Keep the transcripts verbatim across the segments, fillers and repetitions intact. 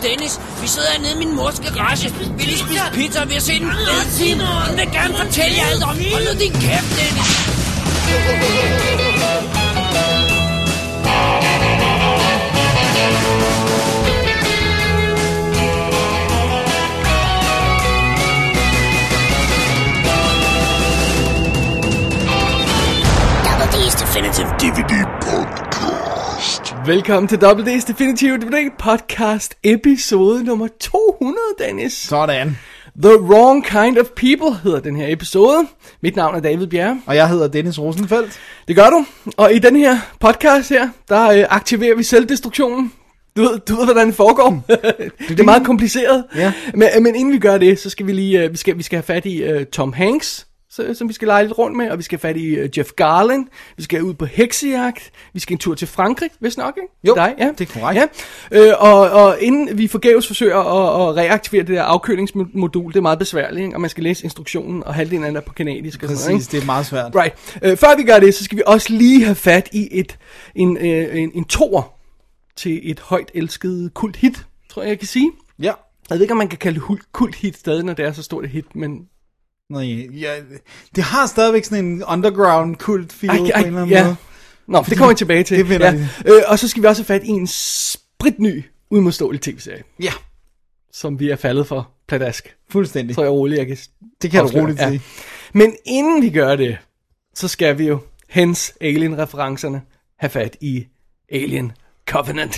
Dennis. Vi sidder hernede i min mors garage. Vi lige spise pizza, og vi har set en fed film. Hun vil gerne fortælle jer alt om. Hold nu din kæft, Dennis. Double D's Definitive D V D Podcast. Velkommen til Double D's Definitive D V D Podcast, episode nummer to hundrede, Dennis. Sådan. The Wrong Kind of People hedder den her episode. Mit navn er David Bjerre. Og jeg hedder Dennis Rosenfeldt. Det gør du. Og i den her podcast her, der øh, aktiverer vi selvdestruktionen. Du ved, du ved, hvordan det foregår. Det er meget kompliceret. Ja. Men, men inden vi gør det, så skal vi lige, øh, vi skal, vi skal have fat i øh, Tom Hanks, så, som vi skal lege lidt rundt med, og vi skal have fat i uh, Jeff Garlin, vi skal ud på heksejagt, vi skal en tur til Frankrig, hvis nok, ikke? Jo, dig, ja. det er korrekt. Ja. Øh, og, og inden vi forgæves forsøger at, at reaktivere det der afkølingsmodul, det er meget besværligt, ikke? Og man skal læse instruktionen, og halvdelen af den er på kanadisk. Præcis, sådan, ikke? det er meget svært. Right. Øh, før vi gør det, så skal vi også lige have fat i et, en, øh, en, en toer til et højt elsket kult hit, tror jeg, jeg kan sige. Ja. Jeg ved ikke, om man kan kalde det kult hit stadig, når det er så stort et hit, men... Nej, ja, det har stadigvæk sådan en underground kult feel Ej, på en ej, eller anden ja. måde. Nå, for det kommer jeg tilbage til. Det finder ja. vi. øh, Og så skal vi også have fat i en spritny, udmodståelig tv-serie, Ja, som vi er faldet for pladask. fuldstændig. Så er jeg rolig, jeg kan Det kan du afsløre. roligt Ja. sige. Men inden vi gør det, så skal vi jo, hens Alien-referencerne, have fat i Alien Covenant.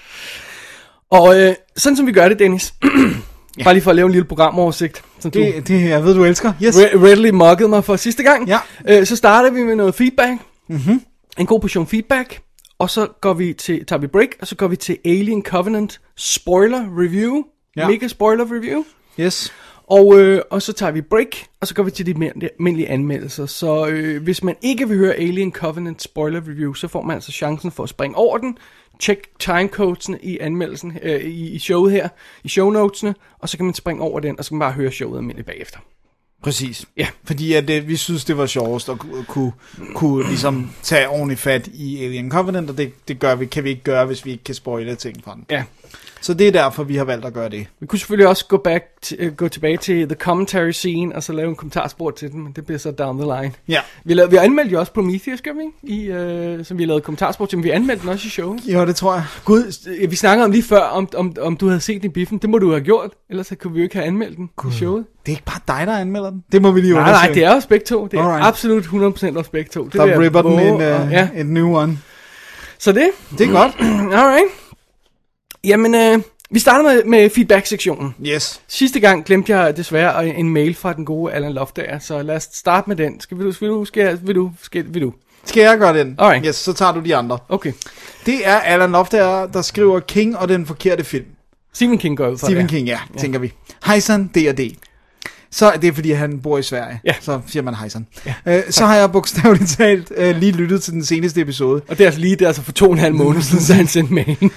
Og øh, sådan som vi gør det, Dennis, ja. Bare lige for at lave en lille programoversigt, som du Det, det jeg ved, du elsker. Yes. re- readily muggede mig for sidste gang. Ja. Øh, så starter vi med noget feedback. Mm-hmm. En god portion feedback. Og så går vi til, tager vi break, og så går vi til Alien Covenant spoiler review. Ja. Mega spoiler review. Yes. Og, øh, og så tager vi break, og så går vi til de mere almindelige anmeldelser. Så øh, hvis man ikke vil høre Alien Covenant spoiler review, så får man altså chancen for at springe over den. Tjek timecodesene i anmeldelsen, øh, i, i showet her, i shownotesene, og så kan man springe over den, og så kan man bare høre showet almindeligt bagefter. Præcis. Ja. Fordi at, det, vi synes, det var sjovest at kunne, kunne, kunne ligesom tage ordentligt fat i Alien Covenant, og det, det gør vi, kan vi ikke gøre, hvis vi ikke kan spoile ting fra den. Ja. Så det er derfor, vi har valgt at gøre det. Vi kunne selvfølgelig også gå, back t- uh, gå tilbage til the commentary scene, og så lave en kommentarspor til den, men det bliver så down the line. Ja. Vi, lavede, vi anmeldte jo også Prometheus, gør vi ikke? I, øh, som vi lavede kommentarspor til, men vi anmeldte den også i showet. Jo, det tror jeg. Gud, øh, vi snakkede om lige før, om, om, om du havde set den i biffen. Det må du have gjort, ellers kunne vi jo ikke have anmeldt den God. i showet. Det er ikke bare dig, der anmelder den. Det må vi lige Nej, undersøge. nej, det er også begge to. Det er Alright. absolut hundrede procent også begge to. Det Der ripper den en, og, uh, ja. en new one. Så det. Det er godt. Alright. Jamen, øh, vi starter med, med feedback-sektionen. Yes. Sidste gang glemte jeg desværre en mail fra den gode Allan Loftager, så lad os starte med den. Skal, vil, du, vil, du, skal, vil, du, skal, vil du? Skal jeg gøre den? Alright. Yes, så tager du de andre. Okay. Det er Allan Loftager, der skriver King og den forkerte film. Stephen King går ud fra Stephen det. King, ja, ja, tænker vi. Hejsan, D og D. Så det er fordi, han bor i Sverige. Ja. Så siger man hejsan. Ja, øh, så har jeg bogstaveligt talt øh, lige lyttet til den seneste episode. Og det er altså lige, det er altså for to og en halv måned siden, så han sendte mailen.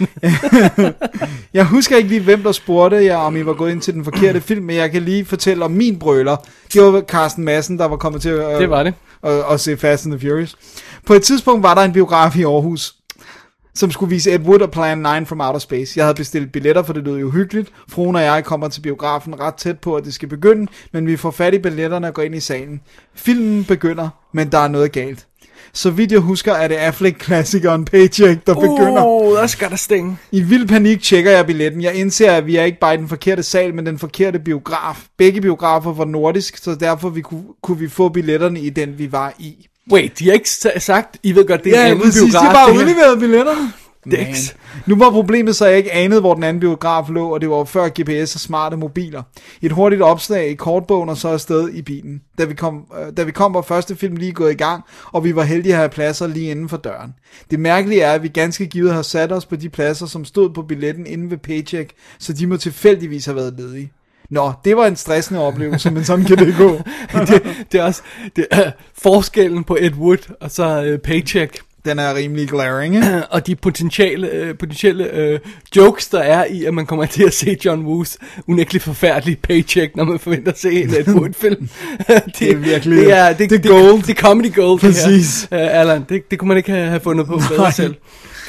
Jeg husker ikke lige, hvem der spurgte jer, om I var gået ind til den forkerte film, men jeg kan lige fortælle om min brøler. Det var Carsten Madsen, der var kommet til at, Det var det. at, at se Fast and the Furious. På et tidspunkt var der en biograf i Aarhus, som skulle vise Ed Wood og Plan nine from Outer Space. Jeg havde bestilt billetter, for det lød jo hyggeligt. Fruen og jeg kommer til biografen ret tæt på, at det skal begynde, men vi får fat i billetterne og går ind i salen. Filmen begynder, men der er noget galt. Så vidt jeg husker, er det Affleck-klassikeren Paycheck, der begynder. Oh, that's gotta sting. I vild panik tjekker jeg billetten. Jeg indser, at vi er ikke bare i den forkerte sal, men den forkerte biograf. Begge biografer var nordisk, så derfor vi kunne, kunne vi få billetterne i den, vi var i. Wait, de har ikke sagt, I ved godt, det er Ja, en anden præcis, biograf. de bare det her. udleveret billetterne. Dicks. Nu var problemet så, at jeg ikke anede, hvor den anden biograf lå, og det var før G P S og smarte mobiler. Et hurtigt opslag i kortbogen og så afsted i bilen. Da vi kom, øh, da vi kom var første film lige gået i gang, og vi var heldige at have pladser lige inden for døren. Det mærkelige er, at vi ganske givet har sat os på de pladser, som stod på billetten inde ved Paycheck, så de må tilfældigvis have været ledige. Nå, det var en stressende oplevelse, men sådan kan det gå. det, det er også det er forskellen på Ed Wood og så uh, Paycheck. Den er rimelig glaring, ikke? Og de potentielle, øh, potentielle øh, jokes, der er i, at man kommer til at se John Woos unægteligt forfærdelige Paycheck, når man forventer at se en Ed Wood-film. det, det er virkelig det er, det, det det, gold. Det, det er comedy gold, Præcis. det her, uh, Allan. Det, det kunne man ikke have, have fundet på bedre selv.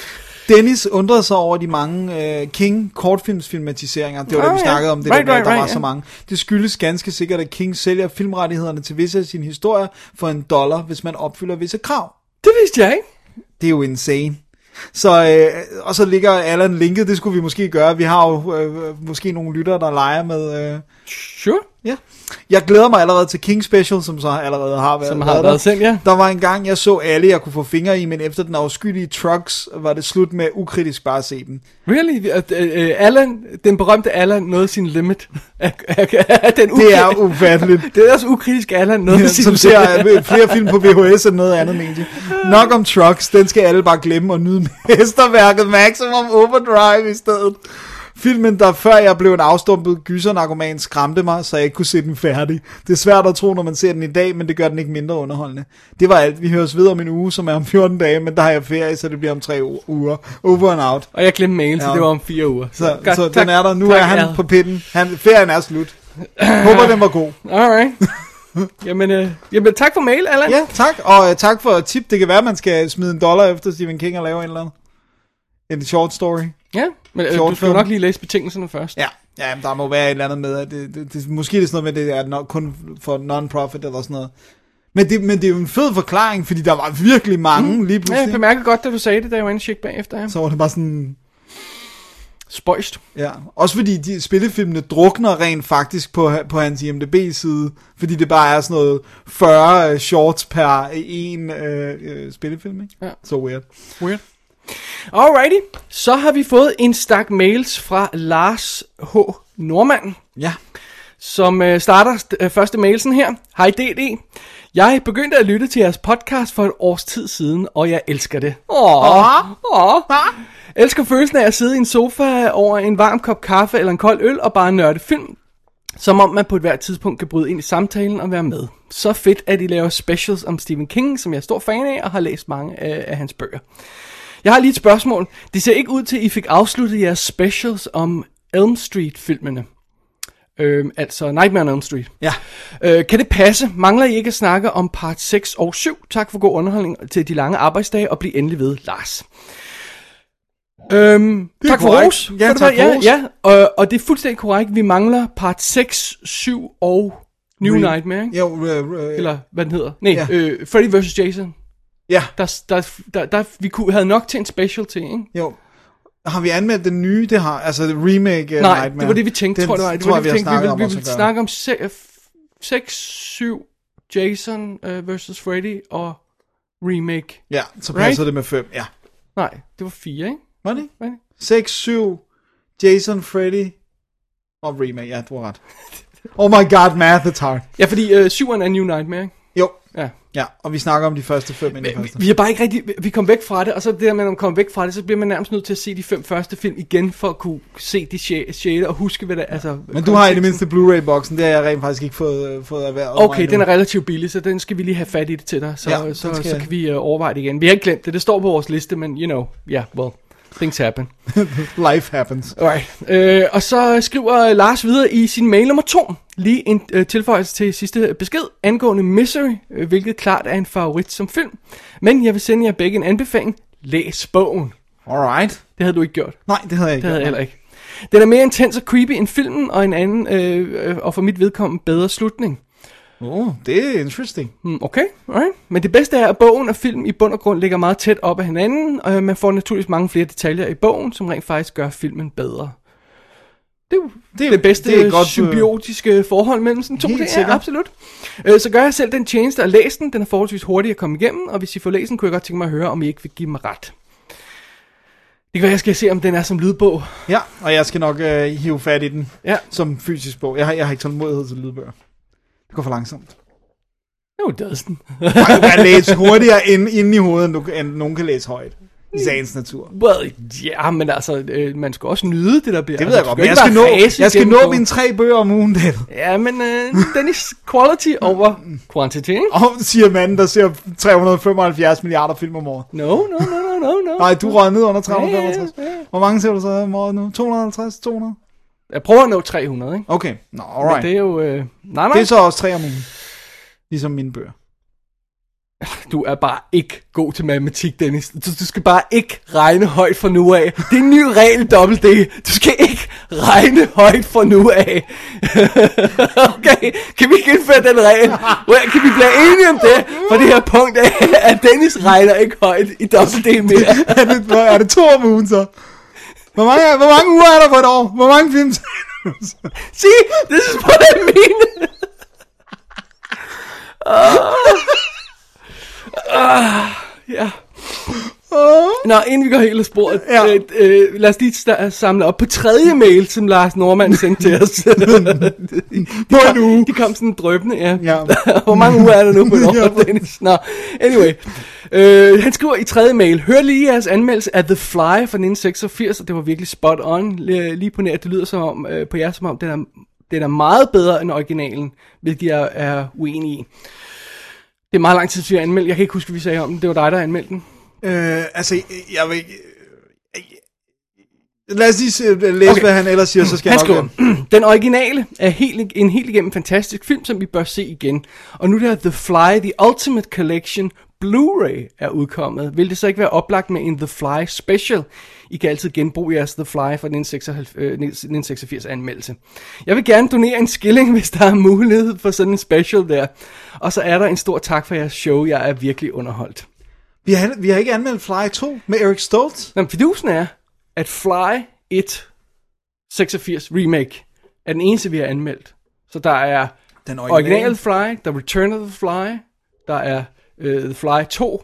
Dennis undrede sig over de mange øh, King kortfilmsfilmatiseringer. Det var oh, det, vi snakkede yeah. om, det right, der med, right, der right, var yeah. så mange. Det skyldes ganske sikkert, at King sælger filmrettighederne til visse af sine historier for en dollar, hvis man opfylder visse krav. Det vidste jeg ikke. Det er jo insane. Så, øh, og så ligger Allan linket, det skulle vi måske gøre. Vi har jo øh, måske nogle lyttere, der leger med... Øh... Sure. Ja. Jeg glæder mig allerede til King Special, som så allerede har været, som har været, været sendt, ja. Der var en gang, jeg så alle, jeg kunne få fingre i, men efter den afskyelige Trucks, var det slut med ukritisk bare at se den. Really? Uh, uh, Allan, den berømte Allan nåede sin limit. den det er ufatteligt. Det er også ukritisk Allan nåede ja, sin som ser flere film på V H S end noget andet medie. Nok om Trucks, den skal alle bare glemme og nyde mesterværket Maximum Overdrive i stedet. Filmen, der før jeg blev en afstumpet gyser-narkoman, skræmte mig, så jeg ikke kunne se den færdig. Det er svært at tro, når man ser den i dag, men det gør den ikke mindre underholdende. Det var alt. Vi høres videre om en uge, som er om fjorten dage, men der har jeg ferie, så det bliver om tre uger. Over and out. Og jeg glemte mail, så ja. Det var om fire uger. Så, så, God, så tak, den er der. Nu tak, er han ja. På pitten. Han, ferien er slut. Håber, den var god. Alright. Jamen, øh, jamen, tak for mail, Allan. Ja, tak. Og øh, tak for tip. Det kan være, at man skal smide en dollar efter Stephen King og lave en eller anden. En short story. Ja, men øh, du skal jo nok lige læse betingelserne først. Ja, ja, der må være et eller andet med, at det, det, det, måske det er sådan noget med, at det er nok kun for non-profit eller sådan noget. Men det, men det er jo en fed forklaring, fordi der var virkelig mange mm. lige pludselig. Ja, jeg bemærkede godt, da du sagde det, da jeg var inde og tjekke bagefter. Ja. Så var det bare sådan... spøjst. Ja, også fordi de spillefilmene drukner rent faktisk på, på hans I M D B-side, fordi det bare er sådan noget fyrre shorts per en øh, øh, spillefilm, ikke? Ja. Så weird. Weird. Alrighty, så har vi fået en stak mails fra Lars H. Nordmand. Ja. Som øh, starter øh, første mailsen her. Hej D D. Jeg begyndte at lytte til jeres podcast for et års tid siden, og jeg elsker det. Åh, åh. Elsker følelsen af at sidde i en sofa over en varm kop kaffe eller en kold øl og bare nørde film. Som om man på et hvert tidspunkt kan bryde ind i samtalen og være med. Så fedt, at I laver specials om Stephen King, som jeg er stor fan af og har læst mange af, af hans bøger. Jeg har lige et spørgsmål. Det ser ikke ud til, at I fik afsluttet jeres specials om Elm Street-filmene. Øhm, altså Nightmare on Elm Street. Ja. Øh, kan det passe? Mangler I ikke at snakke om part seks og syv? Tak for god underholdning til de lange arbejdsdage, og bliv endelig ved, Lars. Øhm, tak for ros. Ja, tak for ros. Ja, ja. Og, og det er fuldstændig korrekt. Vi mangler part seks, syv og New Re- Nightmare. Ikke? Jo, uh, uh, eller hvad den hedder. Nej, ja. øh, Freddy versus. Jason. Ja. Der, der, der, der, vi kunne, havde nok til en special til, ikke? Jo. Har vi anmeldt den nye? Det har, altså det remake uh, Nej, Nightmare. det var det, vi tænkte, den, tror jeg, det var. Det tror var jeg, det, vi, vi tænkte. Vi ville, vi ville snakke om seks, syv, Jason uh, versus. Freddy og remake. Ja, så passer right? det med fem, ja. Nej, det var fire, ikke? Var det? seks, syv, Jason, Freddy og remake, ja, du har ret. Oh my god, math is hard. Ja, fordi uh, syveren er New Nightmare, ikke? Jo. Ja. Ja, og vi snakker om de første fem inden vi, vi er bare ikke rigtig, vi kom væk fra det, og så det der med, når man kommer væk fra det, så bliver man nærmest nødt til at se de fem første film igen, for at kunne se de sjette og huske, hvad det er. Altså, men du har i det mindste Blu-ray-boksen, det har jeg rent faktisk ikke fået, fået erhvervet. Okay, den er relativt billig, så den skal vi lige have fat i det til dig, så, ja, så, så, så kan vi uh, overveje det igen. Vi har ikke glemt det, det står på vores liste, men you know, yeah, well, things happen. Life happens. Alright, øh, og så skriver Lars videre i sin mail nummer to, lige en øh, tilføjelse til sidste besked, angående Misery, øh, hvilket klart er en favorit som film. Men jeg vil sende jer begge en anbefaling. Læs bogen. Alright. Det havde du ikke gjort. Nej, det havde jeg ikke Det havde gjort. jeg heller ikke. Den er mere intens og creepy end filmen, og en anden, øh, øh, og for mit vedkommende, bedre slutning. Oh, det er interesting. Mm, okay, alright. Men det bedste er, at bogen og film i bund og grund ligger meget tæt op ad hinanden, og man får naturligvis mange flere detaljer i bogen, som rent faktisk gør filmen bedre. Det er jo det, er, det bedste det er godt, symbiotiske forhold mellem sådan to ting. Ja, absolut. Øh, så gør jeg selv den tjeneste at læse den. Den er forholdsvis hurtig at komme igennem, og hvis I får læst den, kunne jeg godt tænke mig at høre, om I ikke vil give mig ret. Det kan være, jeg skal se, om den er som lydbog. Ja, og jeg skal nok øh, hive fat i den ja. som fysisk bog. Jeg har, jeg har ikke tålmodighed til lydbøger. Det går for langsomt. Jo, det er sådan. Du kan læse hurtigere ind, ind i hovedet, end, du, end nogen kan læse højt. I sagens natur. Well, ja, men altså, øh, man skal også nyde det, der bliver. Det ved jeg altså, godt, men jeg skal, nå, jeg skal nå mine tre bøger om ugen, det. Ja, men øh, den er quality over quantity, ikke? Og siger manden, der ser tre hundrede og femoghalvfjerds milliarder film om året. No, no, no, no, no, no. Nej, du røg ned under tre hundrede og femoghalvtreds. Ja, ja, ja. Hvor mange ser du så om året nu? to hundrede og halvtreds? to hundrede? Jeg prøver at nå tre hundrede, ikke? Okay, nå, alright. Men det er jo... Øh, nej, nej. Det er så også tre om ugen. Ligesom mine bøger. Du er bare ikke god til matematik, Dennis. Du, du skal bare ikke regne højt fra nu af. Det er en ny regel, dobbelt D. Du skal ikke regne højt fra nu af. Okay, kan vi ikke indføre den regel? Kan vi blive enige om det? For det her punkt af, at Dennis regner ikke højt i dobbelt D mere. er, det, er det to om ugen så? Hvor mange, hvor mange uger er der på et år? Hvor mange film? See, this is what I mean. uh. Uh, ja. Nå, inden vi går helt af sporet, ja. øh, øh, lad os lige st- samle op på tredje mail, som Lars Norman sendte til os. de, kom, de kom sådan drøbende, ja. ja. Hvor mange uger er der nu på et år, Dennis? Nå, anyway. Øh, han skriver i tredje mail, hør lige jeres anmeldelse af The Fly fra nitten seksogfirs, og det var virkelig spot on, lige på nær, det lyder som om, øh, på jer som om, den er, den er meget bedre end originalen, hvilket jeg er uenig i. Det er meget lang tid, siden jeg anmeldte. Jeg kan ikke huske, hvad vi sagde om den. Det var dig, der anmeldte den. Øh, altså, jeg vil ikke... Lad os lige læse, okay. Hvad han ellers siger, så skal han jeg nok... Skriver, den originale er helt, en helt igennem fantastisk film, som vi bør se igen. Og nu der The Fly, The Ultimate Collection Blu-ray er udkommet. Vil det så ikke være oplagt med en The Fly Special? I kan altid genbruge jeres The Fly fra nitten seksogfirs anmeldelse. Jeg vil gerne donere en skilling, hvis der er mulighed for sådan en special der. Og så er der en stor tak for jeres show. Jeg er virkelig underholdt. Vi har, vi har ikke anmeldt Fly to med Eric Stoltz. Men fidusen er, at Fly et seksogfirs remake er den eneste, vi har anmeldt. Så der er den originale Fly, der er Return of the Fly, der er uh, The Fly to,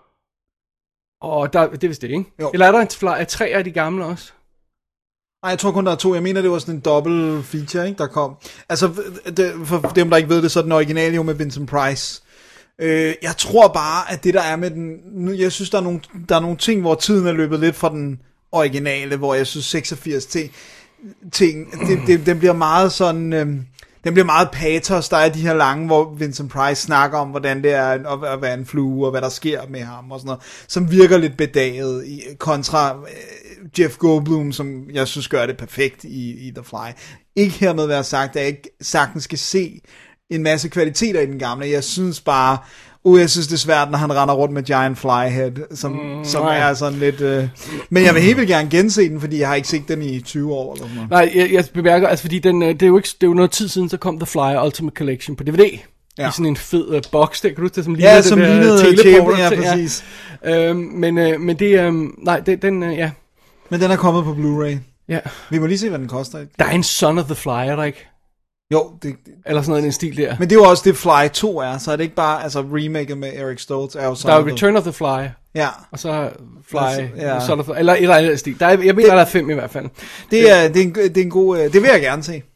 og der, det er vist det, ikke? Jo. Eller er der en Fly af tre af de gamle også? Nej, jeg tror kun, der er to. Jeg mener, det var sådan en dobbelt feature, ikke, der kom. Altså, det, for dem, der ikke ved det, så er den originale jo med Vincent Price. Øh, jeg tror bare, at det der er med den... Jeg synes, der er, nogle, der er nogle ting, hvor tiden er løbet lidt fra den originale, hvor jeg synes seksogfirs ting, ting det, det, den bliver meget sådan... Øh, den bliver meget patos. Der er de her lange, hvor Vincent Price snakker om, hvordan det er at, at være en flue, og hvad der sker med ham, og sådan noget, som virker lidt bedaget i, kontra øh, Jeff Goldblum, som jeg synes gør det perfekt i, i The Fly. Ikke hermed være sagt, at jeg ikke sagtens skal se en masse kvaliteter i den gamle. Jeg synes bare, uh, jeg synes det er svært, når han render rundt med Giant Flyhead, som, mm, som er sådan lidt... Øh... Men jeg vil helt vildt gerne gense den, fordi jeg har ikke set den i tyve år. Eller noget. Nej, jeg, jeg bemærker, altså fordi den, det, er jo ikke, det er jo noget tid siden, så kom The Fly Ultimate Collection på D V D. Ja. I sådan en fed uh, box, der kan du huske det, som lignede ja, som den der teleporter. Ja, præcis. Ja. Øhm, men, øh, men det, øh, nej, det, den, øh, ja. Men den er kommet på Blu-ray. Ja. Vi må lige se, hvad den koster. Der er en Son of the Fly, er der ikke? Jo, det, eller sådan noget i den stil der. Men det er jo også det Fly to er, så er det ikke bare, altså remaket med Eric Stoltz er jo sådan. Der er Return of the Fly. Ja. Og så Fly, ja. Son of the, eller et eller andet stil. Der er, jeg mener, det, der er fem i hvert fald. Det er, det er, en, det er en god, det vil jeg gerne se.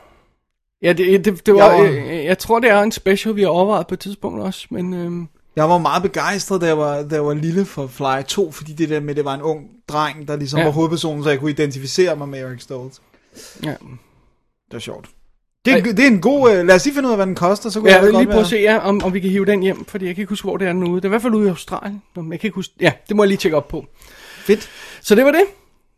Ja, det, det, det var, jeg, jeg, jeg tror, det er en special, vi har overvejet på et tidspunkt også, men... Øhm, jeg var meget begejstret, da jeg var, da jeg var lille for Fly to, fordi det der med, det var en ung dreng, der ligesom ja. var hovedpersonen, så jeg kunne identificere mig med Eric Stoltz. Ja. Det var sjovt. Det er, det er en god... Uh, lad os lige finde ud af, hvad den koster, så kunne ja, jeg lige godt prøve at se, ja, om, om vi kan hive den hjem, fordi jeg kan ikke huske, hvor det er nu. Det er i hvert fald ude i Australien. Jeg kan ikke huske... Ja, det må jeg lige tjekke op på. Fedt. Så det var det.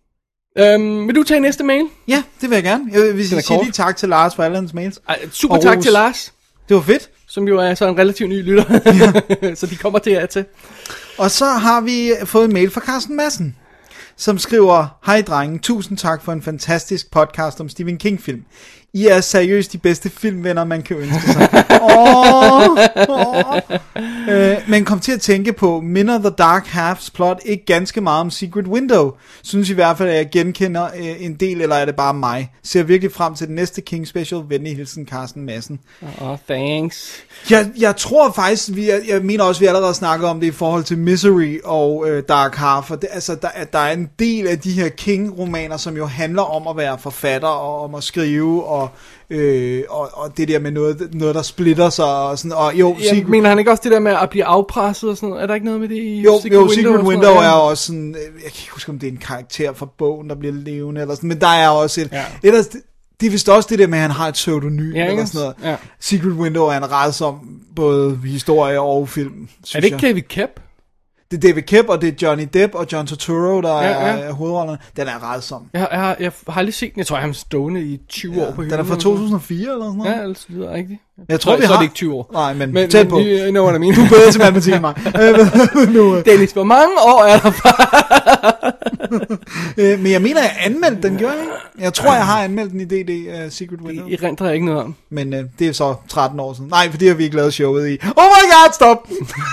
Øhm, vil du tage næste mail? Ja, det vil jeg gerne. Jeg vil sige kort. Lige tak til Lars for alle hans mails. Ej, super og tak Rose. Til Lars. Det var fedt. Som jo er så en relativt ny lytter. Ja. Så de kommer til jer til. Og så har vi fået en mail fra Carsten Madsen, som skriver: hej drenge, tusind tak for en fantastisk podcast om Stephen King film. I er seriøst de bedste filmvenner, man kan ønske sig. oh, oh. Øh, men kom til at tænke på, minder The Dark Half's plot ikke ganske meget om Secret Window? Synes i hvert fald, at jeg genkender øh, en del, eller er det bare mig? Ser virkelig frem til den næste King Special. Venlig hilsen, Carsten Madsen. Åh, oh, thanks. Jeg, jeg tror faktisk, vi er, jeg mener også, vi allerede snakket om det i forhold til Misery og øh, Dark Half. Og det, altså, der, der er en del af de her King-romaner, som jo handler om at være forfatter og om at skrive og Og, øh, og, og det der med noget, noget der splitter sig og sådan, og jo, ja, Secret... mener han ikke også det der med at blive afpresset og sådan noget? Er der ikke noget med det i jo, Secret jo, Window? Secret Window er også sådan, jeg kan ikke huske om det er en karakter fra bogen, der bliver levende eller sådan, men der er også et, ja. ellers, det, det er vist også det der med, at han har et pseudonym ja, eller sådan noget. Ja. Secret Window er en rædsom både historie og film, er det ikke David Koepp? Det er David Koepp, og det er Johnny Depp og John Turturro, der Ja, er, ja. er hovedrollerne. Den er rædsom. Jeg, har- jeg, har, jeg har aldrig set den. Jeg tror, jeg har ham stående i tyve Ja, år på hylden. den er fra to tusind og fire eller sådan noget. Ja, ellers lyder det rigtigt. Jeg tror, så, vi så har... er det ikke tyve år. Nej, men, Men, tæt men på. you know what I mean. Du er bedre til matematik end mig. Øh, nu, Dennis, hvor mange år er der fra? øh, men jeg mener, jeg anmeldte den, gjorde jeg ikke? Jeg tror, jeg har anmeldt den i D D uh, Secret Window. I rentrer jeg ikke noget om. Men øh, det er så tretten år siden. Nej, for det har vi ikke lavet showet i. Oh my god, stop!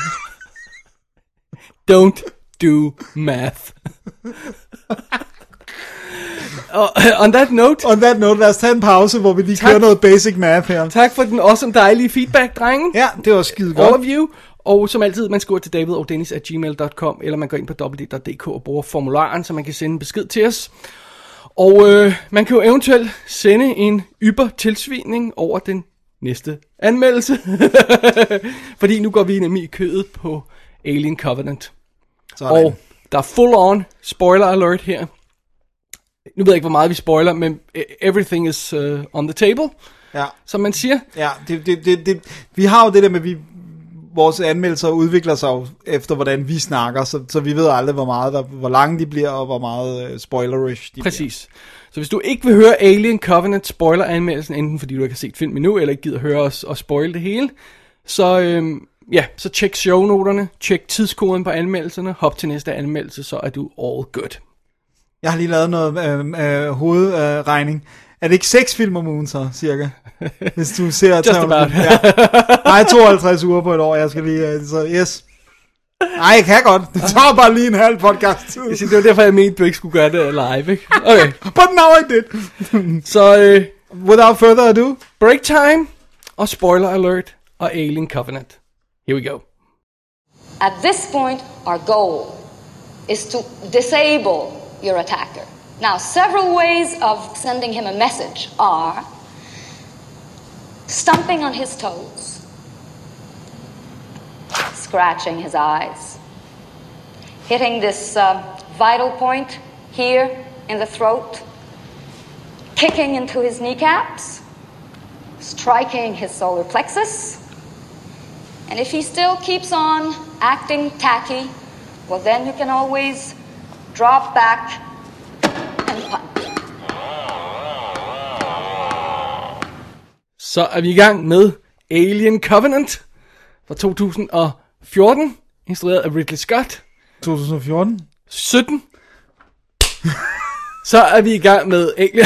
Don't do math. Og on that note, On that note, lad os tage en pause, hvor vi lige Tak. kører noget basic math her. tak for den awesome dejlige feedback, drenge. Ja, det var skide All godt. of you. Og som altid, man skriver til david og dennis at gmail punktum com, eller man går ind på w w w punktum d k og bruger formularen, så man kan sende en besked til os. Og øh, man kan jo eventuelt sende en yber tilsvining over den næste anmeldelse. Fordi nu går vi nemlig i kødet på Alien Covenant. Sådan. Og der er full on spoiler alert her. Nu ved jeg ikke, hvor meget vi spoiler, men everything is uh, on the table, Ja, som man siger. ja det, det, det, det, vi har jo det der med, vi, vores anmeldelser udvikler sig jo efter, hvordan vi snakker, så, så vi ved aldrig, hvor meget der, hvor lange de bliver, og hvor meget uh, spoilerish de Præcis. Så hvis du ikke vil høre Alien Covenant spoiler-anmeldelsen, enten fordi du ikke har set filmen endnu, eller ikke gider høre os og spoil det hele, så øhm, ja, så tjek shownoterne, tjek tidskoden på anmeldelserne, hop til næste anmeldelse, så er du all good. Jeg har lige lavet noget øh, øh, hovedregning. Øh, er det ikke seks film om ugen så, cirka? Hvis du ser... Just about. Ja. Nej, tooghalvtreds uger på et år, jeg skal lige... Øh, så yes. Nej, jeg kan godt. Det tager bare lige en halv podcast tid. Jeg siger, det var derfor, jeg mente, du ikke skulle gøre det live, ikke? Okay, But now I did. så øh, Without further ado. break time, og spoiler alert, og Alien Covenant. Here we go. At this point, our goal is to disable your attacker. Now, several ways of sending him a message are stomping on his toes, scratching his eyes, hitting this uh, vital point here in the throat, kicking into his kneecaps, striking his solar plexus, and if he still keeps on acting tacky, well, then you can always drop back and punch. Så er vi i gang med Alien Covenant fra to tusind og fjorten, instrueret af Ridley Scott. to tusind og fjorten. sytten. Så er vi i gang med Alien...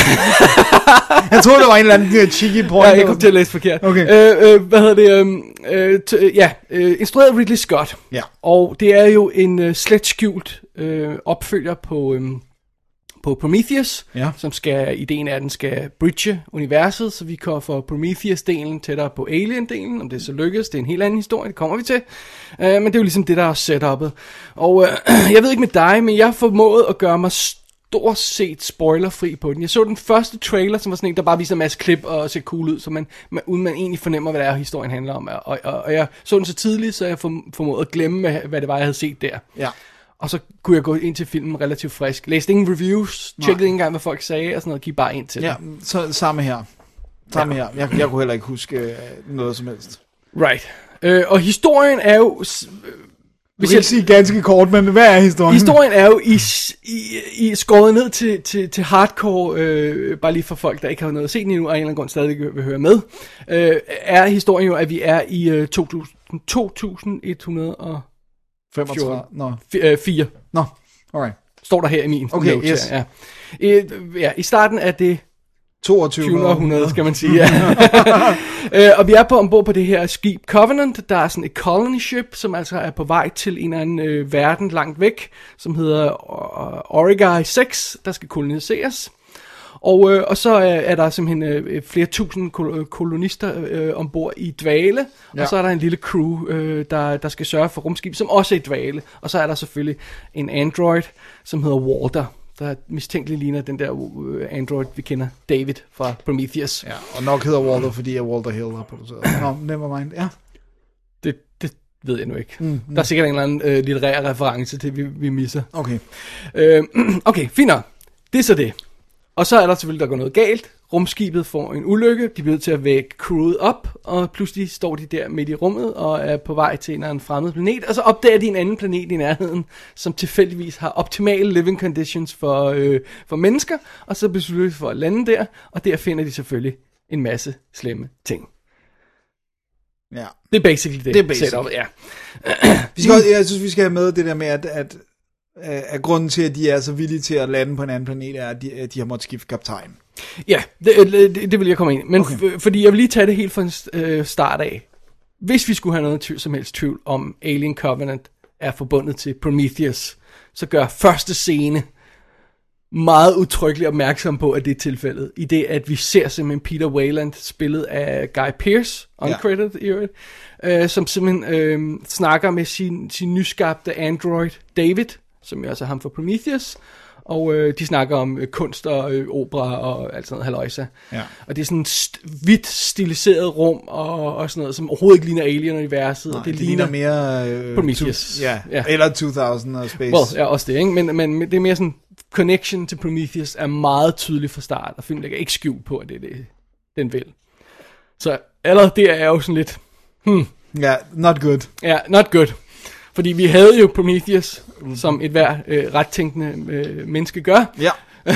Jeg troede, det var en eller anden cheeky point. Ja, jeg kom til at læse forkert. Okay. Øh, øh, hvad hedder det? Øh, øh, t- ja, øh, instrueret af Ridley Scott. Ja. Og det er jo en øh, slet skjult øh, opfølger på... Øh, på Prometheus, Ja. som skal, ideen er, at den skal bridge universet, så vi kommer fra Prometheus-delen tættere på Alien-delen, om det så lykkes, det er en helt anden historie, det kommer vi til, uh, men det er jo ligesom det, der er setup'et, og uh, jeg ved ikke med dig, men jeg har formået at gøre mig stort set spoilerfri på den. Jeg så den første trailer, som var sådan en, der bare viser en masse klip og ser cool ud, så man, man, uden man egentlig fornemmer, hvad det er, historien handler om, og, og, og jeg så den så tidligt, så jeg formåede at glemme, hvad det var, jeg havde set der. Ja. Og så kunne jeg gå ind til filmen relativt frisk. Læste ingen reviews, tjekkede ikke engang, hvad folk sagde, og sådan noget, gik bare ind til Ja, så samme her. Samme ja. her. Jeg, jeg kunne heller ikke huske øh, noget som helst. Right. Øh, og historien er jo... s- øh, Du Hvis vil jeg, ikke sige ganske kort, men hvad er historien? historien er jo i, i, i skåret ned til, til, til hardcore, øh, bare lige for folk, der ikke har noget at se den endnu, og af en eller anden grund stadig vil høre med, øh, er historien jo, at vi er i øh, to tusind, to tusind et hundrede og femogtredive. Nå. fire. Nå, alright. Står der her i min Okay, notes yes. her, ja. Øh, ja. I starten af det toogtyve tyvende århundrede, skal man sige, ja. øh, og vi er på ombord på det her skib Covenant, der er sådan et colony ship, som altså er på vej til en eller anden øh, verden langt væk, som hedder uh, Origai seks, der skal koloniseres. Og, øh, og så er, er der simpelthen øh, flere tusind kol- kolonister øh, ombord i dvale, ja. Og så er der en lille crew, øh, der, der skal sørge for rumskib, som også er i dvale. Og så er der selvfølgelig en android, som hedder Walter, der mistænkeligt ligner den der uh, android, vi kender, David fra Prometheus. Ja, og nok hedder Walter, fordi at Walter Hill har produceret. Nå, never mind, ja. Det, det ved jeg nu ikke. Mm, mm. Der er sikkert en eller anden øh, litterær reference til, vi, vi misser. Okay. Øh, okay, fint nok. Det er så det. Og så er der selvfølgelig, der går noget galt. Rumskibet får en ulykke, de bliver nødt til at vække crewet op, og pludselig står de der midt i rummet og er på vej til en eller anden fremmed planet, og så opdager de en anden planet i nærheden, som tilfældigvis har optimale living conditions for, øh, for mennesker, og så beslutter de for at lande der, og der finder de selvfølgelig en masse slemme ting. Ja. Det er basically det. Det er basic. Setup, ja. Vi skal også, jeg synes, vi skal have med det der med, at, at, at grunden til, at de er så villige til at lande på en anden planet, er, at de, at de har måttet skifte kaptajn. Ja, det, det, det vil jeg komme ind i. Men okay. f- fordi jeg vil lige tage det helt fra øh, start af. Hvis vi skulle have noget tvivl, som helst tvivl om Alien Covenant er forbundet til Prometheus, så gør første scene meget utryggelig opmærksom på, at det er tilfældet. I det, at vi ser simpelthen Peter Weyland, spillet af Guy Pearce, uncredited i øvrigt, øh, som simpelthen øh, snakker med sin, sin nyskabte android David, som jo også er ham for Prometheus, og øh, de snakker om øh, kunst og øh, opera og alt sådan noget halløjsa. Ja. Og det er sådan et st- hvidt stiliseret rum og, og sådan noget, som overhovedet ikke ligner Alien-universet. Nej, det, det ligner, ligner mere øh, Prometheus. To, ja. Ja. Eller to tusind og Space. Well, ja, også det, ikke? Men, men det er mere sådan, connection til Prometheus er meget tydelig fra start, og filmen lægger ikke skjul på, at det er det, den vil. Så allerede der er jo sådan lidt, hmm. Ja, yeah, not good. Ja, yeah, not good. Fordi vi havde jo Prometheus, mm. som et hver øh, rettænkende øh, menneske gør. Ja.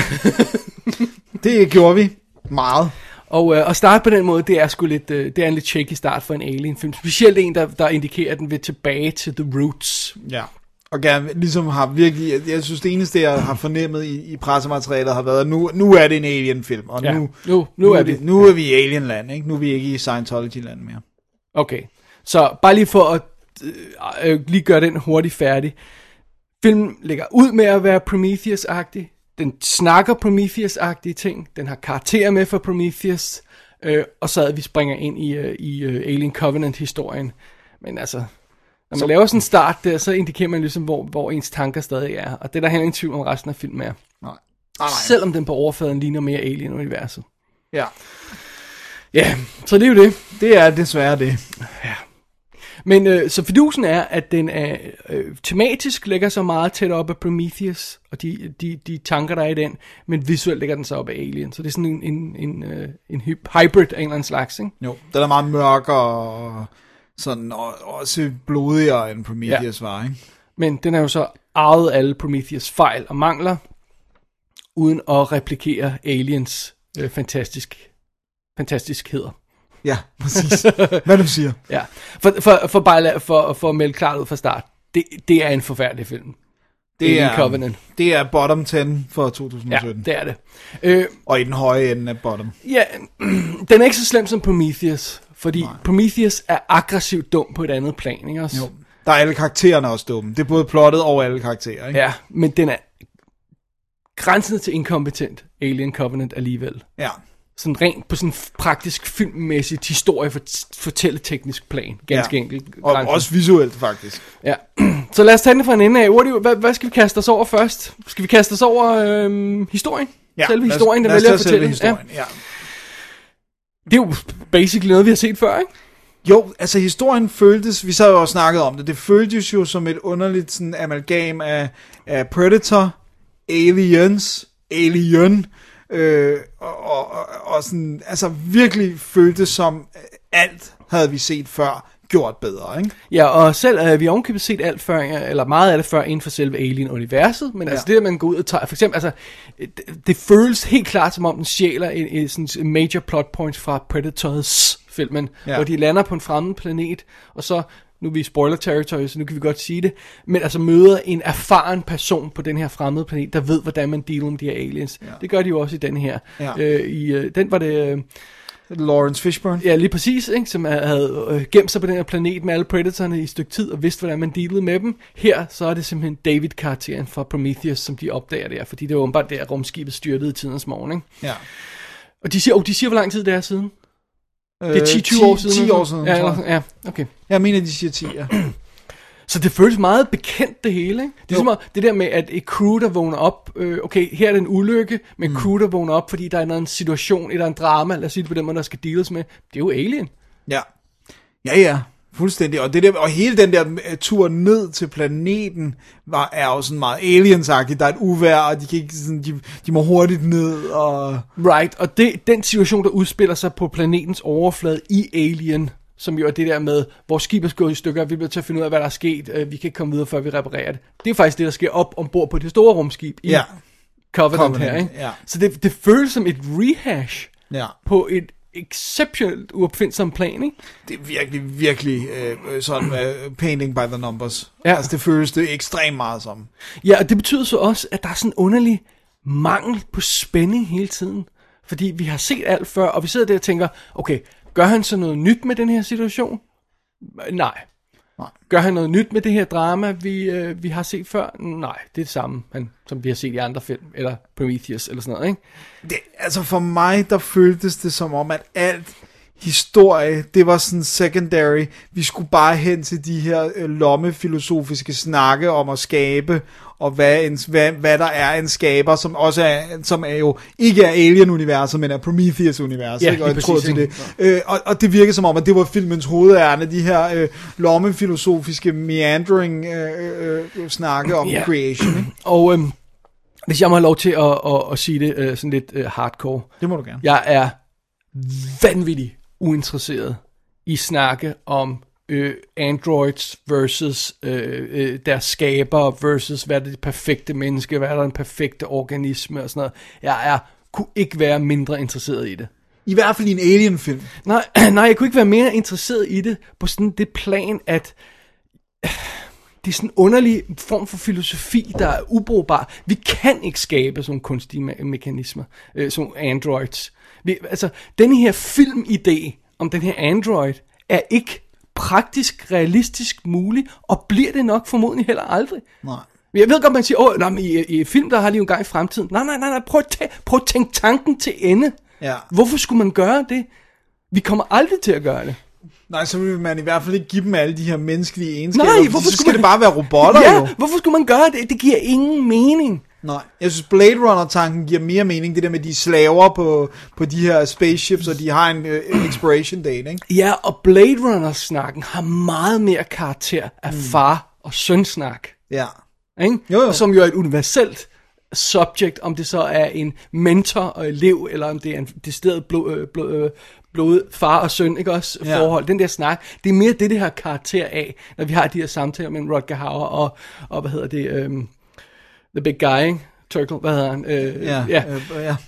Det gjorde vi meget. Og øh, at starte på den måde, det er sgu lidt, øh, det er en lidt shaky start for en Alien-film. Specielt en, der, der indikerer, at den vil tilbage til The Roots. Ja. Og gerne, ligesom har virkelig, jeg, jeg synes det eneste, jeg har fornemmet i, i pressematerialet, har været, at nu, nu er det en Alien-film. Og ja. nu, nu, nu, nu, er er vi. det, nu er vi i Alien-land, ikke? Nu er vi ikke i Scientology-land mere. Okay. Så bare lige for at øh, lige gøre den hurtigt færdig. Filmen lægger ud med at være Prometheus-agtig. Den snakker Prometheus-agtige ting. Den har karakterer med for Prometheus. Øh, og så at vi springer ind i, uh, i uh, Alien Covenant-historien. Men altså, når man så laver sådan en start der, så indikerer man ligesom, hvor, hvor ens tanker stadig er. Og det er der heller ingen tvivl om resten af filmen er. Nej. Ah, nej. Selvom den på overfladen ligner mere Alien-universet. Ja. Ja, så det er jo det. Det er desværre det. Ja. Men øh, så fidusen er, at den er øh, tematisk ligger så meget tæt op af Prometheus, og de, de, de tanker, der er i den, men visuelt ligger den så op af Alien. Så det er sådan en, en, en, øh, en hybrid af en eller anden slags, ikke? Jo, den er meget mørkere og sådan, og også blodigere end Prometheus ja. var, ikke? Men den er jo så arvet alle Prometheus fejl og mangler, uden at replikere Aliens øh, fantastisk, fantastiskheder. Ja, præcis. Hvad du siger. Ja, for, for, for bare for, for at melde klart ud fra start, det, det er en forfærdelig film. Det er, Covenant. Det er bottom ti for to tusind og sytten. Ja, det er det. Øh, og i den høje ende af bottom. Ja, den er ikke så slem som Prometheus, fordi Nej. Prometheus er aggressivt dum på et andet plan, ikke også? Jo. Der er alle karaktererne også dumme. Det er både plottet og alle karakterer, ikke? Ja, men den er grænsen til inkompetent Alien Covenant alligevel. Ja. Sådan rent på sådan praktisk filmmæssigt historie for fortælleteknisk plan. Ganske ja. enkelt. Og grænsen. Også visuelt faktisk. Ja. Så lad os tage den fra en ende af. Hvad, hvad skal vi kaste os over først? Skal vi kaste os over øhm, historien? Ja, selve lad os, historien, der vælger at fortælle. Historien, ja. Ja. Det er jo basically noget, vi har set før, ikke? Jo, altså historien føltes, vi så jo også snakket om det, det føltes jo som et underligt sådan amalgam af, af Predator, Aliens, Alien, øh, og, og, og sådan, altså virkelig føltes som alt havde vi set før, gjort bedre, ikke? Ja, og selv øh, vi har ovenkøbet set alt før, eller meget af det før, inden for selve Alien-universet, men ja. altså det, at man går ud og tager, for eksempel, altså, det, det føles helt klart, som om den stjæler en, en, sådan en major plot point fra Predators filmen, ja. hvor de lander på en fremmed planet, og så, nu er vi i spoiler territory, så nu kan vi godt sige det, men altså møder en erfaren person på den her fremmede planet, der ved, hvordan man dealer med de her aliens. Ja. Det gør de jo også i den her. Ja. Øh, i, øh, den var det... Øh, Lawrence Fishburne. Ja, lige præcis, ikke? Som havde øh, gemt sig på den her planet med alle Predatorne i et stykke tid, og vidste, hvordan man dealede med dem. Her, så er det simpelthen David-karakteren fra Prometheus, som de opdager der, fordi det var åbenbart der, rumskibet styrtede i tidens morgen, ikke? Ja. Og de siger, oh, de siger, hvor lang tid det er siden? Øh, det er ti tyve år siden. ti år siden, ja, eller, ja, okay. Jeg mener, de siger ti, ja. Så det føles meget bekendt, det hele, ikke? Det er som det der med, at et crew, der vågner op, øh, okay, her er det en ulykke, men mm. crew, der vågner op, fordi der er en situation, eller en drama, lad os sige det på den måde, der skal deales med, det er jo Alien. Ja. Ja, ja. Fuldstændig, og, det der, og hele den der tur ned til planeten var, er jo sådan meget aliensagtigt. Der er et uvejr, og de, kan ikke, sådan, de, de må hurtigt ned. Og... Right, og det, den situation, der udspiller sig på planetens overflade i Alien, som jo er det der med, vores skib er skåret i stykker, vi bliver til at finde ud af, hvad der er sket, vi kan ikke komme videre, før vi reparerer det. Det er faktisk det, der sker op ombord på det store rumskib i ja. Covenant, Covenant her, ikke? Ja. Så det, det føles som et rehash ja. på et exceptionelt uopfindsom plan, ikke? Det er virkelig, virkelig øh, sådan uh, painting by the numbers. Ja. Altså, det føles det ekstremt meget som. Ja, og det betyder så også, at der er sådan en underlig mangel på spænding hele tiden. Fordi vi har set alt før, og vi sidder der og tænker, okay, gør han så noget nyt med den her situation? Nej. Nej. Gør han noget nyt med det her drama, vi, øh, vi har set før? Nej, det er det samme, han, som vi har set i andre film, eller Prometheus, eller sådan noget, ikke? Det, altså for mig, der føltes det som om, at alt historie, det var sådan secondary. Vi skulle bare hen til de her øh, lommefilosofiske snakke om at skabe, og hvad, en, hvad, hvad der er en skaber, som også er, som er jo ikke er Alien-universet, men er Prometheus-universet, ja, ikke? Og jeg præcis, tror til det. Øh, og, og det virker som om, at det var filmens hovedærne, de her øh, lommefilosofiske meandering øh, øh, snakke om ja. creation. Ikke? Og øhm, hvis jeg må have lov til at, at, at sige det øh, sådan lidt øh, hardcore. Det må du gerne. Jeg er vanvittig uinteresseret i snakke om øh, androids versus øh, øh, deres skaber versus hvad er det perfekte menneske, hvad er der en perfekte organisme og sådan noget. Jeg er, kunne ikke være mindre interesseret i det. I hvert fald i en Alien-film. Nej, nej, jeg kunne ikke være mere interesseret i det på sådan det plan, at øh, det er sådan en underlig form for filosofi, der er ubrugbar. Vi kan ikke skabe sådan kunstige me- mekanismer, øh, sådan androids. Vi, altså, den her filmidé om den her android er ikke praktisk, realistisk mulig, og bliver det nok formodentlig heller aldrig. Nej. Jeg ved godt, man siger, åh, nej, men i, i film, der har de jo en gang i fremtiden. Nej, nej, nej, nej, prøv at, tæ- prøv at tænke tanken til ende. Ja. Hvorfor skulle man gøre det? Vi kommer aldrig til at gøre det. Nej, så vil man i hvert fald ikke give dem alle de her menneskelige egenskaber. Nej, hvorfor så skulle skal man... det bare være robotter, ja, jo. hvorfor skulle man gøre det? Det giver ingen mening. Nej, jeg synes Blade Runner-tanken giver mere mening, det der med de slaver på, på de her spaceships, og de har en uh, expiration date, ikke? Ja, og Blade Runner-snakken har meget mere karakter af mm. far- og søn-snak. Ja. Ikke? Jo, jo. Og som jo er et universelt subject, om det så er en mentor og elev, eller om det er en decideret blod, blod, blod far og søn, ikke også, ja. forhold. Den der snak, det er mere det, det har karakter af, når vi har de her samtaler med Rutger Hauer og, og hvad hedder det, um, The Big Guy, ikke? Turtle, hvad hedder han? Øh, ja, ja. Øh, ja.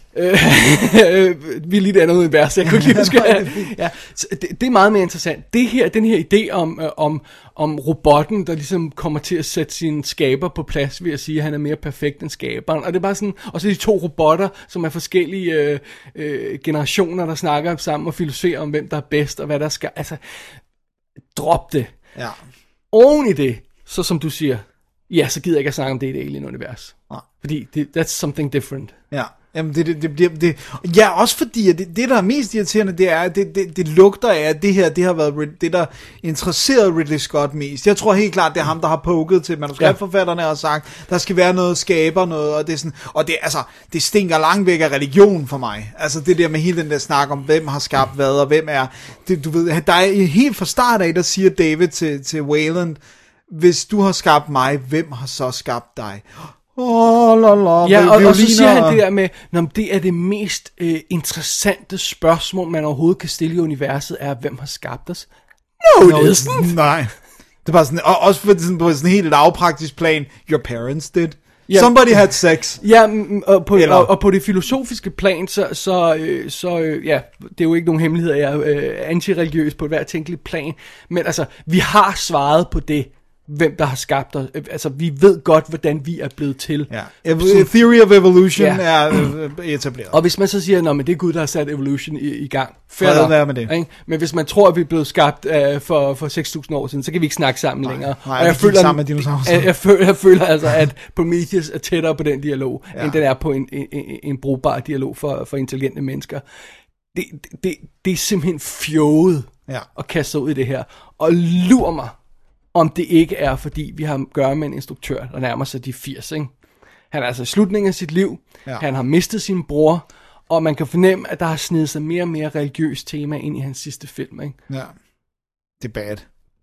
Øh, vi er lidt andet univers, jeg kunne ikke lige huske. Ja, det, det er meget mere interessant. Det her, den her idé om, øh, om, om robotten, der ligesom kommer til at sætte sin skaber på plads ved at sige, at han er mere perfekt end skaberen. Og det er bare sådan, og så de to robotter, som er forskellige øh, øh, generationer, der snakker sammen og filosoferer om, hvem der er bedst og hvad der skal. Altså, drop det. Ja. Oven i det, så som du siger, ja, så gider jeg ikke at snakke om det i det Alien-univers. Nej. Fordi det, that's something different. Ja, jamen det, det, det, det, det, ja, også fordi, at det, det der er mest irriterende, det er, at det, det, det lugter af, at det her, det har været det, der interesserede Ridley Scott mest. Jeg tror helt klart, det er ham, der har poket til manuskriptforfatterne og sagt, der skal være noget, skaber noget, og det er sådan, og det, altså, det stinker langt væk af religion for mig. Altså det der med hele den der snak om, hvem har skabt hvad, og hvem er, det, du ved, der er helt fra start af, der siger David til, til Wayland, hvis du har skabt mig, hvem har så skabt dig? Oh, la, la, ja, og, og så siger han det der med, når det er det mest øh, interessante spørgsmål, man overhovedet kan stille i universet, er, hvem har skabt os? No, no it isn't. Nej. Det er bare sådan, og også for sådan, på sådan en helt lavpraktisk plan, your parents did. Ja, somebody had sex. Ja, og på, Eller... og, og på det filosofiske plan, så, så, øh, så øh, ja, det er jo ikke nogen hemmelighed, jeg er øh, antireligiøs på et hvert tænkeligt plan, men altså, vi har svaret på det, hvem der har skabt os. Altså, vi ved godt, hvordan vi er blevet til. Ja. Ev- Theory of evolution ja. er øh, etableret. Og hvis man så siger, at det er Gud, der har sat evolution i, i gang. Fred være med det. Ikke? Men hvis man tror, at vi er blevet skabt uh, for, for seks tusind år siden, så kan vi ikke snakke sammen nej, længere. Nej, og jeg føler, sammen med dinosaurer. Jeg, jeg, føler, jeg føler altså, at Prometheus er tættere på den dialog, ja. end den er på en, en, en, en brugbar dialog for, for intelligente mennesker. Det, det, det er simpelthen fjollet ja. at kaste sig ud i det her. Og lur mig, om det ikke er, fordi vi har at gøre med en instruktør, der nærmer sig de firs, ikke? Han er altså i slutningen af sit liv, ja. Han har mistet sin bror, og man kan fornemme, at der har snedet sig mere og mere religiøst tema ind i hans sidste film, ikke? Ja, det er bad.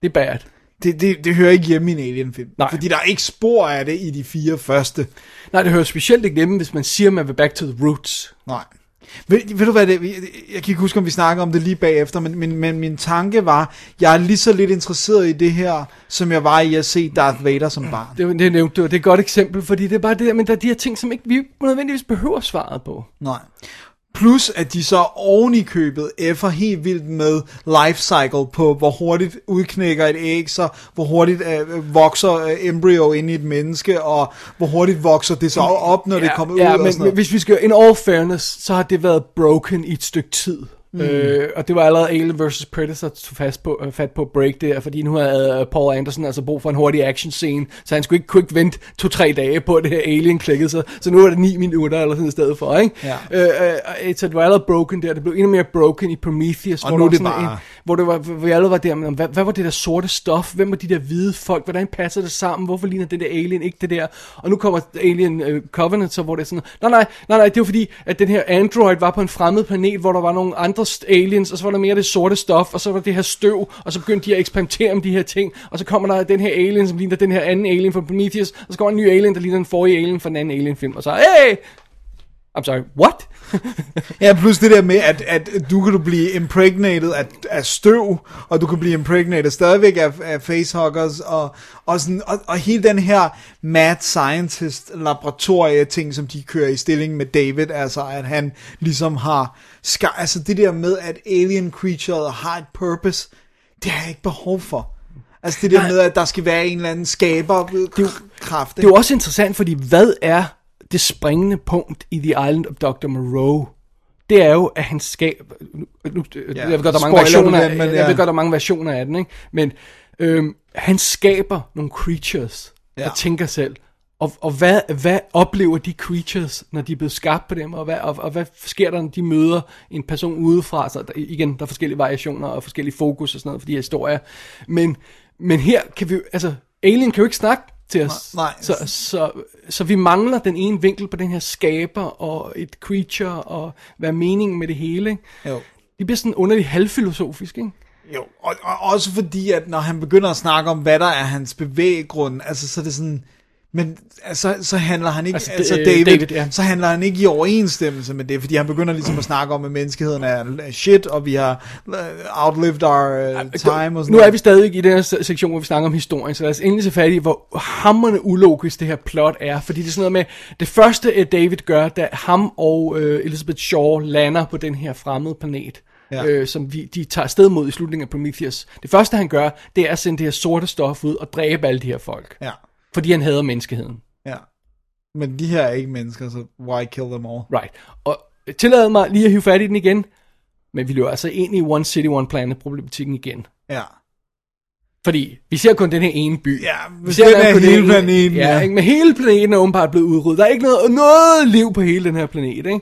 Det er bad. Det, det, det hører ikke hjemme i en Alien-film. Nej. Fordi der er ikke spor af det i de fire første. Nej, det hører specielt ikke hjemme, hvis man siger, man vil back to the roots. Nej. Ved, ved du hvad det, jeg kan ikke huske, om vi snakker om det lige bagefter, men, men, men min tanke var, jeg er lige så lidt interesseret i det her, som jeg var i at se Darth Vader som barn. Det, det, det, det er et godt eksempel, fordi det er bare det der, men der er de her ting, som ikke vi nødvendigvis behøver svaret på. Nej. Plus at de så oven i købet effer helt vildt med life cycle på, hvor hurtigt udknækker et æg, så hvor hurtigt øh, vokser øh, embryo ind i et menneske, og hvor hurtigt vokser det så op, når ja, det kommer ja, ud. Men, og sådan noget. hvis vi skal, in all fairness, så har det været broken i et stykke tid. Mm. Øh, og det var allerede Alien versus. Predator tog fast på, øh, fat på at break der, fordi nu havde øh, Paul Anderson altså brug for en hurtig action scene, så han skulle ikke quick vente to-tre dage på, at det her Alien klikkede sig, så nu er det ni minutter eller sådan et sted for, ikke? Ja. Øh, øh, så det var allerede broken der, det blev endnu mere broken i Prometheus, og hvor, nu det det var bare... en, hvor, det var, hvor vi allerede var der, men hvad, hvad var det der sorte stof, hvem var de der hvide folk, hvordan passer det sammen, hvorfor ligner det der Alien ikke det der, og nu kommer Alien uh, Covenant, så hvor det er sådan, nej, nej, nej, nej, det var fordi, at den her android var på en fremmed planet, hvor der var nogle andre aliens, og så var der mere det sorte stof, og så var der det her støv, og så begyndte de at eksperimentere med de her ting, og så kommer der den her alien, som ligner den her anden alien fra Prometheus, og så kommer en ny alien, der ligner den forrige alien fra den anden alien-film, og så, hey! I'm sorry, what? Ja, plus det der med, at, at du kan du blive impregnated af, af støv, og du kan blive impregnated stadigvæk af, af facehuggers, og, og, sådan, og, og hele den her mad scientist laboratorie ting, som de kører i stilling med David, altså at han ligesom har, skal, altså det der med, at alien creature har et purpose, det har jeg ikke behov for. Altså det der med, at der skal være en eller anden skaberkraft. Det er jo også interessant, fordi hvad er det springende punkt i The Island of doktor Moreau? Det er jo, at han skaber... Nu, ja, jeg ved godt, der er mange versioner, den, men, ja. jeg ved godt, der er mange versioner af den, ikke? Men øhm, han skaber nogle creatures, der ja. tænker selv. Og, og hvad, hvad oplever de creatures, når de er blevet skabt på dem? Og hvad, og, og hvad sker der, når de møder en person udefra? Så der, igen, der er forskellige variationer og forskellige fokus og sådan noget for de her historier. Men, men her kan vi altså... Alien kan jo ikke snakke til os. Nej, nej. Så, så, så vi mangler den ene vinkel på den her skaber og et creature og hvad er meningen med det hele. Ikke? Jo. Det bliver sådan underligt halvfilosofisk, ikke? Jo, og, og også fordi, at når han begynder at snakke om, hvad der er hans bevæggrund, altså så er det sådan... Men altså, så handler han ikke, altså, altså David, David ja. så handler han ikke i overensstemmelse med det, fordi han begynder ligesom at snakke om, at menneskeheden er shit, og vi har outlived our uh, time og sådan Nu er vi stadig i den her sektion, hvor vi snakker om historien, så lad os endelig se fat i, hvor hamrende ulogisk det her plot er, fordi det er sådan noget med, det første David gør, da ham og uh, Elizabeth Shaw lander på den her fremmede planet, ja. øh, som vi, de tager afsted mod i slutningen af Prometheus. Det første han gør, det er at sende det her sorte stof ud og dræbe alle de her folk. Ja. Fordi han hader menneskeheden. Ja. Men de her er ikke mennesker, så why kill them all? Right. Og tillad mig lige at hive fat i den igen. Men vi løber altså ind i One City, One Planet problematikken igen. Ja. Fordi vi ser kun den her ene by. Ja, vi ser den er hele planeten. Ja, ja. Men hele planeten er åbenbart blevet udryddet. Der er ikke noget, noget liv på hele den her planet, ikke?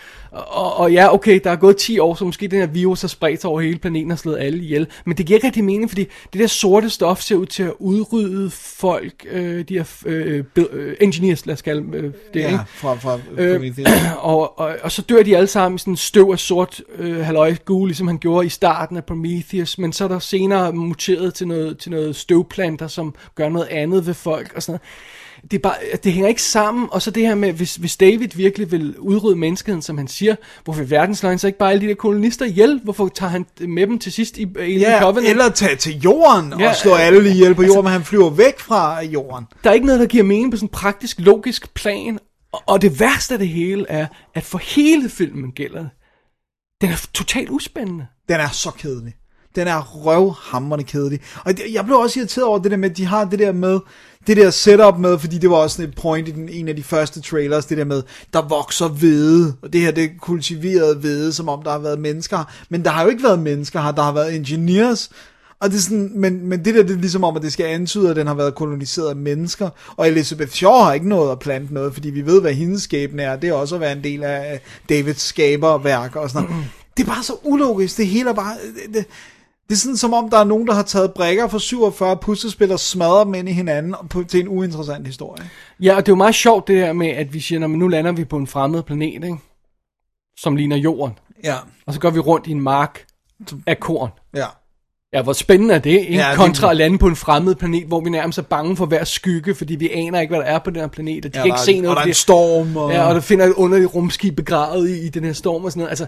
Og, og ja, okay, der er gået ti år, så måske den her virus har spredt sig over hele planeten og slået alle ihjel. Men det giver ikke rigtig mening, fordi det der sorte stof ser ud til at udrydde folk, øh, de her øh, øh, engineers, lad os kalde øh, det, ja, ikke? fra, fra øh, og, og, og så dør de alle sammen i sådan en støv af sort øh, halløj gul, ligesom han gjorde i starten af Prometheus, men så er der senere muteret til noget, til noget støvplanter, som gør noget andet ved folk og sådan noget. Det, er bare, det hænger ikke sammen, og så det her med, hvis, hvis David virkelig vil udrydde menneskeheden, som han siger, hvorfor i verden slår han så ikke bare alle de der kolonister ihjel? Hvorfor tager han med dem til sidst i Alien ja, Covenant? Eller tage til jorden ja, og slå alle ihjel på altså, jorden, men han flyver væk fra jorden. Der er ikke noget, der giver mening på sådan en praktisk, logisk plan, og, og det værste af det hele er, at for hele filmen gælder det. Den er totalt uspændende. Den er så kedelig. Den er røvhamrende kedelig. Og jeg blev også irriteret over det der med, at de har det der med, det der setup med, fordi det var også sådan et point i den, en af de første trailers, det der med, der vokser hvede, og det her, det kultiverede hvede, som om der har været mennesker, men der har jo ikke været mennesker her, der har været engineers, og det er sådan, men, men det der, det er ligesom om, at det skal antyde, at den har været koloniseret af mennesker, og Elizabeth Shaw har ikke nået at plante noget, fordi vi ved, hvad hendes skæbne er, det er også at være en del af Davids skaberværk og sådan noget. Det er bare så ulogisk, det hele er bare... Det, det, Det er sådan som om, der er nogen, der har taget brikker fra syvogfyrre puslespil og smadret dem ind i hinanden på, til en uinteressant historie. Ja, og det er jo meget sjovt det her med, at vi siger, nu lander vi på en fremmed planet, ikke? Som ligner jorden. Ja. Og så går vi rundt i en mark af korn. Ja. Ja, hvor spændende er det, ikke? Ja, Kontra det... at lande på en fremmed planet, hvor vi nærmest er bange for hver skygge, fordi vi aner ikke, hvad der er på den her planet, og de ja, kan ikke der, se noget. Og der er en storm. Og... Ja, og der finder et underligt rumskib begravet i, i den her storm og sådan noget. Altså,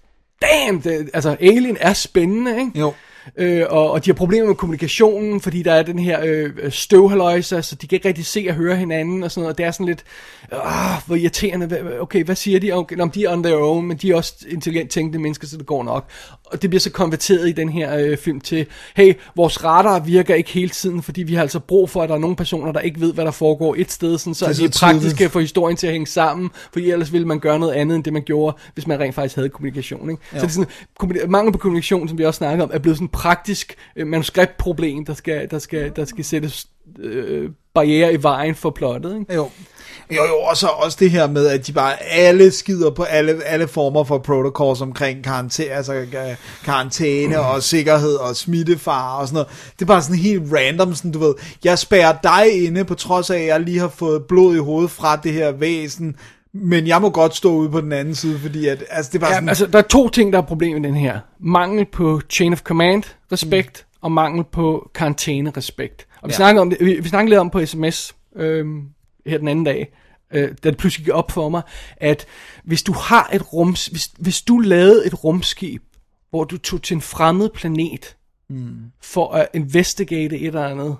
damn, det, altså Alien er spændende, ikke? Jo. Øh, og, og de har problemer med kommunikationen, fordi der er den her øh, støvhaløjse, så de kan ikke rigtig se og høre hinanden og sådan noget, og det er sådan lidt, øh, hvor irriterende, okay, hvad siger de? Okay, de er on their own, men de er også intelligent tænkende mennesker, så det går nok. Og det bliver så konverteret i den her øh, film til, hey, vores radar virker ikke hele tiden, fordi vi har altså brug for, at der er nogle personer, der ikke ved, hvad der foregår et sted, sådan, så, så de praktisk kan få historien til at hænge sammen, fordi ellers ville man gøre noget andet, end det man gjorde, hvis man rent faktisk havde kommunikation. Ikke? Så det er sådan, kommunik- mangel på kommunikation, som vi også snakker om, er blevet sådan et praktisk øh, manuskriptproblem, der skal, der skal, der skal sættes øh, barriere i vejen for plottet. Ikke? Jo. Jo, jo, og så også det her med, at de bare alle skider på alle, alle former for protocols omkring karantæne, altså karantæne og sikkerhed og smittefare og sådan noget. Det er bare sådan helt random, sådan du ved, jeg spærrer dig inde, på trods af, at jeg lige har fået blod i hovedet fra det her væsen, men jeg må godt stå ude på den anden side, fordi at, altså det er bare ja, sådan... altså, der er to ting, der er problem i den her. Mangel på chain of command respekt, mm. og mangel på karantæne respekt. Og vi, ja. snakker om det, vi, vi snakker lidt om på sms, øhm, her den anden dag, øh, da det pludselig gik op for mig, at hvis du har et rums, hvis, hvis du lavede et rumskib, hvor du tog til en fremmed planet, mm. for at investigate et eller andet,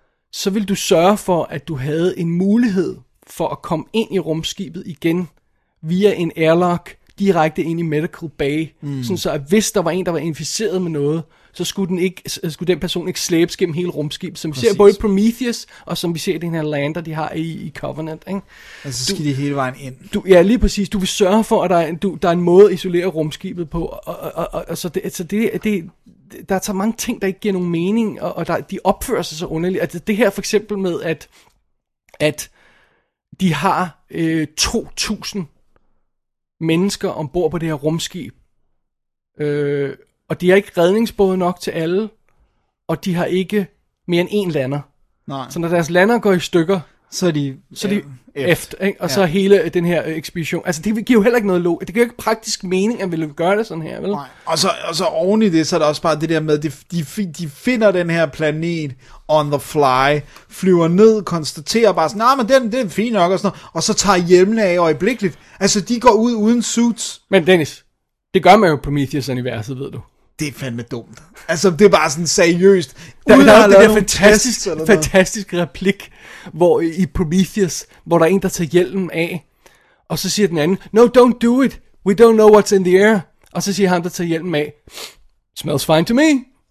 så vil du sørge for, at du havde en mulighed for at komme ind i rumskibet igen, via en airlock, direkte ind i Medical Bay, mm. sådan så at hvis der var en, der var inficeret med noget, så skulle den, ikke, skulle den person ikke slæbes gennem hele rumskibet, som vi Præcis. ser både i Prometheus, og som vi ser i den her lander, de har i, i Covenant. Ikke? Altså så skal du, de hele vejen ind. Du, ja, lige præcis. Du vil sørge for, at der er, du, der er en måde at isolere rumskibet på, og, og, og, og, og så, det, så det, det, der er så mange ting, der ikke giver nogen mening, og, og der, de opfører sig så underligt. Altså det her for eksempel med, at, at de har øh, to tusind mennesker ombord på det her rumskib, øh, og de har ikke redningsbåde nok til alle, og de har ikke mere end én lander. Nej. Så når deres lander går i stykker, så er de, så er de øh, efter, ikke? Og ja. så hele den her ekspedition. Altså det giver jo heller ikke noget log. Det giver jo ikke praktisk mening, at vi vil gøre det sådan her, vel? Nej. Og så, og så oven i det, så er der også bare det der med, de, de, de finder den her planet on the fly, flyver ned, konstaterer bare sådan, nej, men den, den er fint nok, og sådan noget, og så tager hjelmene af øjeblikkeligt. Altså de går ud uden suits. Men Dennis, det gør man jo på Prometheus-universet, ved du. Det er fandme dumt. Altså, det er bare sådan seriøst. Der, der er det der fantastisk, fantastisk replik, hvor i Prometheus, hvor der er en, der tager hjelmen af, og så siger den anden, no, don't do it. We don't know what's in the air. Og så siger han, der tager hjelmen af, smells fine to me.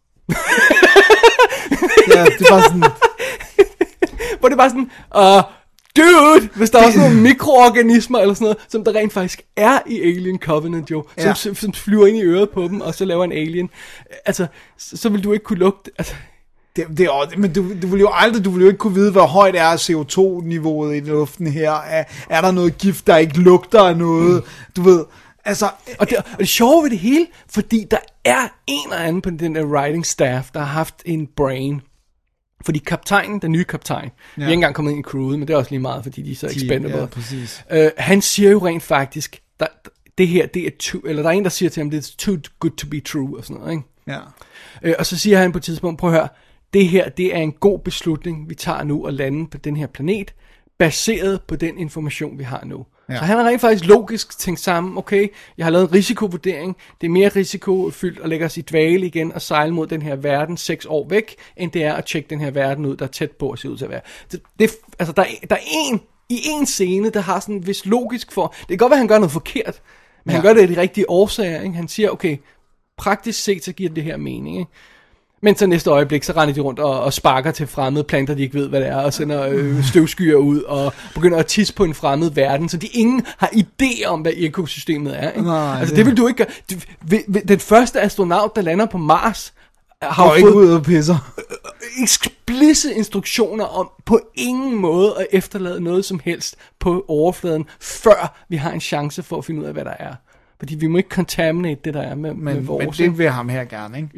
Ja, det er bare sådan... hvor det er bare sådan, uh, dude, hvis der er også nogle mikroorganismer eller sådan noget, som der rent faktisk er i Alien Covenant jo, som, ja. som, som flyver ind i øret på dem, og så laver en alien, altså, så, så vil du ikke kunne lugte, altså... Det, det er, men du, du vil jo aldrig, du vil jo ikke kunne vide, hvor højt er C O to niveauet i luften her, er, er der noget gift, der ikke lugter af noget, mm. du ved, altså... Og det, og det sjove ved det hele, fordi der er en eller anden på den der writing staff, der har haft en brain. Fordi kaptajnen, den nye kaptajn, ja. vi er ikke engang kommet ind i crewet, men det er også lige meget, fordi de er så expendable. Ja, præcis. Øh, han siger jo rent faktisk, der, det her, det er too, eller der er en, der siger til ham, det er too good to be true, og sådan noget, ikke? Ja. Øh, og så siger han på et tidspunkt, prøv at høre, det her, det er en god beslutning, vi tager nu at lande på den her planet, baseret på den information, vi har nu. Ja. Så han har rent faktisk logisk tænkt sammen, okay, jeg har lavet en risikovurdering, det er mere risikofyldt at lægge os i dvale igen og sejle mod den her verden seks år væk, end det er at tjekke den her verden ud, der er tæt på at se ud til at være. Det, det, altså, der, der er en, i en scene, der har sådan en vis logisk for, det kan godt være, at han gør noget forkert, men ja. han gør det af de rigtige årsager, ikke? Han siger, okay, praktisk set, så giver det her mening, ikke? Men så næste øjeblik, så render de rundt og, og sparker til fremmede planter, de ikke ved, hvad det er, og sender øh, støvskyer ud, og begynder at tisse på en fremmed verden, så de ingen har idé om, hvad ekosystemet er. Ikke? Nej, altså det... det vil du ikke gøre. Du, ved, ved, den første astronaut, der lander på Mars, har jo ikke ud og pisser. Explicit instruktioner om på ingen måde at efterlade noget som helst på overfladen, før vi har en chance for at finde ud af, hvad der er. Fordi vi må ikke contaminate det, der er med, men, med vores. Men det vil ham her gerne, ikke? Ja.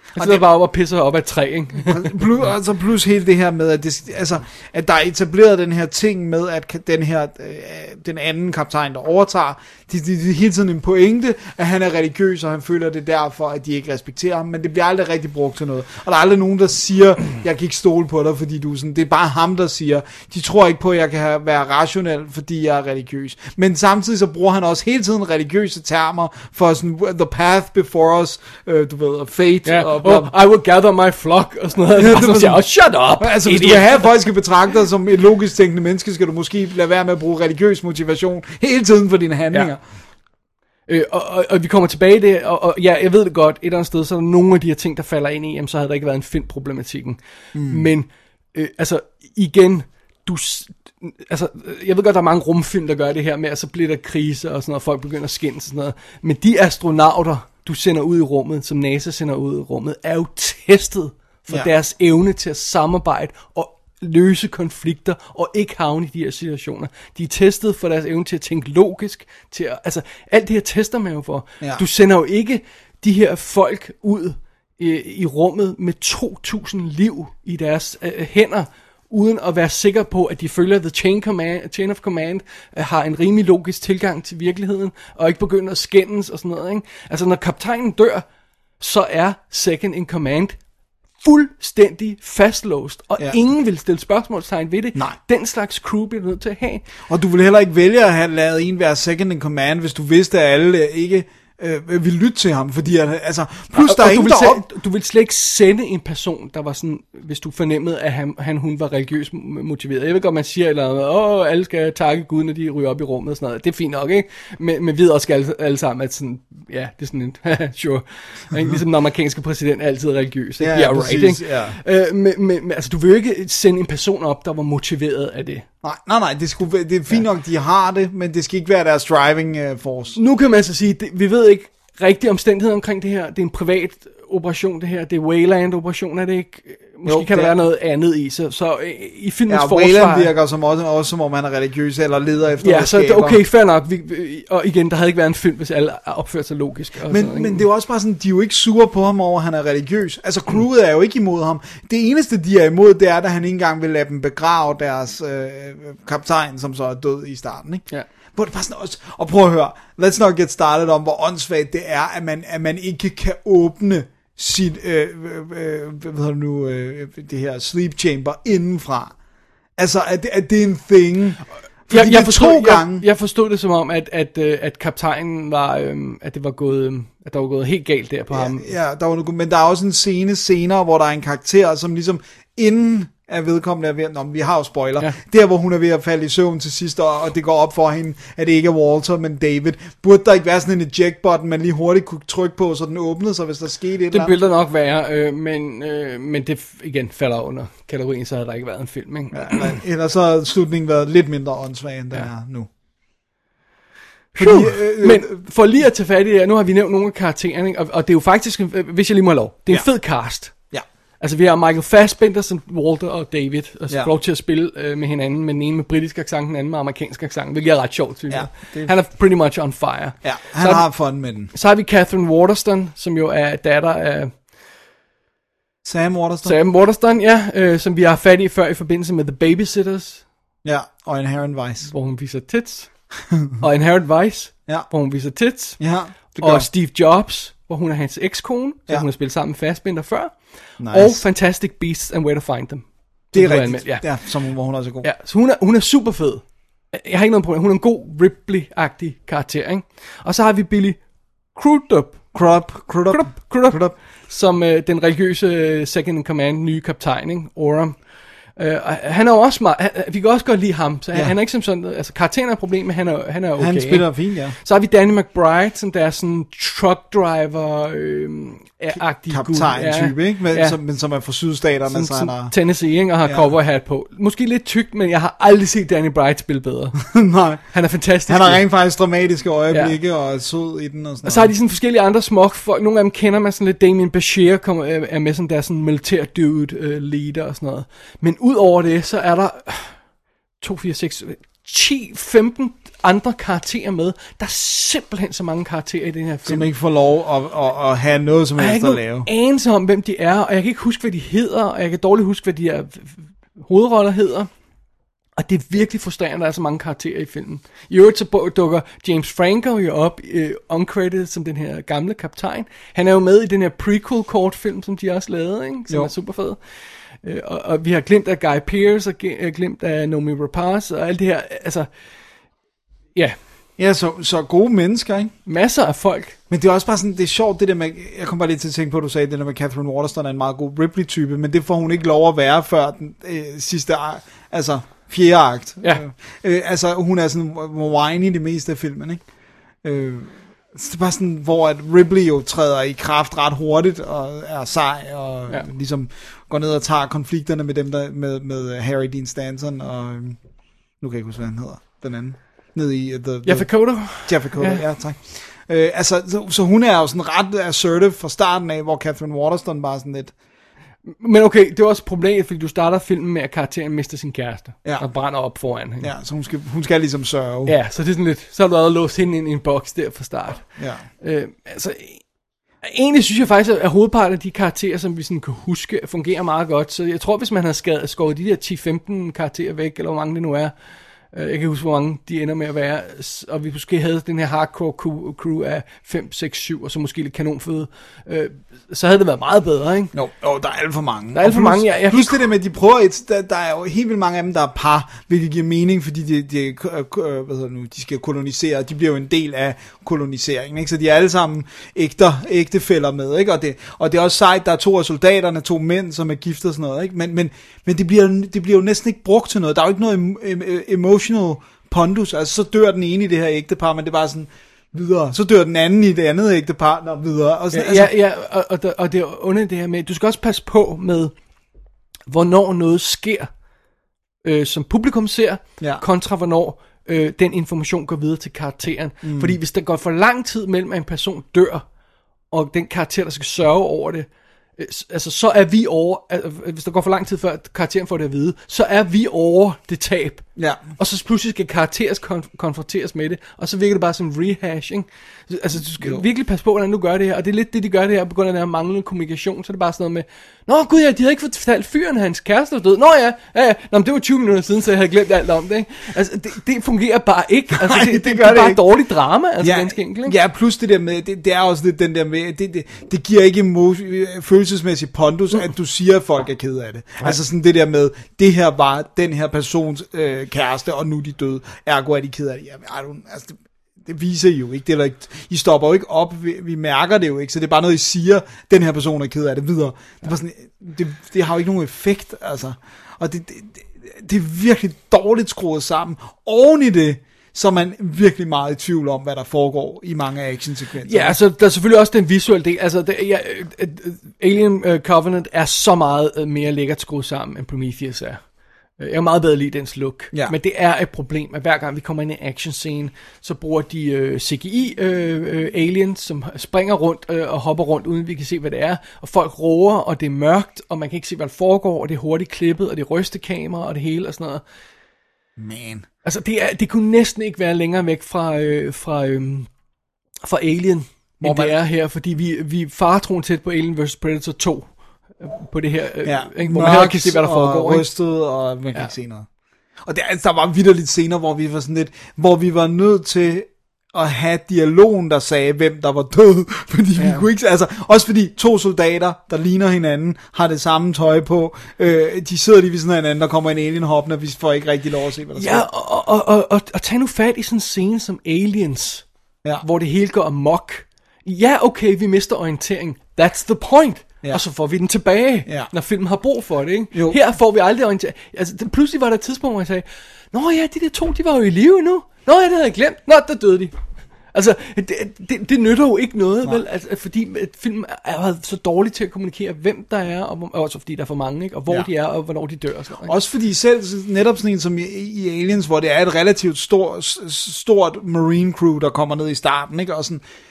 Jeg sidder bare op og pisser op af et træ, ikke? plus, altså plus hele det her med, at, det, altså, at der er etableret den her ting med, at den her, øh, den anden kaptajn, der overtager, det de, de, de hele tiden en pointe, at han er religiøs, og han føler det derfor, at de ikke respekterer ham, men det bliver aldrig rigtig brugt til noget. Og der er aldrig nogen, der siger, jeg kan ikke stole på dig, fordi du er sådan, det er bare ham, der siger, de tror ikke på, at jeg kan have, være rationel, fordi jeg er religiøs. Men samtidig så bruger han også hele tiden religiøse termer, for sådan, the path before us, øh, du ved, fate, ja. og Oh, I will gather my flock, og sådan noget. Og så siger, oh, shut up! Altså, hvis du vil have, at folk skal betragte dig som et logisk tænkende menneske, skal du måske lade være med at bruge religiøs motivation hele tiden for dine handlinger. Ja. Øh, og, og, og vi kommer tilbage i det, og, og ja, jeg ved det godt, et eller andet sted, så er der nogle af de her ting, der falder ind i, jamen, så havde der ikke været en Finn-problematikken. Mm. Men, øh, altså, igen, du... Altså, jeg ved godt, der er mange rumfilm, der gør det her med, at så bliver der krise og sådan noget, og folk begynder at skændes og sådan noget. Men de astronauter, du sender ud i rummet, som NASA sender ud i rummet, er jo testet for ja. deres evne til at samarbejde og løse konflikter og ikke havne i de her situationer. De er testet for deres evne til at tænke logisk, til at, altså alt det her tester man jo for. Ja. Du sender jo ikke de her folk ud i, i rummet med to tusind liv i deres øh, hænder, uden at være sikker på, at de følger the chain, command, chain of command, uh, har en rimelig logisk tilgang til virkeligheden, og ikke begynder at skændes og sådan noget, ikke? Altså, når kaptajnen dør, så er second in command fuldstændig fastlåst, og ja. ingen vil stille spørgsmålstegn ved det. Nej. Den slags crew bliver du nødt til at have. Og du vil heller ikke vælge at have lavet en være second in command, hvis du vidste, at alle ikke øh, vil lytte til ham, fordi altså, plus og, der er ingen, der op... Du vil slet ikke sende en person, der var sådan, hvis du fornemmede, at han, han hun var religiøst motiveret. Jeg ved godt, man siger eller andet, åh, alle skal takke Gud, når de ryger op i rummet og sådan noget. Det er fint nok, ikke? Men, men vi ved også alle, alle sammen, at sådan, ja, det er sådan en, sure. Ligesom den amerikanske præsident er altid religiøs. Ja, yeah, præcis, right, ikke? Ja. Øh, men, men, altså, du vil jo ikke sende en person op, der var motiveret af det. Nej, nej, nej, det, skulle, det er fint ja. nok, de har det, men det skal ikke være deres driving uh, force. Nu kan man så sige, det, vi ved ikke rigtige omstændigheder omkring det her. Det er en privat operation, det her. Det er Wayland-operation, er det ikke? Måske jo, kan der være noget andet i. Så, så i filmens ja, forsvar... Wayland virker som også, også som om han er religiøs eller leder efter ja, så okay, fair nok. Vi, og igen, der havde ikke været en film, hvis alle opførte sig logisk. Og men, sådan, men det er jo også bare sådan, de er jo ikke sure på ham over, at han er religiøs. Altså, crewet er jo ikke imod ham. Det eneste, de er imod, det er, at han ikke engang vil lade dem begrave deres øh, kaptajn, som så er død i starten, ikke? Ja. Hvor det bare sådan også, og prøv at høre, let's not get started om, hvor åndssvagt det er, at man, at man ikke kan åbne sit, øh, øh, hvad hedder det nu, øh, det her sleep chamber indenfra. Altså, at det, at det er en thing. Jeg, jeg, forstod, to gange. Jeg, jeg forstod det som om, at, at, at kaptajnen var, øhm, at det var gået, at der var gået helt galt der på ja, ham. Ja, der var, men der er også en scene senere, hvor der er en karakter, som ligesom inden er vedkommende er ved, nå, vi har jo spoiler, ja. Der hvor hun er ved at falde i søvn til sidst, og, og det går op for hende, at det ikke er Walter, men David. Burde der ikke være sådan en eject-button, man lige hurtigt kunne trykke på, så den åbnede sig, hvis der skete et det eller andet? Det ville der nok være, øh, men, øh, men det igen falder under kategorien, så havde der ikke været en film, ikke? Ja, eller, eller så havde slutningen været lidt mindre åndssvag, end den ja. er nu. Fordi, øh, men for lige at tage fat i det, nu har vi nævnt nogle af karaktererne, og, og det er jo faktisk, hvis jeg lige må have lov, det er en ja. fed cast. Ja. Altså vi har Michael Fassbender som Walter og David, og så ja. får lov til at spille øh, med hinanden, men den ene med britisk accent, den anden med amerikansk accent, hvilket er ret sjovt, synes jeg. Ja, det... Han er pretty much on fire. Ja, han har fun med den. Så har vi Catherine Waterston, som jo er datter af... Sam Waterston. Sam Waterston, ja, øh, som vi har fat i før i forbindelse med The Babysitters. Ja, og Inherent Vice. Hvor hun viser tits. Og Inherent Vice, ja. hvor hun viser tits. Ja, og Steve Jobs, hvor hun er hans ekskone, så ja. hun har spillet sammen med Fassbender før. Nice. Og Fantastic Beasts and Where to Find Them. Det er rigtigt, ja. ja, som hvor hun også er god. Ja, så hun er, hun er super fed. Jeg har ikke noget problem. Hun er en god Ripley-agtig karakter, ikke? Og så har vi Billy Crudup. Crudup. Crudup. Crudup. Crudup. Crudup. Som øh, den religiøse second in command, nye kaptajn, ikke? Oram. Uh, han er jo også meget, han, vi kan også godt lide ham, så ja. han er ikke som sådan, altså karakteren er et problem, men han er, han er okay. Han spiller fint, ja. Så har vi Danny McBride, som der er sådan truck driver øh, agtig kaptajn-type, ja. ikke? Men, ja. som, men som er fra sydstaterne, sådan, så han er... Tennessee, ikke? Og har ja. cowboy hat på. Måske lidt tykt, men jeg har aldrig set Danny McBride spille bedre. Nej. Han er fantastisk. Han har rent faktisk dramatiske øjeblikke, ja. og er sød i den og sådan. Og så har de sådan forskellige andre smuk folk. Nogle af dem kender man sådan lidt. Damien Bashir kommer, er med sådan der sådan militær dude uh, leader og sådan noget. Men ud over det, så er der to, fire, seks, ti femten andre karakterer med. Der er simpelthen så mange karakterer i den her film. Som ikke får lov at, at, at have noget som helst at lave. Jeg har ikke nogen anelse om, hvem de er, og jeg kan ikke huske, hvad de hedder, og jeg kan dårligt huske, hvad de her hovedroller hedder. Og det er virkelig frustrerende, at der er så mange karakterer i filmen. I øvrigt så dukker James Franco jo op uh, uncredited som den her gamle kaptajn. Han er jo med i den her prequel-kortfilm, som de også lavede, ikke? Som jo. er super fed. Uh, og, og vi har glemt af Guy Pearce, og g- glemt af Noomi Rapace, og alt det her, altså, ja. Ja, så, så gode mennesker, ikke? Masser af folk. Men det er også bare sådan, det er sjovt, det der med, jeg kom bare lige til at tænke på, at du sagde, det der med Catherine Waterston er en meget god Ripley-type, men det får hun ikke lov at være før den øh, sidste, altså fjerde akt. Ja. Øh, altså, hun er sådan whiny det meste af filmen, ikke? Øh, så det er bare sådan, hvor at Ripley jo træder i kraft ret hurtigt, og er sej, og ja. ligesom går ned og tager konflikterne med dem, der, med, med Harry Dean Stanton, og øh, nu kan jeg ikke huske, hvad han hedder, den anden. Ned i uh, the, Jaffa Kodo. Jaffa Kodo, ja. ja, tak. Øh, altså, så, så hun er jo sådan ret assertive fra starten af, hvor Catherine Waterston bare sådan lidt... Men okay, det er også problemet, fordi du starter filmen med, at karakteren mister sin kæreste, ja. og brænder op foran hende. Ja, så hun skal, hun skal ligesom sørge. Ja, så det er sådan lidt, så har du allerede låst hende ind i en boks der fra start. Ja. Øh, altså, egentlig synes jeg faktisk, at hovedparten af de karakterer, som vi sådan kan huske, fungerer meget godt. Så jeg tror, hvis man havde skåret de der ti femten karakterer væk, eller hvor mange det nu er, jeg kan huske, hvor mange de ender med at være, og vi måske havde den her hardcore crew af fem, seks, syv, og så måske lidt kanonføde, øh, så havde det været meget bedre, ikke? Jo, jo der er alt for mange. Der er alt for plus, mange, ja. Jeg plus det der med, at de prøver, et, der, der er jo helt vildt mange af dem, der er par, hvilket giver mening, fordi de, de, de, hvad hedder nu, de skal kolonisere, de bliver jo en del af koloniseringen, ikke? Så de er alle sammen ægte, ægtefæller med, ikke? Og det, og det er også sejt, der er to af soldaterne, to mænd, som er gift og sådan noget, ikke? Men, men, men det, bliver, det bliver jo næsten ikke brugt til noget. Der er jo ikke noget emotional pondus, altså så dør den ene i det her ægtepar, men det var sådan videre, så dør den anden i det andet ægtepar, og videre. Og sådan, ja, altså. ja, ja, og, og, og det er under det her med, du skal også passe på med, hvornår noget sker, øh, som publikum ser, ja. kontra hvornår øh, den information går videre til karakteren. Mm. Fordi hvis der går for lang tid mellem, at en person dør, og den karakter, der skal sørge over det, altså så er vi over, altså, hvis der går for lang tid før karakteren får det at vide, så er vi over det tab. Ja. Og så pludselig skal karakteres konf- konfronteres med det, og så virker det bare som rehashing. Altså du skal jo. virkelig passe på, hvordan du gør det her, og det er lidt det, de gør det her, på grund af den her manglende kommunikation, så er det bare sådan noget med, nå gud ja, de havde ikke fortalt fyren, hans kæreste var død, nå ja, ja, ja. Nå, men det var tyve minutter siden, så jeg havde glemt alt om det, ikke? Altså det, det fungerer bare ikke, altså Nej, det, det, det, gør det er det bare ikke. dårligt drama, altså ja, ganske enkelt, ikke? Ja, plus det der med, det, det er også lidt den der med, det, det, det giver ikke emo- følelsesmæssig pondus, mm. at du siger, at folk er ked af det. Ja. Altså sådan det der med, det her var den her persons øh, kæreste, og nu er de døde, ergo er de ked af det. Jamen, I don't, altså det, det viser I jo ikke. Det er ikke. I stopper jo ikke op. Vi, vi mærker det jo ikke. Så det er bare noget, I siger, den her person er ked af det videre. Det, er sådan, det, det har jo ikke nogen effekt, altså. Og det, det, det, det er virkelig dårligt skruet sammen. Oven i det, så er man virkelig meget i tvivl om, hvad der foregår i mange actionsekvenser. Ja, altså der er selvfølgelig også den visuelle del. Altså det, ja, Alien uh, Covenant er så meget uh, mere lækkert skruet sammen, end Prometheus er. Jeg er meget bedre lide dens look, ja. Men det er et problem, at hver gang vi kommer ind i en action scene, så bruger de uh, C G I uh, uh, aliens, som springer rundt uh, og hopper rundt, uden vi kan se, hvad det er. Og folk råber, og det er mørkt, og man kan ikke se, hvad der foregår, og det er hurtigt klippet, og det er rystekamera, og det hele og sådan noget. Man. Altså det, er, det kunne næsten ikke være længere væk fra, øh, fra, øh, fra Alien, hvor end man... det er her, fordi vi, vi er faretroen tæt på Alien versus. Predator to, øh, på det her, øh, ja. ikke, hvor man heller kan se, hvad der foregår. Og rystet, og man kan ja. ikke se noget. Og der, der var vitterligt scener, hvor vi var sådan lidt, hvor vi var nødt til at have dialogen, der sagde, hvem der var død, fordi ja. vi kunne ikke, altså, også fordi to soldater, der ligner hinanden, har det samme tøj på, øh, de sidder lige ved sådan hinanden, der kommer en alien hoppende, og vi får ikke rigtig lov at se, hvad der sker. Ja, og, og, og, og, og tag nu fat i sådan en scene som Aliens, ja. hvor det hele går amok. Ja, okay, vi mister orientering, that's the point. Ja. Og så får vi den tilbage, ja. når filmen har brug for det, ikke? Jo. Her får vi aldrig orientering. Altså, det, pludselig var der et tidspunkt, hvor jeg sagde, nå ja, de der to, de var jo i live endnu. Nå ja, det havde jeg glemt. Nå, der døde de. Altså, det, det, det nytter jo ikke noget, Nej. vel? Altså, fordi filmen er så dårlig til at kommunikere, hvem der er, og også fordi der er for mange, ikke? Og hvor ja. de er, og hvornår de dør. Og sådan, ikke? Også fordi selv netop sådan en som i, i Aliens, hvor det er et relativt stort, stort marine crew, der kommer ned i starten, ikke? Og sådan,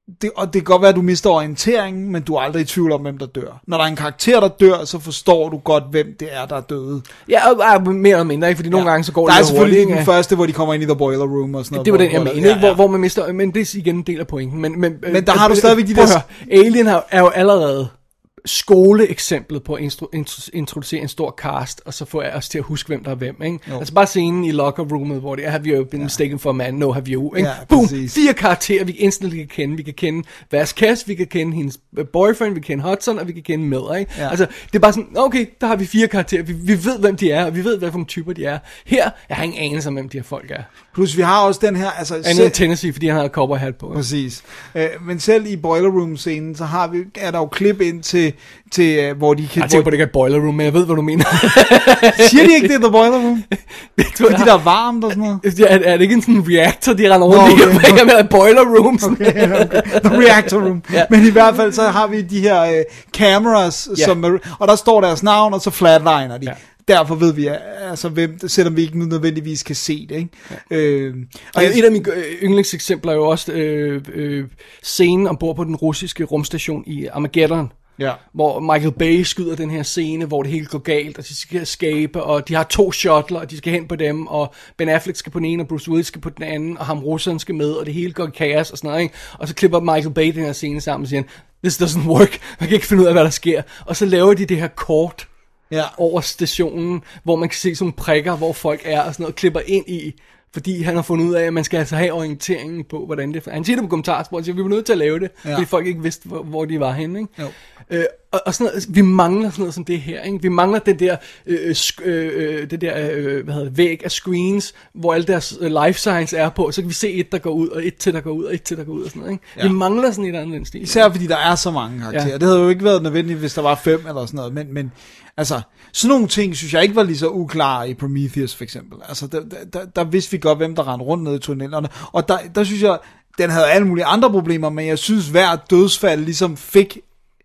det, og det kan godt være, at du mister orienteringen, men du er aldrig i tvivl om, hvem der dør. Når der er en karakter, der dør, så forstår du godt, hvem det er, der er døde. Ja, og, og mere eller mindre, ikke? Fordi nogle ja. gange så går der det er selvfølgelig hurtigt, den første, hvor de kommer ind i the boiler room og sådan noget. Det var den, jeg hvor, mener, ja, ja. hvor, ja. hvor man mister, men det er igen en del af pointen. Men, men, men der øh, har du stadigvæk de der... Høre, Alien er, er jo allerede skoleeksemplet på at intro, intro, introducere en stor cast, og så få os til at huske, hvem der er hvem, ikke? Altså bare scenen i locker roomet, hvor det er, have you been ja. mistaken for a man, no have you, ikke? Ja, boom, præcis. fire karakterer, vi instantly kan kende. Vi kan kende Vasquez, vi kan kende hendes boyfriend, vi kan kende Hudson, og vi kan kende Miller, ikke? Ja. Altså, det er bare sådan, okay, der har vi fire karakterer, vi, vi ved, hvem de er, og vi ved, hvad for nogle typer de er. Her, jeg har ingen anelse om, hvem de her folk er. Plus, vi har også den her, altså... Andet selv... Tennessee, fordi han har cowboy hat på. Præcis. Øh, men selv i boiler room-scenen, så har vi, er der jo klip ind til, til hvor de kan... Jeg tænker på, det ikke er et boiler room, men jeg ved, hvad du mener. Siger de ikke, det er the boiler room? Fordi der er varmt og sådan noget? Ja, er, er det ikke en sådan reactor, de render rundt i? Okay. Ikke med et boiler room. Okay, okay. The reactor room. Ja. Men i hvert fald, så har vi de her uh, cameras, ja. som, og der står deres navn, og så flatliner de. Ja. Derfor ved vi, altså, hvem, selvom vi ikke nødvendigvis kan se det. Ikke? Ja. Øh, og et af mine yndlingseksempler er jo også øh, øh, scenen ombord på den russiske rumstation i Armageddon. Ja. Hvor Michael Bay skyder den her scene, hvor det hele går galt, og de skal escape, og de har to shuttler, og de skal hen på dem, og Ben Affleck skal på den ene, og Bruce Willis skal på den anden, og ham russeren skal med, og det hele går i kaos og sådan noget, ikke? Og så klipper Michael Bay den her scene sammen og siger, this doesn't work, man kan ikke finde ud af, hvad der sker. Og så laver de det her kort ja. over stationen, hvor man kan se sådan nogle prikker, hvor folk er, og sådan noget, og klipper ind i, fordi han har fundet ud af, at man skal altså have orienteringen på, hvordan det er. Han siger det på kommentarsporet, så vi var nødt til at lave det, ja. fordi folk ikke vidste, hvor, hvor de var henne, ikke? Jo. Øh, og, og sådan noget, vi mangler sådan noget som det her, ikke? Vi mangler den der, øh, sk- øh, det der øh, hvad hedder det, væg af screens, hvor alle deres øh, life science er på, så kan vi se et, der går ud, og et til, der går ud, og et til, der går ud, og sådan noget, ikke? Ja. Vi mangler sådan et eller andet stil. Især fordi der er så mange karakterer. Ja. Det havde jo ikke været nødvendigt, hvis der var fem eller sådan noget, men, men altså, sådan nogle ting, synes jeg ikke var lige så uklare i Prometheus, for eksempel. Altså, der, der, der vidste vi godt, hvem der rendte rundt ned i tunnelerne, og der, der synes jeg, den havde alle mulige andre problemer, men jeg synes, hver dødsfald ligesom fik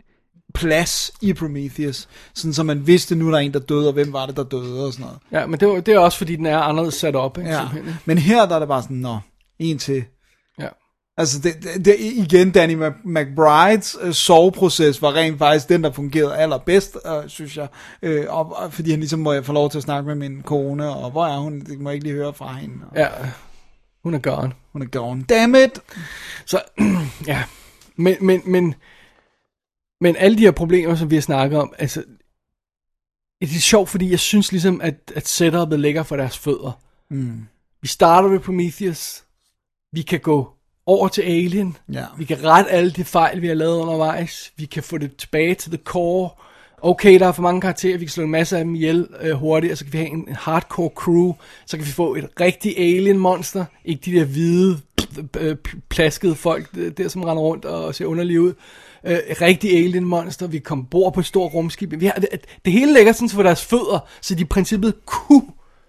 plads i Prometheus, sådan så man vidste, nu er der en, der døde, og hvem var det, der døde, og sådan noget. Ja, men det, var, det er også, fordi den er anderledes sat op, ikke? Ja. Men her, der er det bare sådan, nå, en til. Ja. Altså, det, det, det, igen, Danny McBrides uh, soveproces var rent faktisk den, der fungerede allerbedst, uh, synes jeg. Uh, og, og, fordi han ligesom må jeg få lov til at snakke med min kone, og hvor er hun? Det må jeg ikke lige høre fra hende. Og, ja, hun er gone. Hun er gone. Damn it! Så, ja. Men, men, men, men alle de her problemer, som vi har snakket om, altså, det er sjovt, fordi jeg synes ligesom, at, at setupet ligger for deres fødder. Mm. Vi starter ved Prometheus. Vi kan gå over til Alien. Ja. Vi kan rette alle de fejl, vi har lavet undervejs. Vi kan få det tilbage til the core. Okay, der er for mange karakterer, vi kan slå en masse af dem ihjel øh, hurtigt, og så kan vi have en, en hardcore crew. Så kan vi få et rigtigt alien-monster. Ikke de der hvide, øh, plaskede folk, der som render rundt og ser underlige ud. Øh, et rigtigt alien-monster. Vi kommer bord på et stort rumskib. Vi har, det, det hele ligger sådan for deres fødder, så de i princippet kunne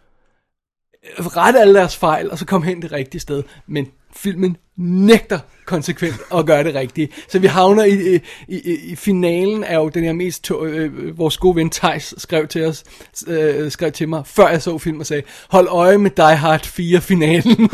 rette alle deres fejl, og så komme hen det rigtige sted. Men filmen nægter konsekvent at gøre det rigtige. Så vi havner i, i, i, i finalen er jo den her mest to, øh, vores gode ven Theis skrev til os, øh, skrev til mig, før jeg så filmen og sagde, hold øje med Die Hard fire finalen.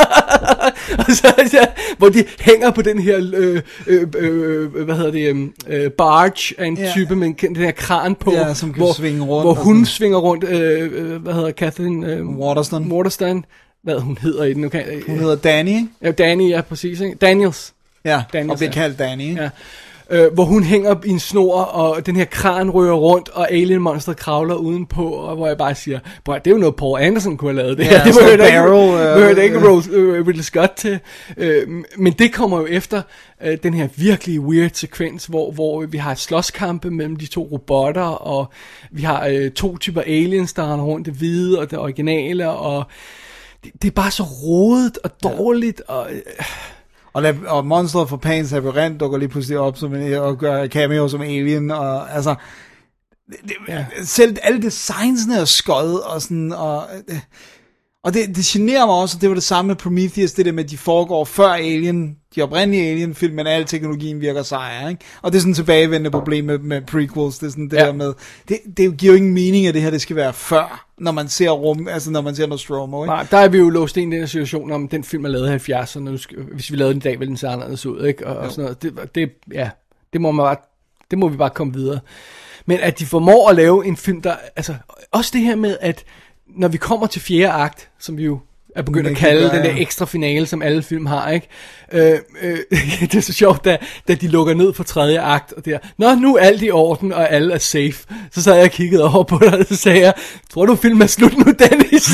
Og så, ja, hvor de hænger på den her øh, øh, øh, hvad hedder det øh, barge af en yeah. type med den her kran på, yeah, som kan hvor, svinge rundt, hvor hun svinger rundt, øh, hvad hedder Kathleen øh, Waterston. Waterston. Hvad hun hedder i den. Okay. Hun hedder Danny. Ja, Danny, ja, præcis. Ikke? Daniels. Ja, Daniels, og bliver kaldt Danny. Ja. Øh, hvor hun hænger i en snor, og den her kran rører rundt, og alien-monster kravler udenpå, og hvor jeg bare siger, bror, det er jo noget, Paul Anderson kunne have lavet det her. Ja, det så behøver Barrel. ikke, ikke Rose, uh, Ridley Scott til. Øh, men det kommer jo efter uh, den her virkelig weird sekvens, hvor, hvor vi har et slåskampe mellem de to robotter, og vi har uh, to typer aliens, der render rundt, det hvide og det originale, og det, det er bare så rodet og dårligt, ja. og... Uh, Og, la- og Monster for Pan's Labyrinth dukker lige pludselig op som en, og gør cameo som alien, og altså, det, det, ja. selv alle designsene er skøjet, og sådan, og, Og det, det generer mig også, og det var det samme med Prometheus, det der med, at de foregår før Alien, de oprindelige Alien-film, men al teknologien virker sejere, ikke? Og det er sådan et tilbagevendende problem med, med prequels, det er sådan det ja. der med, det, det giver jo ingen mening, at det her, det skal være før, når man ser rum, altså når man ser Nostromo, ikke? Nej, der er vi jo låst ind i den situation, om den film er lavet i halvfjerdserne, hvis vi lavede den i dag, ville den se anderledes ud, ikke? Og, og sådan noget, det, det, ja, det må man bare, det må vi bare komme videre. Men at de formår at lave en film, der, altså, også det her med, at når vi kommer til fjerde akt, som vi jo er begyndt at kalde gøre, den der ekstra finale, som alle film har, ikke? Øh, øh, det er så sjovt, da, da de lukker ned for tredje akt, og der, nå, nu er alt i orden, og alle er safe. Så sad jeg og kiggede over på dig, og så sagde jeg, tror du filmen er slut nu, Dennis?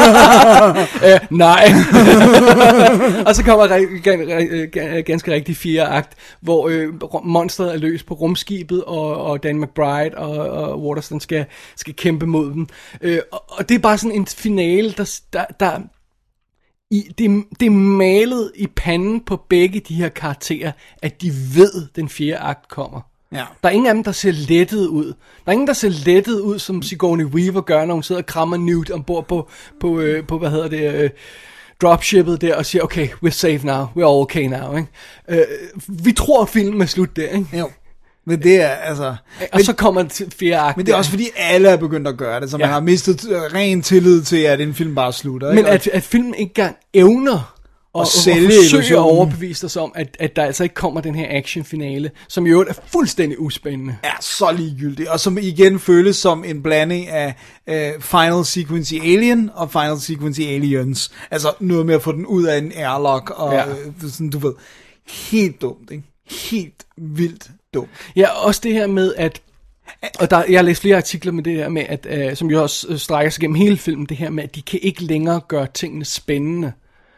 øh, nej. Og så kommer ganske rigtig fjerde akt, hvor øh, monsteret er løs på rumskibet, og, og Dan McBride og, og Waterston skal, skal kæmpe mod dem. Øh, og, og det er bare sådan en finale, der... der, der I, det, det er malet i panden på begge de her karakterer, at de ved, den fjerde akt kommer. Ja. Der er ingen af dem, der ser lettet ud. Der er ingen, der ser lettet ud, som Sigourney Weaver gør, når hun sidder og krammer Newt ombord på, på, øh, på hvad hedder det, øh, dropshippet der, og siger, okay, we're safe now, we're all okay now. Ikke? Øh, vi tror, at filmen er slut der, ikke? Jo. Men det er altså... Og men, så kommer det til fjerde akt. Men det er også fordi, alle er begyndt at gøre det, så man ja. har mistet ren tillid til, at en film bare slutter. Men at, at filmen ikke engang evner og, og, og forsøger at overbevise os om, at, at der altså ikke kommer den her actionfinale, som i øvrigt er fuldstændig uspændende. Er så ligegyldigt, og som igen føles som en blanding af uh, Final Sequence i Alien og Final Sequence i Aliens. Altså noget med at få den ud af en airlock, og ja. uh, sådan, du ved, helt dumt, ikke? Helt vildt dumt. Ja, også det her med, at og der, jeg har læst flere artikler med det her med, at, uh, som jo også strækker sig gennem hele filmen, det her med, at de kan ikke længere gøre tingene spændende.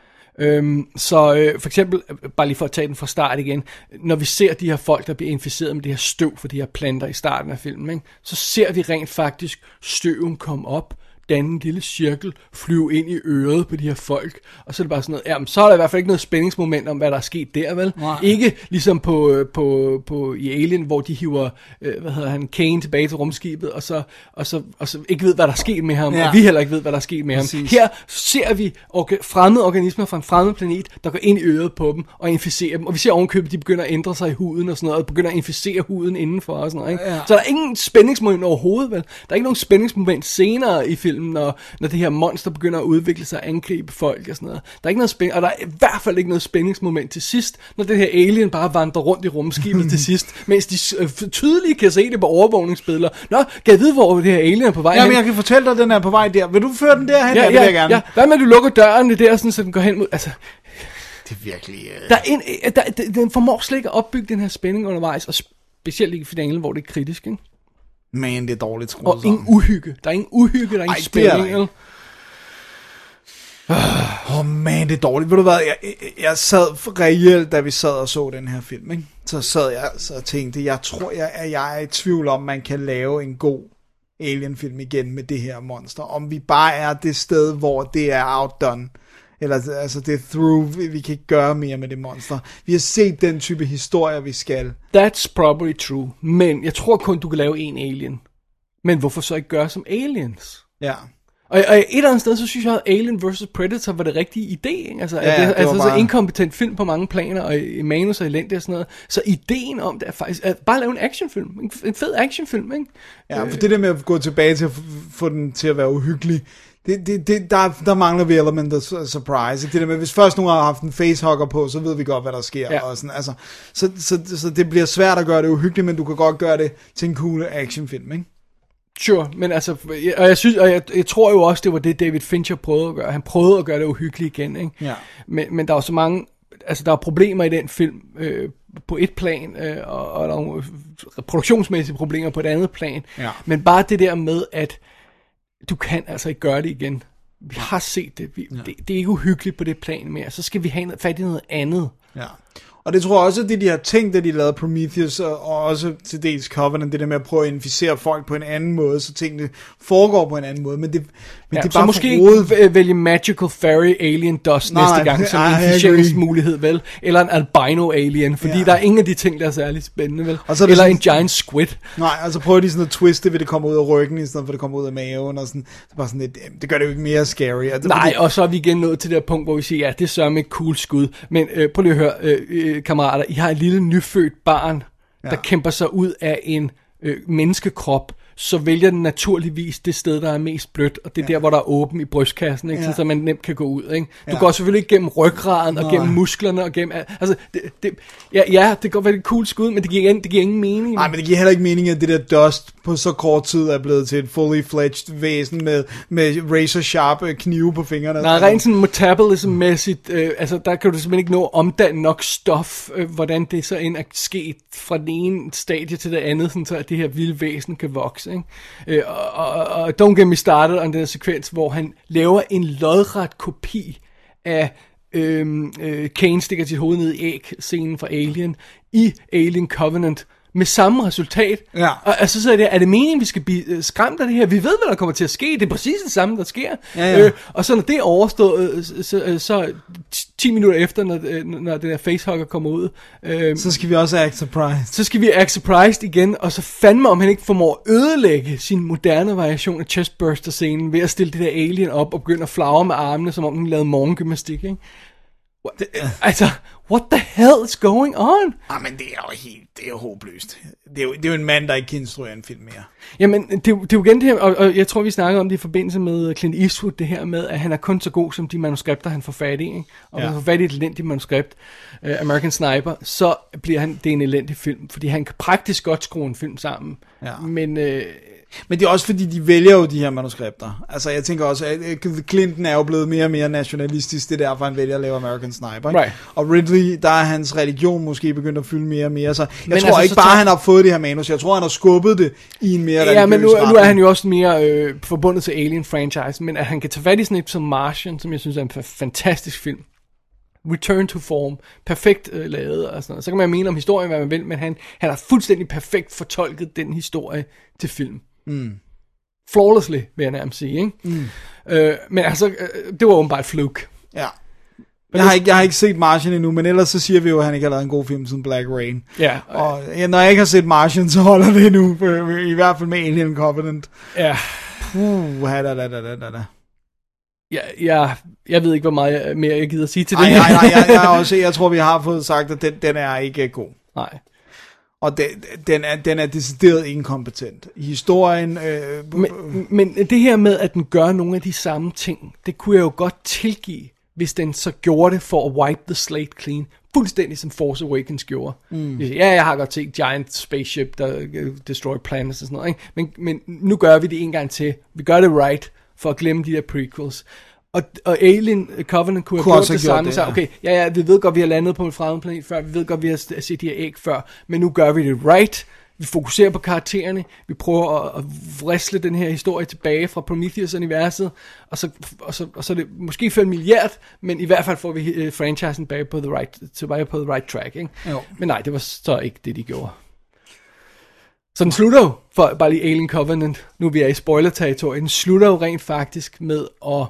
Øhm, så øh, for eksempel, bare lige for at tage den fra start igen, når vi ser de her folk, der bliver inficeret med det her støv for de her planter i starten af filmen, ikke? Så ser vi rent faktisk støven komme op, danne en lille cirkel, flyve ind i øret på de her folk, og så er det bare sådan noget, jamen, så er der i hvert fald ikke noget spændingsmoment om, hvad der er sket der, vel? Nej. Ikke ligesom på, på, på i Alien, hvor de hiver, øh, hvad hedder han, Kane tilbage til rumskibet, og så, og så, og så ikke ved, hvad der er sket med ham, ja. og vi heller ikke ved, hvad der er sket med Præcis. ham. Her ser vi orga- fremmede organismer fra en fremmed planet, der går ind i øret på dem og inficerer dem, og vi ser ovenkøbet, de begynder at ændre sig i huden og sådan noget, og begynder at inficere huden indenfor og sådan noget, ikke? Ja. Så der er ingen spændingsmoment overhovedet, vel? Der er ikke nogen spændingsmoment senere i filmen, Når, når det her monster begynder at udvikle sig og angribe folk og sådan noget. Der er ikke noget spænding, og der er i hvert fald ikke noget spændingsmoment til sidst, når det her alien bare vandrer rundt i rumskibet til sidst, mens de øh, tydeligt kan se det på overvågningsbilleder. Nå, kan jeg vide, hvor det her alien er på vej hen? Jamen, jeg kan fortælle dig, at den er på vej der. Vil du føre den derhen? Ja, ja, det ja, vil jeg gerne. Ja. Hvad med, at du lukker døren det der, sådan, så den går hen mod... Altså, det er virkelig... Uh... Der er en, der, den formår slet ikke at opbygge den her spænding undervejs, og specielt i finalen, hvor det er kritisk, ikke? Men det er dårligt skruet Og ingen uhygge. Der er ingen uhygge, der er ingen Ej, spænding. Åh, oh, man, det er dårligt. Ved du hvad, jeg, jeg, jeg sad reelt, da vi sad og så den her film, ikke? Så sad jeg så og tænkte, jeg tror, jeg, at jeg er i tvivl om, man kan lave en god Alien-film igen med det her monster. Om vi bare er det sted, hvor det er outdone. Eller altså, det er through, vi, vi kan ikke gøre mere med det monster. Vi har set den type historier, vi skal. That's probably true. Men jeg tror kun, du kan lave en alien. Men hvorfor så ikke gøre som aliens? Ja. Og, og et eller andet sted, så synes jeg, at Alien versus. Predator var det rigtige idé. Ikke? Altså, ja, det, det altså bare... så inkompetent film på mange planer, og i manus og elendigt og sådan noget. Så ideen om det er faktisk, at bare lave en actionfilm. En, en fed actionfilm, ikke? Ja, for det der med at gå tilbage til at få den til at være uhyggelig, Det, det, det, der, der mangler vi element of surprise. Det der med, hvis først nogen har haft en facehugger på, så ved vi godt, hvad der sker. Ja. Og sådan, altså, så, så, så det bliver svært at gøre det uhyggeligt, men du kan godt gøre det til en cool actionfilm, ikke? Sure, men altså, og jeg synes, og jeg, jeg tror jo også, det var det, David Fincher prøvede at gøre. Han prøvede at gøre det uhyggeligt igen, ikke? Ja. Men, men der var så mange, altså der er problemer i den film øh, på et plan, øh, og, og der er nogle produktionsmæssige problemer på et andet plan. Ja. Men bare det der med, at du kan altså ikke gøre det igen. Vi har set det. Vi, ja. det. Det er ikke uhyggeligt på det plan mere. Så skal vi have fat i noget andet. Ja. Og det tror jeg også, at det de har tænkt, da de lavede Prometheus, og også til dels Covenant, det der med at prøve at inficere folk på en anden måde, så tingene foregår på en anden måde, men det, men ja, det er så bare måske forrådet. ikke vælge Magical Fairy Alien Dust Nej, næste gang, som I en inficeringsmulighed, vel? Eller en albino alien, fordi Ja. der er ingen af de ting, der er særlig spændende, vel? Og så er det Eller sådan- en giant squid. Nej, altså prøver de sådan at twiste, ved det kommer ud af ryggen, i stedet for det kommer ud af maven, og sådan, så bare sådan lidt, det gør det jo ikke mere scary. Altså, Nej, fordi, og så er vi igen nået til det her punkt, hvor vi siger, ja, det er sørme et cool skud. Men øh, prøv lige at høre, øh, øh, kammerater, I har et lille nyfødt barn, der Ja. kæmper sig ud af en øh, menneskekrop, så vælger den naturligvis det sted, der er mest blødt, og det er ja. der, hvor der er åben i brystkassen, ikke? Ja. Så man nemt kan gå ud. Ikke? Du Ja. går selvfølgelig ikke gennem ryggraden, og Nej. gennem musklerne, og gennem... Altså, det, det, ja, ja, det kan godt være et cool skud, men det giver, det giver ingen mening. nej, men det giver heller ikke mening, at det der Dust på så kort tid er blevet til et fully fledged væsen med, med razor sharp øh, knive på fingrene. Nej, rent sådan metabolism-mæssigt, øh, altså der kan du simpelthen ikke nå at omdanne nok stof, øh, hvordan det så end er sket fra den ene stadie til det andet, sådan så at det her vilde væsen kan vokse. Ikke? Øh, og, og, og don't get me started on den her sekvens, hvor han laver en lodret kopi af øh, øh, Kane stikker sit hoved ned i æg-scenen fra Alien i Alien Covenant, med samme resultat. Ja. Og altså, så er det, er det meningen, vi skal blive skræmt af det her? Vi ved, hvad der kommer til at ske. Det er præcis det samme, der sker. Ja, ja. Øh, og så når det er overstået, så, så, så ti minutter efter, når, når den der facehugger kommer ud, øh, Så skal vi også act surprised. så skal vi act surprised igen, og så fandme om han ikke formår at ødelægge sin moderne variation af chestburster-scenen ved at stille det der alien op og begynde at flagre med armene, som om den lavede morgengymnastik, ikke? What, altså, what the hell is going on? Ah, men det er jo helt, det er jo håbløst. Det er jo, det er jo en mand, der ikke kan instruere en film mere. Jamen, det, er jo- det er jo igen det her, og, og jeg tror, vi snakkede om det i forbindelse med Clint Eastwood, det her med, at han er kun så god som de manuskripter, han får fat i, ikke? Og hvis Ja. han får fat i et elendigt manuskript, uh, American Sniper, så bliver han, det er en elendig film, fordi han kan praktisk godt skrue en film sammen. Ja. Men, øh, Men det er også fordi, de vælger jo de her manuskripter. Altså, jeg tænker også, at Clinton er jo blevet mere og mere nationalistisk. Det er derfor, han vælger at lave American Sniper. Ikke? Right. Og Ridley, der er hans religion måske begyndt at fylde mere og mere. Så jeg Men tror altså, ikke så bare, tager- han har fået det her manus. Jeg tror, han har skubbet det i en mere religiøs ja, men nu, nu er retning. han jo også mere øh, forbundet til Alien-franchise, men at han kan tage fat i sådan et som Martian, som jeg synes er en fa- fantastisk film. Return to form, perfekt øh, lavet og sådan noget. Så kan man mene om historien, hvad man vil, men han, han har fuldstændig perfekt fortolket den historie til film. Mm. Flawlessly, vil jeg nærmest sige, ikke? Mm. Øh, men altså, øh, det var åbenbart fluke. Ja. Jeg har, ikke, jeg har ikke set Martian endnu, men ellers så siger vi jo, at han ikke har lavet en god film siden Black Rain. Ja, Og ja, når jeg ikke har set Martian, så holder det endnu, i hvert fald med Alien Covenant. ja, Puh, da, da, da, da, da, da. ja, ja, jeg ved ikke, hvor meget jeg, mere jeg gider at sige til Nej, det. nej, nej, jeg, jeg, er også, jeg tror, vi har fået sagt, at den, den er ikke god. nej. Og den, den, er, den er decideret inkompetent. Historien... Øh, Men, men det her med, at den gør nogle af de samme ting, det kunne jeg jo godt tilgive, hvis den så gjorde det for at wipe the slate clean. Fuldstændig som Force Awakens gjorde. Mm. Ja, jeg har godt set Giant Spaceship, der uh, destroy planets og sådan noget, ikke? Men, men nu gør vi det en gang til. Vi gør det right, for at glemme de der prequels. Og, og Alien Covenant kunne have Kunne gjort også det have gjort samme. det, Så, ja. okay, ja, ja, vi ved godt, vi har landet på en fremmed planet før, vi ved godt, vi har set de her æg før, men nu gør vi det right. Vi fokuserer på karaktererne, vi prøver at, at vrisle den her historie tilbage fra Prometheus-universet, og så, og, så, og så er det måske familiært, men i hvert fald får vi uh, franchisen tilbage på the right, tilbage på the right track, ikke? Jo. Men nej, det var så ikke det, de gjorde. Så den slutter jo, for bare lige Alien Covenant, nu er vi er i spoiler-territoriet, den slutter jo rent faktisk med at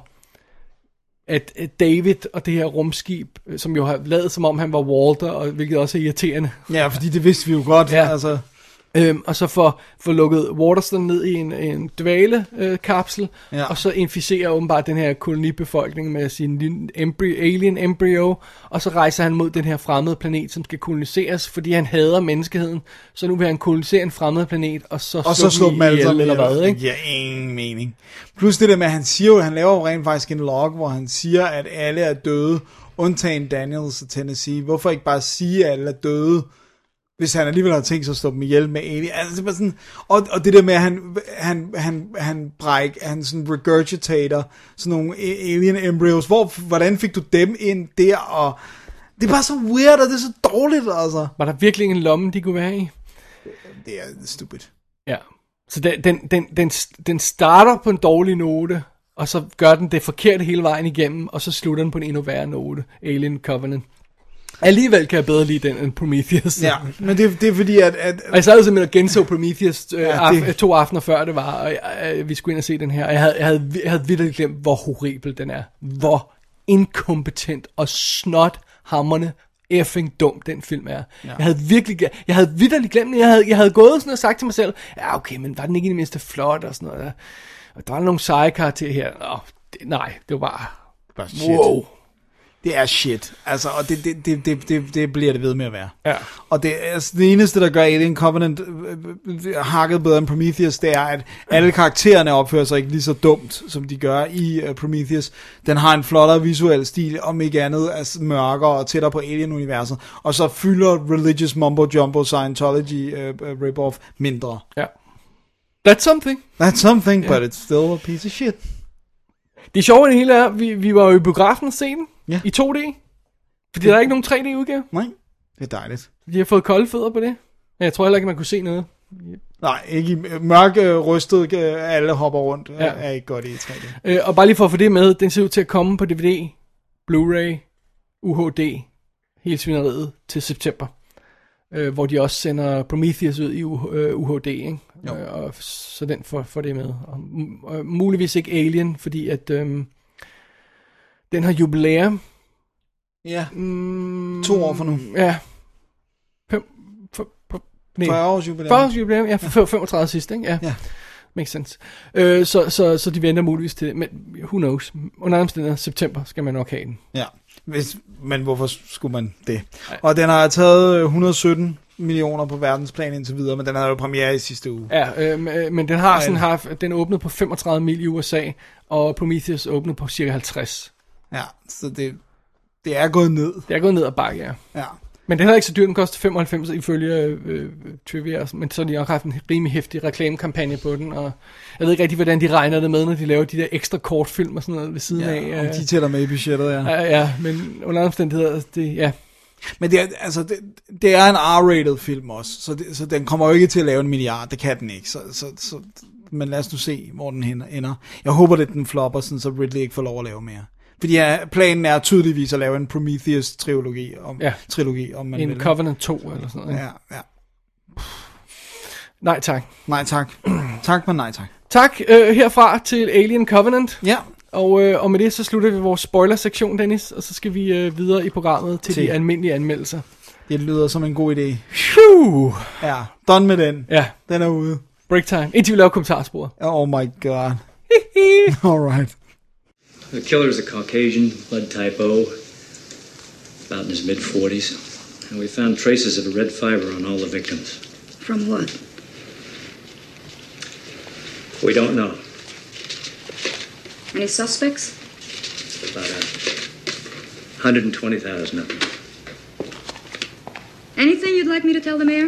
at at David og det her rumskib, som jo har lavet som om han var Walter, og hvilket også er irriterende, Ja, fordi det vidste vi jo godt. Ja. Altså, øhm, og så får, får lukket Waterston ned i en, en dvale-kapsel, øh, Ja. og så inficerer åbenbart den her kolonibefolkning med sin lille embry- alien embryo, og så rejser han mod den her fremmede planet, som skal koloniseres, fordi han hader menneskeheden, så nu vil han kolonisere en fremmed planet, og så og så slå dem alle ihjel, sammen eller ihjel. hvad, ikke? Det giver ingen mening. Plus det der med, at han siger jo, han laver jo rent faktisk en log, hvor han siger, at alle er døde, undtagen Daniels og Tennessee. Hvorfor ikke bare sige, at alle er døde, hvis han alligevel har tænkt sig at slå dem ihjel med alien? Altså, det er bare sådan, og, og det der med, at han, han, han, han, bræk, han sådan regurgitator sådan nogle alien embryos. Hvor, hvordan fik du dem ind der? Og det er bare så weird, og det er så dårligt, altså. Var der virkelig en lomme, de kunne være i? Det er stupid. Ja. Så den, den, den, den, den starter på en dårlig note, og så gør den det forkerte hele vejen igennem, og så slutter den på en endnu værre note. Alien Covenant. Alligevel kan jeg bedre lide den end Prometheus. Ja, men det, det er fordi, at... at og jeg sad jo simpelthen og genså Prometheus øh, ja, det... af, to aftener før det var, og jeg, øh, vi skulle ind og se den her. Og jeg havde, jeg havde, jeg havde virkelig glemt, hvor horribel den er. Hvor inkompetent og snot hammerne effing dum den film er. Ja. Jeg havde virkelig jeg havde vitterligt glemt det. Jeg havde, jeg havde gået sådan og sagt til mig selv, ja okay, men var den ikke i det mindste flot og sådan noget. Og der var nogle seje karakterer her. Nå, det, nej, det var bare... bare shit. Wow. Det er shit. Altså, og det, det, det, det, det, det bliver det ved med at være. Ja. Og det, altså, det eneste, der gør Alien Covenant øh, hakket bedre end Prometheus, det er, at alle karaktererne opfører sig ikke lige så dumt, som de gør i uh, Prometheus. Den har en flottere visuel stil, om ikke andet, altså mørkere og tættere på Alien-universet. Og så fylder religious mumbo-jumbo Scientology uh, uh, rip-off mindre. Ja. That's something. That's something, yeah. But it's still a piece of shit. Det sjove det hele er, vi, vi var jo i biografen og se den ja. i to D. Fordi der er ikke nogen tre D-udgave. Nej, det er dejligt. De har fået kolde fødder på det. Men jeg tror heller ikke, man kunne se noget. Nej, ikke i mørk øh, rystet, øh, alle hopper rundt, ja. er ikke godt i tre D. Øh, og bare lige for at få det med, den ser ud til at komme på D V D, Blu-ray, U H D, hele svineriet til september. Øh, hvor de også sender Prometheus ud i U H D, ikke? Øh, og så den får, får det med. Og, og muligvis ikke Alien, fordi at øhm, den har jubilæum. Ja, mm, to år for nu. Ja. Fem, for, for, nej. fyrre års jubilæum. fyrre års jubilæum, ja, for ja. femogtredive sidst, ikke? Ja. ja. Makes sense. Øh, så, så, så de venter muligvis til det, men who knows. Under omstændigheder, september skal man nok have den. Ja, Hvis, men hvorfor skulle man det? Ej. Og den har taget et hundrede og sytten millioner på verdensplan indtil videre, men den havde jo premiere i sidste uge. Ja, øh, men den har sådan haft, den åbnede på femogtredive mil i U S A, og Prometheus åbnede på cirka halvtreds. Ja, så det, det er gået ned. Det er gået ned ad bakke, ja. Ja. Men den er ikke så dyr, den koster femoghalvfems ifølge øh, trivia, men så har de også haft en rimelig hæftig reklamekampagne på den, og jeg ved ikke rigtig, hvordan de regner det med, når de laver de der ekstra kortfilm og sådan noget ved siden ja, af. Om de tæller med i budgettet, ja. Ja, ja, men under omstændigheder, det, ja. Men det er, altså, det, det er en R-rated film også, så, det, så den kommer jo ikke til at lave en milliard, det kan den ikke, så, så, så, men lad os nu se, hvor den ender. Jeg håber, det den flopper, sådan, så Ridley ikke får lov at lave mere. Fordi ja, planen er tydeligvis at lave en Prometheus-trilogi, om, ja. trilogi, om man en vil. En Covenant to eller sådan noget. Ja, ja. Nej tak. Nej tak. Tak, men nej tak. Tak øh, herfra til Alien Covenant. Ja. Og, øh, og med det så slutter vi vores spoiler-sektion, Dennis, og så skal vi øh, videre i programmet til, til de almindelige anmeldelser. Det lyder som en god idé. Phew. Ja, done med den. Ja. Den er ude. Break time. Indtil vi laver kommentarsporet. Oh my god. Alright. The killer is a Caucasian, blood type O, about in his mid-forties. And we found traces of a red fiber on all the victims. From what? We don't know. Any suspects? About a one hundred twenty thousand of them. Anything you'd like me to tell the mayor?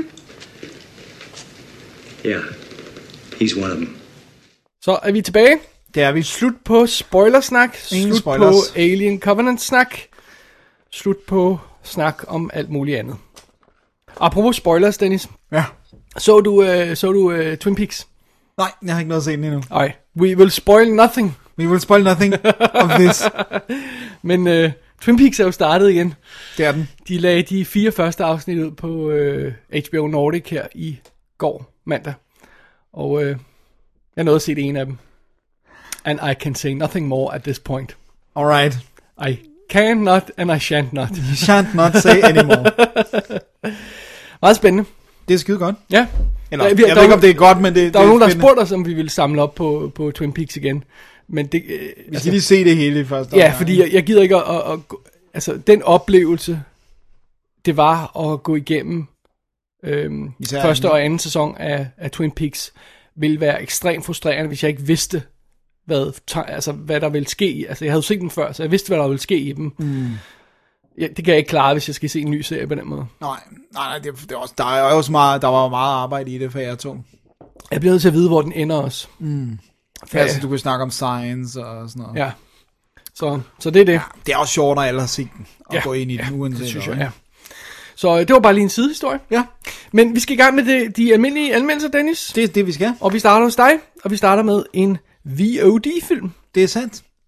Yeah, he's one of them. Så er vi tilbage. Det er vi. Slut på spoilersnak. Ingen Slut spoilers. på Alien Covenant-snak. Slut på snak om alt muligt andet. Apropos spoilers, Dennis. Ja. Så du, uh, så du uh, Twin Peaks? Nej, jeg har ikke noget at se den endnu. Nej, we will spoil nothing. We will spoil nothing of this. Men uh, Twin Peaks er jo startet igen. Det er den. De lagde de fire første afsnit ud på uh, H B O Nordic her i går mandag. Og uh, jeg nåede at se det ene af dem. And I can say nothing more at this point. Alright. I can not, and I shan't not. You shan't not say anymore. Meget spændende. Det er skide godt. Ja. Eller, der, jeg der, ved der, ikke, om det er godt, men det, der det er nogen, der har spændende. spurgt os, om vi ville samle op på, på Twin Peaks igen. Men det... Øh, vi skal altså, lige se det hele i første Ja, omgang. fordi jeg, jeg gider ikke at, at, at... Altså, den oplevelse, det var at gå igennem øhm, første og anden sæson af, af Twin Peaks, ville være ekstremt frustrerende, hvis jeg ikke vidste, hvad, altså, hvad der ville ske. Altså, jeg havde set dem før, så jeg vidste, hvad der ville ske i dem. Mm. Ja, det kan jeg ikke klare, hvis jeg skal se en ny serie på den måde. Nej, nej, nej det, det er også, der er også meget, der var meget arbejde i det for jer to. Jeg bliver nødt til at vide, hvor den ender også. Mm. Ja, altså, du kan snakke om science og sådan noget. Ja, så, så det er det. Ja, det er også sjovt, når alle har set den, og ja, gå ind i den, ja, uanset det synes jeg, noget. ja. Så det var bare lige en sidehistorie. Ja. Men vi skal i gang med det, de almindelige anmeldelser, Dennis. Det er det, vi skal. Og vi starter hos dig, og vi starter med en V O D-film. Det er sandt.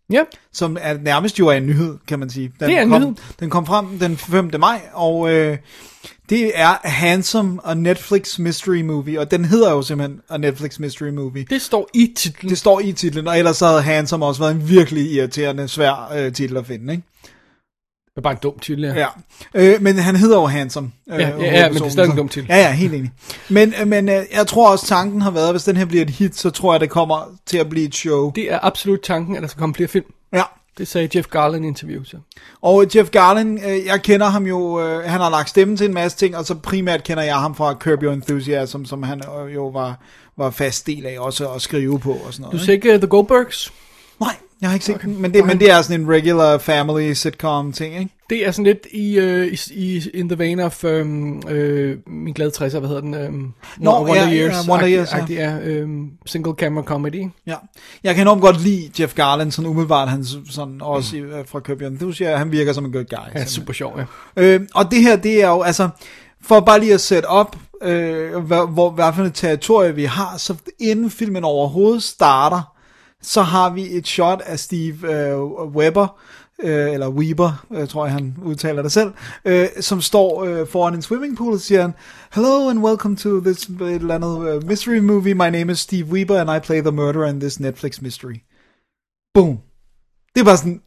Ja. Som er nærmest jo er en nyhed, kan man sige. Den det er en kom, nyhed. Den kom frem den femte maj, og øh, det er Handsome, og Netflix Mystery Movie, og den hedder jo simpelthen A Netflix Mystery Movie. Det står i titlen. Det står i titlen, og ellers så havde Handsome også været en virkelig irriterende, svær øh, titel at finde, ikke? Det er bare en dum titel, ja. Ja, øh, men han hedder jo Handsome. Øh, ja, ja, ja, men det er stadig en dum titel. Ja, ja, helt enig. Men, øh, men øh, jeg tror også, tanken har været, hvis den her bliver et hit, så tror jeg, det kommer til at blive et show. Det er absolut tanken, at der skal komme flere film. Ja. Det sagde Jeff Garlin i interviewet. Og Jeff Garlin, øh, jeg kender ham jo, øh, han har lagt stemme til en masse ting, og så primært kender jeg ham fra Curb Your Enthusiasm, som han øh, jo var, var fast del af også at skrive på og sådan noget. Du ser ikke uh, The Goldbergs? Nej, jeg har ikke set okay. den, men det, okay. men det er sådan en regular family sitcom ting, ikke? Det er sådan lidt i, uh, i, i in the vein of um, uh, min glade tresser, hvad hedder den? Um, Nå, Wonder ja, Years. ja, Wonder Years, ja. Det er um, single camera comedy. Ja, jeg kan enormt godt lide Jeff Garlin, sådan umiddelbart, han sådan også mm. i, fra Curb Your Enthusiasm, han virker som en good guy. Ja, simpelthen. super sjov, ja. Øh, og det her, det er jo, altså, for bare lige at sætte op, øh, hvor, hvor, hvad for et territorie vi har, så inden filmen overhovedet starter, så har vi et shot af Steve øh, Weber, øh, eller Weber, øh, tror jeg han udtaler det selv, øh, som står øh, foran en swimmingpool og siger han, hello and welcome to this et eller andet, uh, mystery movie, my name is Steve Weber and I play the murderer in this Netflix mystery. Boom. Det er bare sådan,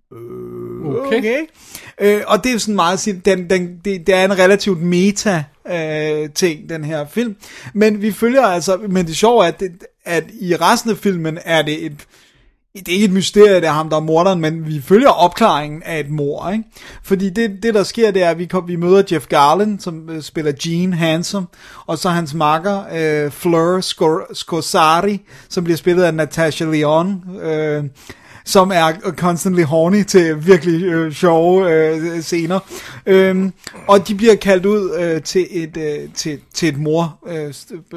øh, okay. okay. Øh, og det er sådan meget, den, den, det, det er en relativt meta øh, ting, den her film, men vi følger altså, men det sjove er, at, det, at i resten af filmen er det et, det er ikke et mysterie, det er ham, der er morderen, men vi følger opklaringen af et mord, ikke? Fordi det, det der sker, det er, at vi, kom, vi møder Jeff Garlin, som øh, spiller Gene Handsome, og så hans makker, øh, Fleur Scor- Scorsari, som bliver spillet af Natasha Lyonne, øh, som er constantly horny til virkelig øh, sjove øh, scener. Øhm, og de bliver kaldt ud øh, til, et, øh, til, til et mor øh,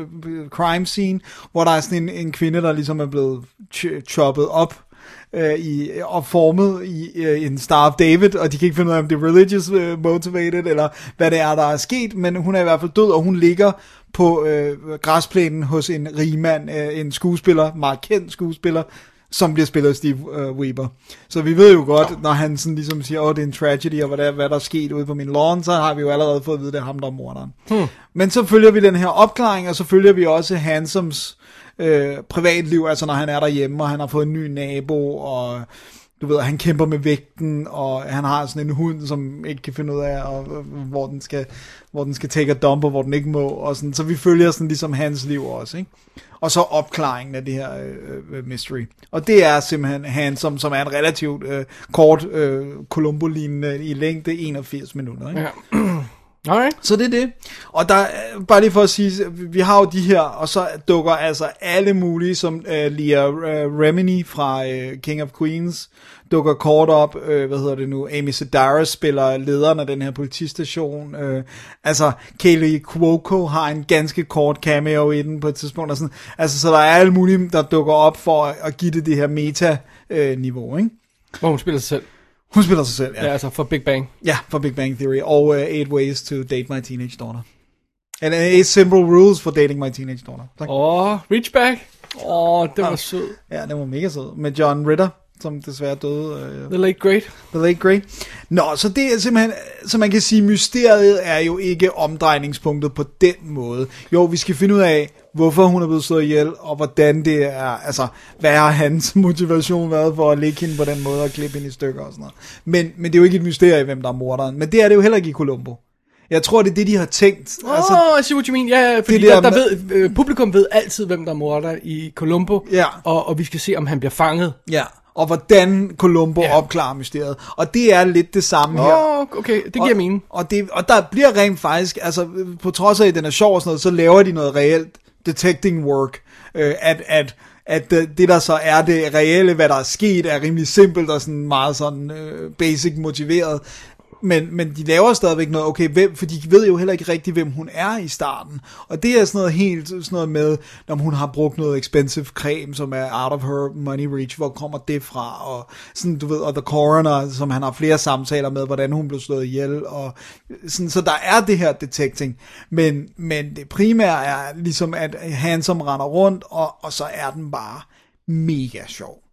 crime scene, hvor der er sådan en, en kvinde, der ligesom er blevet ch- choppet op øh, i, og formet i øh, en Star of David, og de kan ikke finde ud af, om det er religious øh, motivated, eller hvad det er, der er sket, men hun er i hvert fald død, og hun ligger på øh, græsplænen hos en rigmand, øh, en skuespiller, meget kendt skuespiller, som bliver spillet af Steve uh, Weber. Så vi ved jo godt, når han sådan ligesom siger, åh, oh, det er en tragedy, og hvad der, hvad der er sket ude på min lawn, så har vi jo allerede fået at vide, det er ham, der er morderen. Hmm. Men så følger vi den her opklaring, og så følger vi også Handsomes øh, privatliv, altså når han er derhjemme, og han har fået en ny nabo, og du ved, han kæmper med vægten, og han har sådan en hund, som ikke kan finde ud af, og, og, hvor den skal, hvor den skal take a dump, og hvor den ikke må, og sådan. Så vi følger sådan ligesom hans liv også, ikke? Og så opklaringen af det her øh, mystery. Og det er simpelthen Handsome, som er en relativt øh, kort øh, Columbo-lignende i længde, enogfirs minutter, ikke? Ja. Alright. Så det er det. Og der, bare lige for at sige, vi har jo de her, og så dukker altså alle mulige, som uh, Leah uh, Remini fra uh, King of Queens, dukker kort op, uh, hvad hedder det nu, Amy Sedaris spiller lederen af den her politistation, uh, altså Kaylee Cuoco har en ganske kort cameo i den på et tidspunkt, og sådan, altså så der er alle mulige, der dukker op for at, at give det det her meta-niveau, uh, ikke? Hvor hun spiller sig selv. Hun spiller sig selv, ja. Ja, altså for Big Bang. Ja, for Big Bang Theory. Og uh, Eight Ways to Date My Teenage Daughter. And Eight Simple Rules for Dating My Teenage Daughter. Åh, oh, Reachback. Åh, oh, det var sød. Ja, det var mega sød. Med John Ritter, som desværre døde. Uh, The Late Great. The Late Great. Nå, så det er simpelthen, så man kan sige, mysteriet er jo ikke omdrejningspunktet på den måde. Jo, vi skal finde ud af, hvorfor hun er blevet slået ihjel, og hvordan det er, altså, hvad har hans motivation været for at lægge hende på den måde og klippe hende i stykker og sådan noget. Men, men det er jo ikke et mysterie, hvem der er morderen. Men det er det jo heller ikke i Columbo. Jeg tror, det er det, de har tænkt. Åh, altså, oh, I see what you mean. Ja, fordi det der, der, der ved, øh, publikum ved altid, hvem der er morder i Columbo, ja. og, og vi skal se, om han bliver fanget. Ja, og hvordan Columbo ja. opklarer mysteriet. Og det er lidt det samme her. Åh, oh, okay, det giver og, mening. Og, det, og der bliver rent faktisk, altså på trods af, at den er sjov og sådan noget, så laver de noget reelt detecting work, øh, at, at, at det der så er det reelle, hvad der er sket, er rimelig simpelt og sådan meget sådan øh, basic motiveret. Men, men de laver stadigvæk noget, okay, hvem, for de ved jo heller ikke rigtigt, hvem hun er i starten. Og det er sådan noget helt, sådan noget med, når hun har brugt noget expensive creme, som er out of her money reach, hvor kommer det fra? Og sådan, du ved, og The Coroner, som han har flere samtaler med, hvordan hun blev slået ihjel, og sådan, så der er det her detecting. Men, men det primære er ligesom, at Handsome render rundt, og, og så er den bare mega sjov.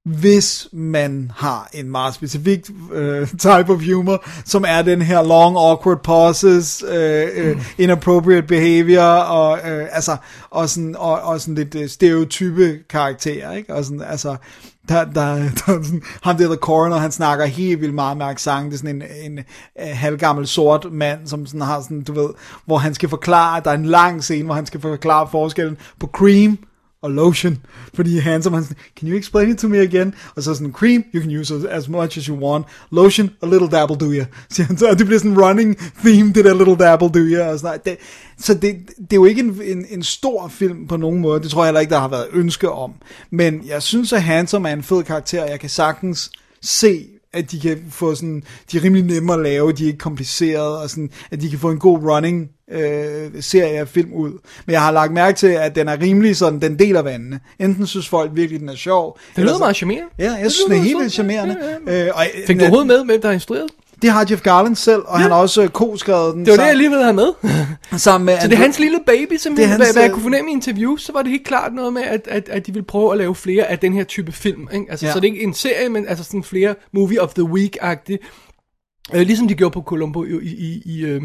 hvis man har en meget specifik øh, type of humor, som er den her long, awkward pauses, øh, øh, inappropriate behavior, og, øh, altså, og, sådan, og, og sådan lidt øh, stereotype karakterer, ikke? Og sådan, altså, der, der, der sådan, ham der The Coroner, han snakker helt vildt meget med accent. Det er sådan en, en, en halvgammel sort mand, som sådan har sådan, du ved, hvor han skal forklare, der er en lang scene, hvor han skal forklare forskellen på cream og lotion, fordi han som han, can you explain it to me again? Og så sådan, cream, you can use as much as you want, lotion, a little dabble do ya. Så det bliver sådan en running theme, det der little dabble do ya, og sådan det, så det, det er jo ikke en, en, en stor film på nogen måde, det tror jeg heller ikke, der har været ønske om, men jeg synes, at Handsome er en fed karakter, jeg kan sagtens se, at de kan få sådan, de er rimelig nemme at lave, de er ikke komplicerede, og sådan, at de kan få en god running øh, serie af film ud. Men jeg har lagt mærke til, at den er rimelig sådan, den deler vandene. Enten synes folk virkelig, den er sjov. Det lyder meget charmerende. Ja, jeg synes, den er helt vildt charmerende. Ja, ja. Øh, og, Fik du overhovedet med, hvem der har instrueret? Det har Jeff Garland selv, og ja. Han har også ko-skrevet den. Det var det, jeg lige ville have med. Sammen med så det er hans lille baby, som jeg, hans, hvad jeg kunne fornemme i interviews, så var det helt klart noget med, at, at, at de ville prøve at lave flere af den her type film. Ikke? Altså, ja. Så det er ikke en serie, men altså sådan flere movie of the week-agtigt. Øh, ligesom de gjorde på Columbo i, i, i, øh,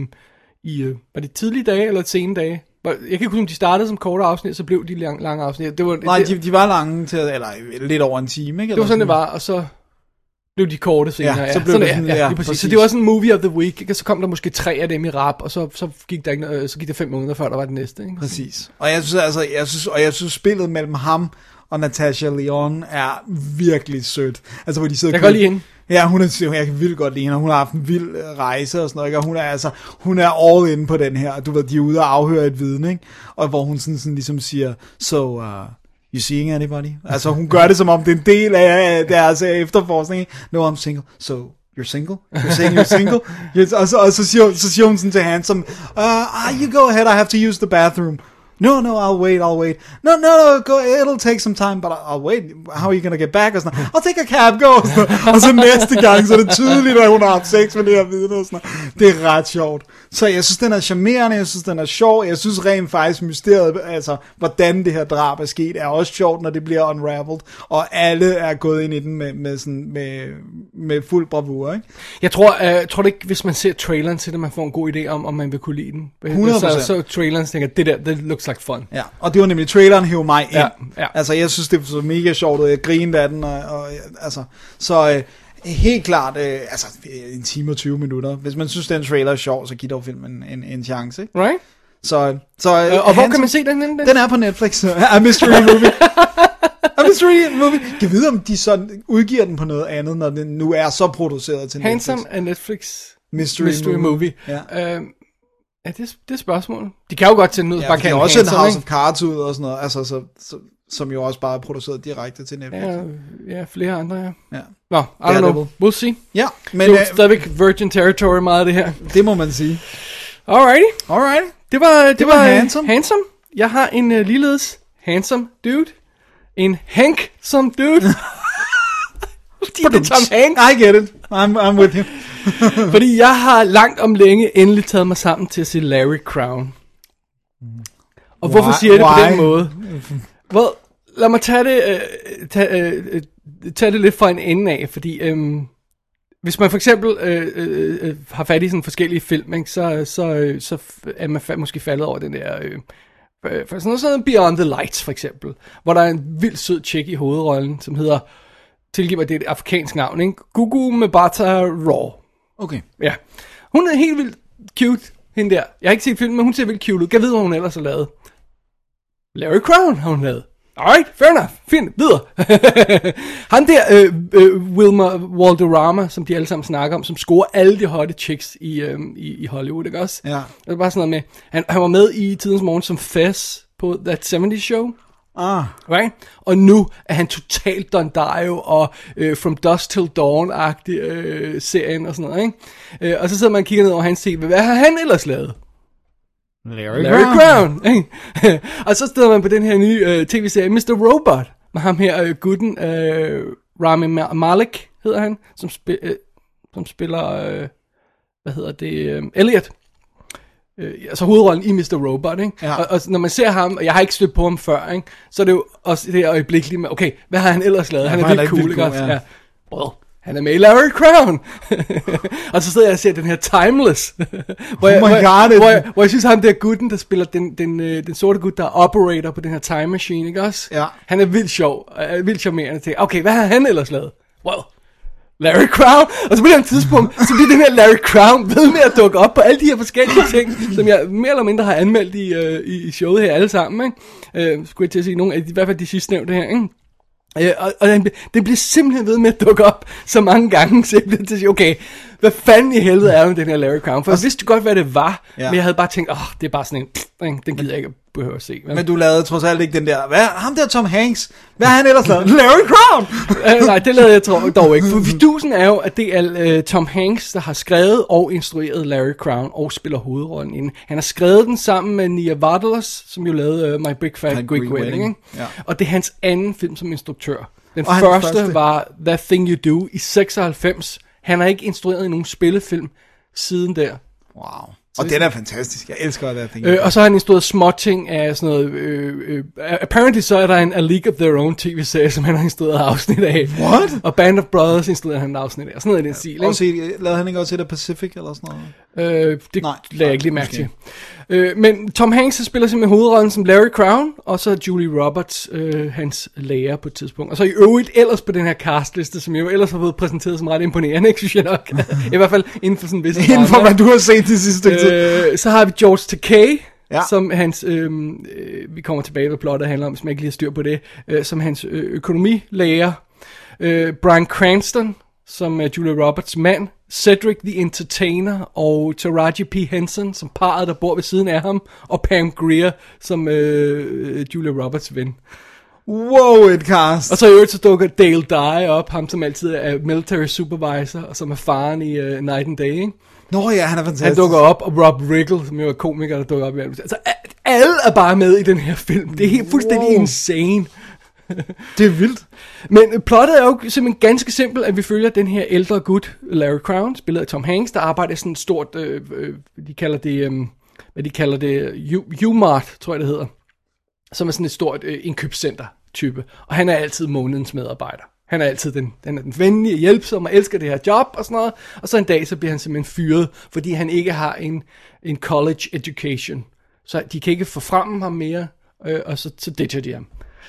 i øh, var det tidlige dage eller sene dage? Jeg kan ikke huske, om de startede som korte afsnit, så blev de lang, lange afsnit. Det var, Nej, det, de, de var lange til, eller lidt over en time, ikke? Det var sådan, det var, og så blev de korte senere. Ja, så blev sådan, det sådan, ja, ja, ja, lige præcis. præcis. Så det var sådan en movie of the week, ikke? Og så kom der måske tre af dem i rap, og så, så, gik der ikke, så gik der fem måneder, før der var det næste. Ikke? Præcis. Og jeg synes, altså, jeg synes, og jeg synes spillet mellem ham og Natasha Lyonne er virkelig sødt. Altså, hvor de sidder. Jeg kan godt lide hende. Ja, hun er, jeg kan vildt godt lide hende, hun har haft en vild rejse og sådan noget, ikke? Og hun er altså, hun er all in på den her, du ved, de er ude og afhøre et vidne, ikke? Og hvor hun sådan, sådan ligesom siger, so, uh, you seeing anybody? Altså, hun gør det, som om det er en del af deres efterforskning, ikke? No, I'm single, so you're single? You're saying you're single? Yes, og så, og så, siger, så siger hun sådan til Handsome, uh, you go ahead, I have to use the bathroom. No, no, I'll wait, I'll wait. No, no, no, go, it'll take some time, but I'll wait. How are you gonna get back? Og sådan, I'll take a cab, go. Og så, og så næste gang, så er det tydeligt, at hun har haft sex med det her vidne. Og sådan. Det er ret sjovt. Så jeg synes, den er charmerende, jeg synes, den er sjov. Jeg synes rent faktisk, mysteriet, altså, hvordan det her drab er sket, er også sjovt, når det bliver unraveled. Og alle er gået ind i den med, med, sådan, med, med fuld bravur, ikke? Jeg tror, uh, tror det ikke, hvis man ser traileren til det, man får en god idé om, om man vil kunne lide den. hundrede procent. Så, så traileren tænker, det der, det looks like fun. Ja, og det var nemlig, traileren hævde mig ind. Ja, ja. Altså, jeg synes, det var så mega sjovt, og jeg grinede af den, og, og altså, så øh, helt klart, øh, altså, en time og tyve minutter. Hvis man synes, den trailer er sjov, så giv dog filmen en, en, en chance, ikke? Right? Så, så øh, øh, og hvor han, kan man se den? Den, den er på Netflix. A Mystery Movie. A Mystery Movie. Jeg ved, om de så udgiver den på noget andet, når den nu er så produceret til Netflix. Handsome af Netflix. Mystery, Mystery Movie. Movie. Ja. Øh, Ja, det, det er spørgsmålet. De kan jo godt til den ud. Ja, bare de kan har også en House ikke? of Cards ud og sådan noget, altså, så, så, som jo også bare er produceret direkte til Netflix. Ja, ja, flere andre, ja. Ja. Nå, I don't know. We'll see. Ja, men det er jo øh, stadigvæk Virgin Territory meget af det her. Det må man sige. Alrighty. Alright. Det var, det, det var, var var handsome. handsome. Jeg har en uh, ligeledes handsome dude. En Hank-some dude. Fordi det er Tom Hanks. I get it. I'm, I'm with you. Fordi jeg har langt om længe endelig taget mig sammen til at se Larry Crown. Og hvorfor siger jeg det på den måde? Well, lad mig tage det, uh, tage, uh, tage det lidt fra en ende af, fordi um, hvis man for eksempel uh, uh, har fat i sådan forskellige film, ikke, så, så, så er man fa- måske faldet over den der... Uh, for sådan noget sådan Beyond the Lights for eksempel, hvor der er en vild sød chick i hovedrollen, som hedder, tilgiv mig, det er et afrikansk navn, ikke? Gugu Mbatha Raw. Okay. Ja. Hun er helt vildt cute, hende der. Jeg har ikke set filmen, men hun ser vildt cute ud. Jeg ved, hvad hun ellers har lavet. Larry Crown har hun lavet. Alright, fair enough. Fint, videre. Han der, øh, øh, Wilmer Valderrama, som de alle sammen snakker om, som scorer alle de hotte chicks i, øh, i, i Hollywood, ikke også? Ja. Det var bare sådan noget med, han, han var med i Tidens Morgen som Fez på That halvfems Show. Ah. Right? Og nu er han totalt Don Dario og øh, From Dusk Till Dawn-agtig øh, serien og sådan noget, ikke? Øh, og så sidder man og kigger ned over hans T V. Hvad har han ellers lavet? Larry, Larry Crown, ikke? Og så steder man på den her nye øh, tv-serie mister Robot, med ham her øh, gutten, øh, Rami Malek hedder han, som, spi- øh, som spiller, øh, hvad hedder det, øh, Elliot. Øh, altså hovedrollen i mister Robot, ikke? Ja. Og, og når man ser ham, og jeg har ikke stødt på ham før, ikke? Så er det jo også det øjeblik lige med, okay, hvad har han ellers lavet? Ja, han er han vildt er cool, vildt ikke cool, også? ja. Ja. Well, han er med i Larry Crown. Og så sidder jeg og ser den her Timeless. hvor, jeg, Oh my hvor, God, hvor, jeg, hvor jeg synes, ham der gutten, der spiller den, den, den, den sorte gut, der er operator på den her time machine, ikke også? Ja. Han er vildt sjov, er vildt charmerende til. Okay, hvad har han ellers lavet? Well, Larry Crown. Og så på det tidspunkt, så bliver den her Larry Crown ved med at dukke op på alle de her forskellige ting, som jeg mere eller mindre har anmeldt i, uh, i showet her alle sammen, ikke? Uh, skulle jeg til at sige, nogle af de, i hvert fald de sidste nævnte her, ikke? Øh, og, og den, den bliver simpelthen ved med at dukke op så mange gange, så jeg bliver til at sige, okay, hvad fanden i helvede er jo den her Larry Crown? For jeg vidste godt, hvad det var, ja. Men jeg havde bare tænkt, åh, oh, det er bare sådan en, den gider jeg ikke behøve at se. Vel? Men du lavede trods alt ikke den der, hvad, ham der Tom Hanks, hvad har han ellers lavet? Larry Crown! øh, nej, det lavede jeg tror, dog ikke. For fidusen er jo, at det er uh, Tom Hanks, der har skrevet og instrueret Larry Crown, og spiller hovedrollen inden. Han har skrevet den sammen med Nia Vardalos, som jo lavede uh, My Big Fat Greek, Greek Wedding. Wedding. Ja. Og det er hans anden film som instruktør. Den og første, første var That Thing You Do i seksoghalvfems. Han har ikke instrueret i nogen spillefilm siden der. Wow. Og den er fantastisk. Jeg elsker That Thing. Øh, og så har han instrueret småting af sådan noget... Øh, øh, apparently så er der en A League of Their Own tv-serie, som han har instrueret afsnit af. What? Og Band of Brothers instruerede han afsnit af. Sådan noget i den stil. Og se, lavede han ikke også et af Pacific eller sådan noget? Øh, det Nej, lagde jeg ikke lige mærke til. Øh, men Tom Hanks spiller simpelthen hovedrollen som Larry Crown, og så Julie Roberts, øh, hans lærer på et tidspunkt. Og så i øvrigt ellers på den her castliste, som jo ellers har fået præsenteret som ret imponerende, ikke synes jeg nok. I hvert fald inden for sådan en vis Inden for hvad du har set de sidste øh, Så har vi George Takei, ja. som hans, øh, øh, vi kommer tilbage, hvad plottet handler om, hvis man ikke lige har styr på det, øh, som hans øh, økonomilærer. Øh, Bryan Cranston, som er Julia Roberts mand, Cedric the Entertainer og Taraji P. Henson, som parret, der bor ved siden af ham, og Pam Grier, som øh, Julia Roberts ven. Wow, et cast. Og så i øvrigt så dukker Dale Dye op, ham som altid er military supervisor, og som er faren i uh, Night and Day, ikke? Nå ja, han er fantastisk. Han dukker op, og Rob Riggle, som jo er komiker, der dukker op i alt. Altså, alle er bare med i den her film. Det er helt fuldstændig wow. insane. Det er vildt. Men plottet er jo simpelthen ganske simpelt, at vi følger den her ældre gut, Larry Crown, spillet af Tom Hanks, der arbejder i sådan et stort, øh, øh, de kalder det, øh, hvad de kalder det, U-Mart, tror jeg det hedder, som er sådan et stort øh, indkøbscenter type, og han er altid månedens medarbejder. Han er altid den, den, er den venlige, hjælpsomme og elsker det her job og sådan noget, og så en dag så bliver han simpelthen fyret, fordi han ikke har en, en college education. Så de kan ikke få frem ham mere, øh, og så, så ditcher de ham.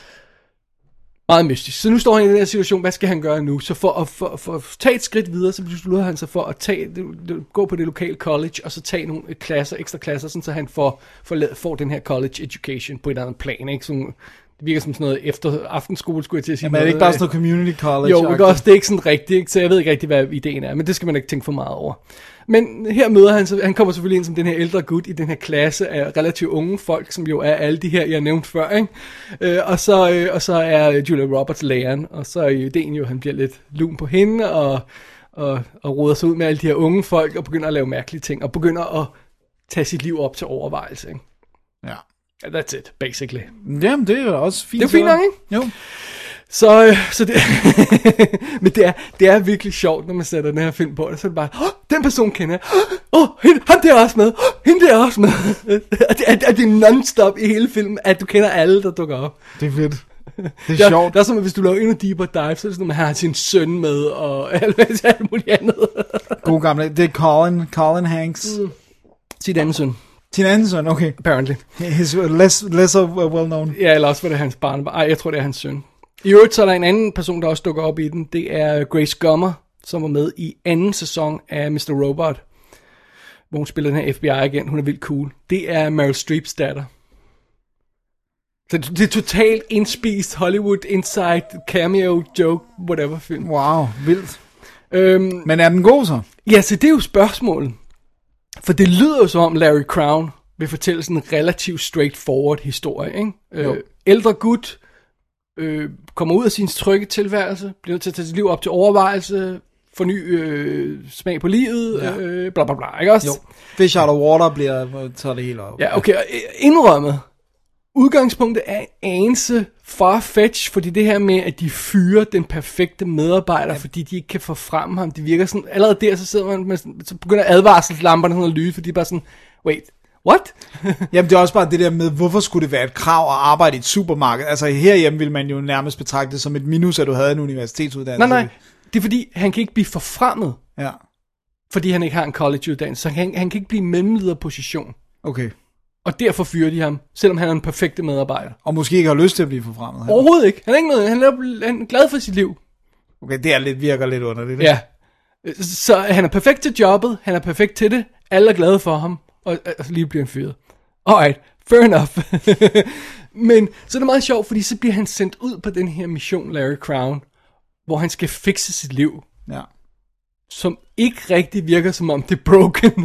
Meget mystisk. Så nu står han i den her situation, hvad skal han gøre nu? Så for at, for, for at tage et skridt videre, så beslutter han sig for at tage, gå på det lokale college, og så tage nogle klasser, ekstra klasser, sådan, så han får, får, får den her college education på et andet plan. Ikke? Sådan, det virker som sådan noget efter aftenskole, skulle jeg til at sige. Jamen er det ikke bare sådan noget community college? Jo, ikke også, det er ikke sådan rigtigt, ikke? Så jeg ved ikke rigtig, hvad ideen er, men det skal man ikke tænke for meget over. Men her møder han, så han kommer selvfølgelig ind som den her ældre gut i den her klasse af relativt unge folk, som jo er alle de her, jeg nævnte før, ikke? Øh, og, så, øh, og så er Julia Roberts læreren, og så er ideen jo, at han bliver lidt lun på hende, og, og, og roder sig ud med alle de her unge folk, og begynder at lave mærkelige ting, og begynder at tage sit liv op til overvejelse, ikke? Ja. That's it, basically. Jamen, det er jo også fint. Det er fint nok, ikke? Jo. Så, øh, så det, men det er, det er virkelig sjovt, når man sætter den her film på, og så er det bare, oh, den person kender jeg, åh, oh, ham der er også med, oh, hende der er også med, at det, at, at det er non-stop i hele filmen, at du kender alle, der dukker op. Det er fedt. Det er der, sjovt. Der er som, hvis du laver endnu deeper dive, så er det sådan, at man har sin søn med, og alt, alt muligt andet. God gamle, det er Colin, Colin Hanks. Mm. Sin anden søn. Sin anden søn, okay. Apparently. His less, less of well known. Ja, eller også var det hans barn. Ej, jeg tror, det er hans søn. I øvrigt så er der en anden person, der også dukker op i den. Det er Grace Gummer, som var med i anden sæson af mister Robot, hvor hun spiller den her F B I-agent. Hun er vildt cool. Det er Meryl Streeps datter. Så det er totalt indspist Hollywood Inside cameo joke whatever film. Wow, vildt. Øhm, Men er den god så? Ja, så det er jo spørgsmålet. For det lyder jo som om Larry Crown vil fortælle sådan en relativt straightforward historie, ikke? Øh, ældre gut øh, kommer ud af sin trygge tilværelse, bliver nødt til at tage sit liv op til overvejelse, få ny øh, smag på livet, ja. øh, bla bla bla, ikke også? Jo. Fish out of water bliver, tager det hele op. Ja, okay, og indrømmet. Udgangspunktet er en anelse farfetch, fordi det her med, at de fyrer den perfekte medarbejder, ja. Fordi de ikke kan få frem ham, det virker sådan, allerede der, så sidder man med, så begynder advarselslamperne sådan at lyde, fordi de bare sådan, wait, what? Jamen det er også bare det der med, hvorfor skulle det være et krav at arbejde i et supermarked? Altså herhjemme ville man jo nærmest betragte det som et minus, at du havde en universitetsuddannelse. Nej, nej, det er fordi, han kan ikke blive forfremmet, ja. fordi han ikke har en collegeuddannelse, så han, han kan ikke blive mellemlederposition. Okay. Og derfor fyrer de ham, selvom han er en perfekte medarbejder. Og måske ikke har lyst til at blive forfremmet. Her. Overhovedet ikke. Han er ikke noget, han er, han er glad for sit liv. Okay, det er lidt, virker lidt underligt. Ja. Så han er perfekt til jobbet, han er perfekt til det, alle er glade for ham, og altså, lige bliver han fyret. Alright, fair enough. Men så er det meget sjovt, fordi så bliver han sendt ud på den her mission, Larry Crown, hvor han skal fikse sit liv. Ja. Som ikke rigtig virker som om det er broken.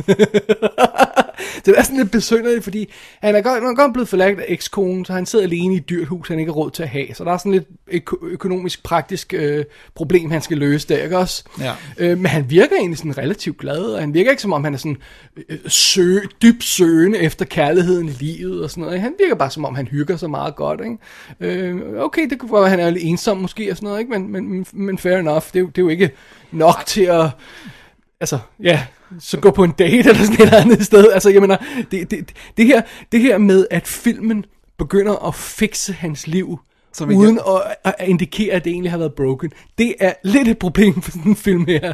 Det er sådan lidt besynderligt, fordi han er godt, han er godt blevet forladt af ekskonen, så han sidder alene i et dyrt hus, han ikke har råd til at have. Så der er sådan lidt øko- økonomisk praktisk øh, problem, han skal løse der, ikke også? Ja. Øh, men han virker egentlig sådan relativt glad, og han virker ikke som om han er sådan øh, sø, dybt søgende efter kærligheden i livet og sådan noget. Han virker bare som om han hygger sig meget godt, ikke? Øh, okay, det kunne være, at han er lidt ensom måske og sådan noget, ikke? Men, men, men fair enough, det er, det er jo ikke nok til at... Altså, ja, så gå på en date eller sådan et andet sted. Altså, jeg mener, det, det, det, her, det her med, at filmen begynder at fikse hans liv, uden at, at indikere, at det egentlig har været broken, det er lidt et problem for sådan en film her.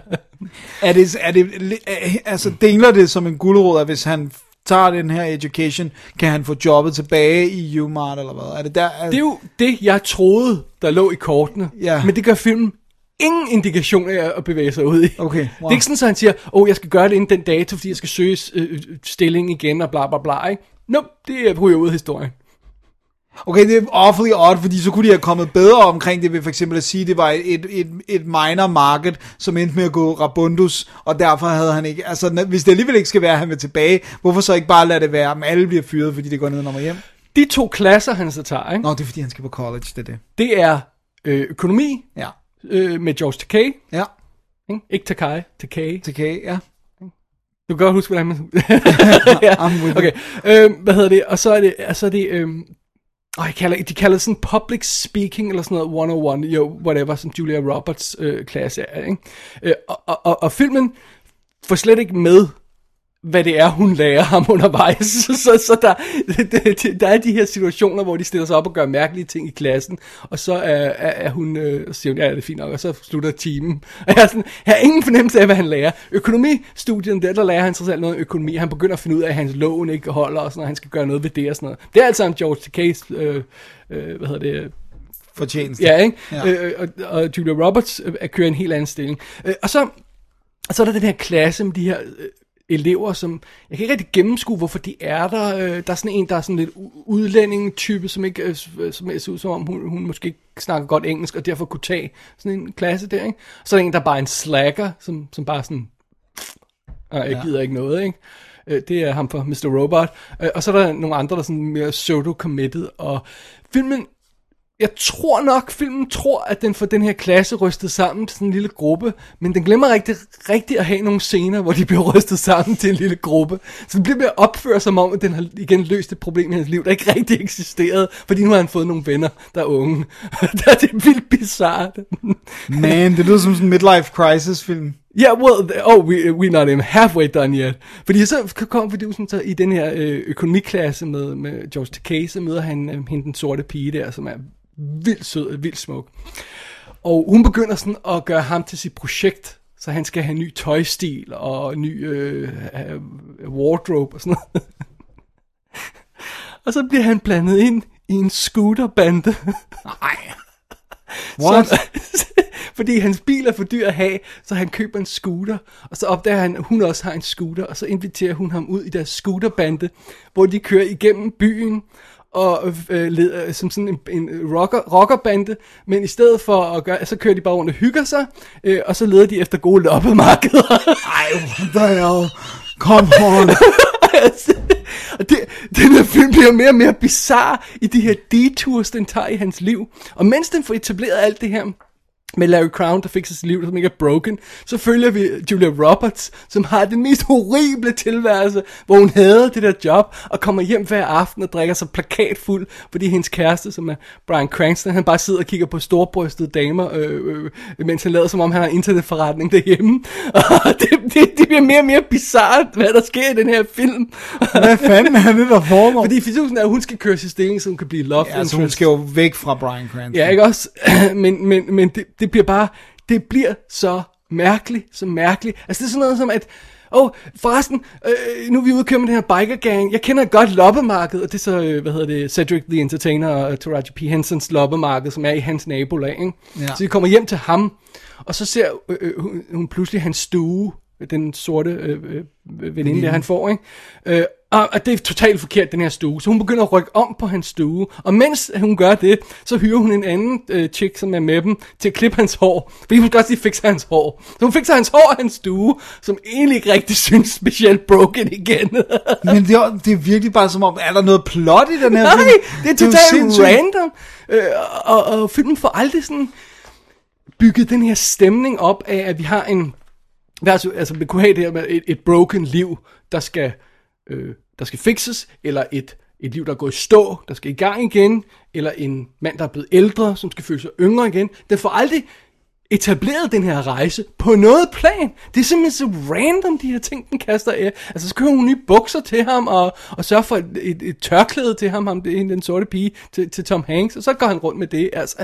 Er det, er det, altså, dingler det som en gulerod, at hvis han tager den her education, kan han få jobbet tilbage i U-Mart, eller hvad? Er det, der, er... det er jo det, jeg troede, der lå i kortene. Ja. Men det gør filmen ingen indikation af at bevæge sig ud i. Okay, wow. Det er ikke sådan, at han siger, åh, oh, jeg skal gøre det inden den dato, fordi jeg skal søge øh, stilling igen, og bla bla bla, ikke? Nope, det ryger ud af historien. Okay, det er awfully odd, fordi så kunne de have kommet bedre omkring det ved for eksempel at sige, at det var et, et, et minor market, som endte med at gå rabundus, og derfor havde han ikke, altså hvis det alligevel ikke skal være, at han vil tilbage, hvorfor så ikke bare lade det være, om alle bliver fyret, fordi det går ned og hjem? De to klasser, han så tager, ikke? Nå, det er fordi, han skal på college, det er det. Det er øh, økonomi, ja. øh, med George Takei. Ja. Ikke, ikke Takai, Takei. Takei, ja. Du kan godt huske, hvordan man... ja. Okay, øh, hvad hedder det? Og så er det, altså det, øh, oh, jeg kalder, de kalder det sådan public speaking, eller sådan noget one oh one, jo, whatever, som Julia Roberts øh, klasse er, ikke? Øh, og, og, og filmen får slet ikke med, hvad det er, hun lærer ham undervejs. Så, så, så der, der, der er de her situationer, hvor de stiller sig op og gør mærkelige ting i klassen, og så er, er, er hun, øh, siger hun, ja, det er fint nok, og så slutter timen. Og jeg, er sådan, jeg har ingen fornemmelse af, hvad han lærer. Økonomistudien, der, der lærer han sig selv noget økonomi. Han begynder at finde ud af, at hans lån ikke holder, og sådan noget, han skal gøre noget ved det og sådan noget. Det er altså en George Takei's, øh, øh, hvad hedder det... fortjeneste. Ja, ikke? Ja. Øh, og, og Julia Roberts øh, kører en helt anden stilling. Øh, og, så, og så er der den her klasse med de her... Øh, elever, som, jeg kan ikke rigtig gennemskue, hvorfor de er der. Der er sådan en, der er sådan lidt udlænding-type, som ikke, som ser ud som om, hun, hun måske ikke snakker godt engelsk, og derfor kunne tage sådan en klasse der, ikke? Så er der en, der bare er en slacker, som, som bare sådan, jeg gider ja. ikke noget, ikke? Det er ham fra mister Robot. Og så er der nogle andre, der er sådan mere pseudo-committed, og filmen, jeg tror nok, filmen tror, at den får den her klasse rystet sammen til sådan en lille gruppe, men den glemmer rigtig, rigtig at have nogle scener, hvor de bliver rystet sammen til en lille gruppe. Så det bliver med at opføre som om, at den har igen løst et problem i hans liv, der ikke rigtig eksisterede, fordi nu har han fået nogle venner, der er unge. Det er vildt bizarrt. Man, det lyder som sådan en midlife crisis film. Ja, yeah, well, oh, we, we're not even halfway done yet. Fordi så kom vi sådan, så i den her øh, økonomiklasse med, med George Takei, så møder han øh, hende den sorte pige der, som er vildt sød og vildt smuk. Og hun begynder sådan at gøre ham til sit projekt, så han skal have ny tøjstil og ny øh, wardrobe og sådan noget. Og så bliver han blandet ind i en scooterbande. Nej. What? Så, fordi hans bil er for dyr at have, så han køber en scooter, og så opdager han, at hun også har en scooter, og så inviterer hun ham ud i deres scooterbande, hvor de kører igennem byen, og øh, leder, som sådan en, en rocker, rockerbande, men i stedet for at gøre, så kører de bare rundt og hygger sig, øh, og så leder de efter gode loppemarkeder. Ej, what the hell? Come on. Og det, den her film bliver mere og mere bizarre i de her detours, den tager i hans liv. Og mens den får etableret alt det her, med Larry Crown, der fik sig sit liv, som ikke er broken, så følger vi Julia Roberts, som har den mest horrible tilværelse, hvor hun hader det der job, og kommer hjem hver aften og drikker sig plakatfuld, fordi hendes kæreste, som er Bryan Cranston, han bare sidder og kigger på storbrystede damer, øh, øh, mens han lader som om han har en internetforretning derhjemme. Og det, det, det bliver mere og mere bizarrt, hvad der sker i den her film. Hvad fanden er det, der foregår? Fordi fidusen er, at hun skal køre sin stilling, så hun kan blive love ja, altså hun skal jo væk fra Bryan Cranston. Ja, ikke også? men men, men det, det bliver bare, det bliver så mærkeligt, så mærkeligt. Altså det er sådan noget som at, åh, oh, forresten, øh, nu er vi ude og køre med den her biker gang. Jeg kender et godt loppemarked, og det er så, øh, hvad hedder det, Cedric the Entertainer og Taraji P. Hensons loppemarked, som er i hans nabolag, ikke? Ja. Så vi kommer hjem til ham, og så ser øh, øh, hun, hun pludselig hans stue, den sorte øh, øh, veninde, mm. der han får, ikke? Øh, og, og det er totalt forkert, den her stue. Så hun begynder at rykke om på hans stue. Og mens hun gør det, så hyrer hun en anden øh, chick, som er med dem, til at klippe hans hår. Fordi hun skal også lige fikse hans hår. Så hun fikser hans hår og hans stue, som egentlig ikke rigtig synes specielt broken igen. Men det er, det er virkelig bare som om, er der noget plot i den her Nej, film? det er totalt random. Øh, og, og filmen får aldrig sådan bygget den her stemning op af, at vi har en... Altså, altså vi kunne have det her med et, et broken liv, der skal, øh, der skal fixes, eller et, et liv, der er gået i stå, der skal i gang igen, eller en mand, der er blevet ældre, som skal føle sig yngre igen. Den får aldrig etableret den her rejse på noget plan. Det er simpelthen så random, de her ting, den kaster af. Altså, så køber hun nye bukser til ham, og, og sørger for et, et, et tørklæde til ham, ham det er den sorte pige, til, til Tom Hanks, og så går han rundt med det. Altså,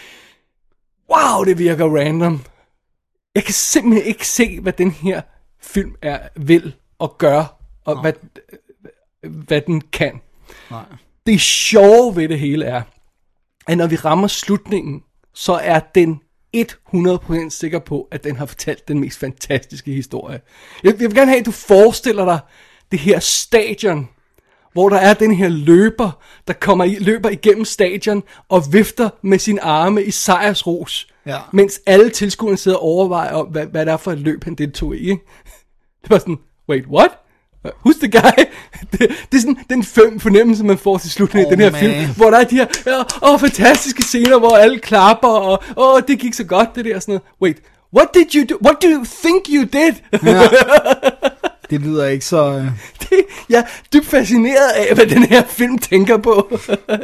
wow, det virker random. Jeg kan simpelthen ikke se, hvad den her film er vil og gør, og hvad, hvad den kan. Nej. Det sjove ved det hele er, at når vi rammer slutningen, så er den hundrede procent sikker på, at den har fortalt den mest fantastiske historie. Jeg, jeg vil gerne have, at du forestiller dig det her stadion, hvor der er den her løber, der kommer i, løber igennem stadion og vifter med sine arme i sejrsros, ja. Mens alle tilskuerne sidder og overvejer, om, hvad, hvad det er for et løb, han deltog i. Ikke? Det var sådan, wait, what? Who's the guy? Det, det er sådan den fem fornemmelse, man får til slutningen oh, af den her man. film, hvor der er de her åh, oh, fantastiske scener, hvor alle klapper, og åh, oh, det gik så godt, det der sådan noget. Wait, what did you do? What do you think you did? Ja. Det lyder ikke så... Uh... Det, jeg er dybt fascineret af, hvad den her film tænker på.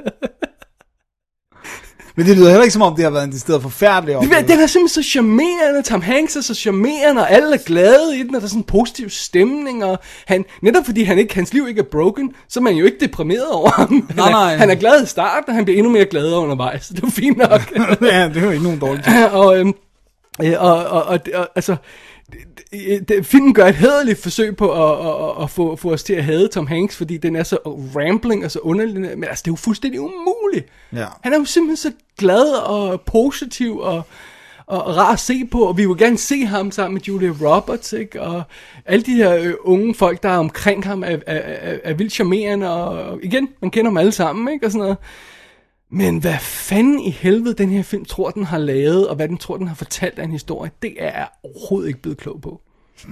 Men det lyder heller ikke som om, det har været en decideret forfærdelig oplevelse. Den er simpelthen så charmerende. Tom Hanks er så charmerende, og alle er glade i den, og der er sådan en positiv stemning. Og han, netop fordi han ikke, hans liv ikke er broken, så er man jo ikke deprimeret over ham. Nej, han, er, nej. han er glad i starten, og han bliver endnu mere glad undervejs. Så det er fint nok. Ja, det er jo ikke nogen dårligt. og, øhm, og, og, og, og altså... Det, det, filmen gør et hæderligt forsøg på at, at, at, at få, få os til at hade Tom Hanks, fordi den er så rambling og så underlig, men altså det er jo fuldstændig umuligt. Ja. Han er jo simpelthen så glad og positiv og, og rar at se på, og vi vil gerne se ham sammen med Julia Roberts, ikke? Og alle de her øh, unge folk, der er omkring ham, er, er, er, er vildt charmerende, og, og igen, man kender dem alle sammen, ikke? Og sådan noget. Men hvad fanden i helvede den her film tror, den har lavet, og hvad den tror, den har fortalt af en historie, det er jeg overhovedet ikke blevet klog på.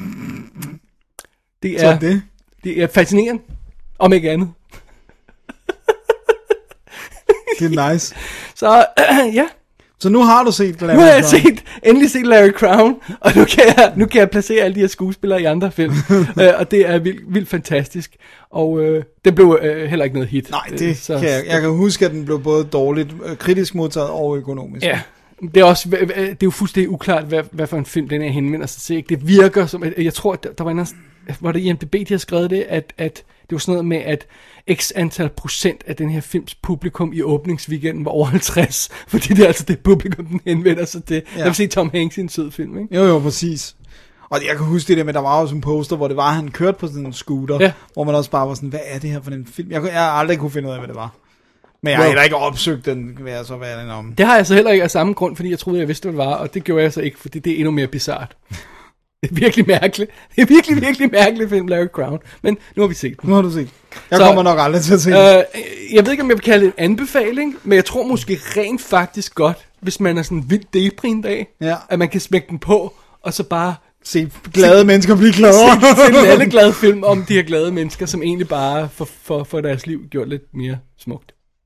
Det er, det? det er fascinerende, om ikke andet. Det er nice. Så øh, ja. Så nu har du set Larry Nu har jeg Crown. set, endelig set Larry Crown, og nu kan jeg, nu kan jeg placere alle de her skuespillere i andre film. øh, og det er vildt, vildt fantastisk. Og øh, det blev øh, heller ikke noget hit. Nej, det så, kan jeg, jeg kan huske, at den blev både dårligt, øh, kritisk modtaget og økonomisk. Ja, det er også, det er jo fuldstændig uklart, hvad, hvad for en film den her henvender sig til. Det virker som, jeg tror, at der var en, var det I M D B, de har skrevet det, at, at det var sådan noget med, at x antal procent af den her films publikum i åbningsweekenden var over halvtreds, fordi det er altså det publikum, den henvender sig til. Ja. Jeg vil se Tom Hanks i en sød film, ikke? Jo, jo, præcis. Og jeg kan huske det der med, der var også en poster, hvor det var, han kørte på sådan en scooter, ja. Hvor man også bare var sådan, hvad er det her for en film? Jeg, jeg har aldrig kunne finde ud af, hvad det var. Men jeg har heller ikke opsøgt den, vil jeg så være den om. Det har jeg så heller ikke af samme grund, fordi jeg troede, jeg vidste, hvad det var, og det gjorde jeg så ikke, fordi det er endnu mere bizart. Det er virkelig mærkeligt. Det er virkelig, virkelig mærkeligt film, Larry Crown. Men nu har vi set den. Nu har du set. Jeg så, kommer nok aldrig til at se den. Øh, jeg ved ikke, om jeg vil kalde det en anbefaling, men jeg tror måske rent faktisk godt, hvis man er sådan en vildt deprim dag, ja. At man kan smække den på, og så bare se glade se, mennesker blive klogere. Se, se en alle glade film om de her glade mennesker, som egentlig bare får for, for deres liv gjort lidt mere smukt.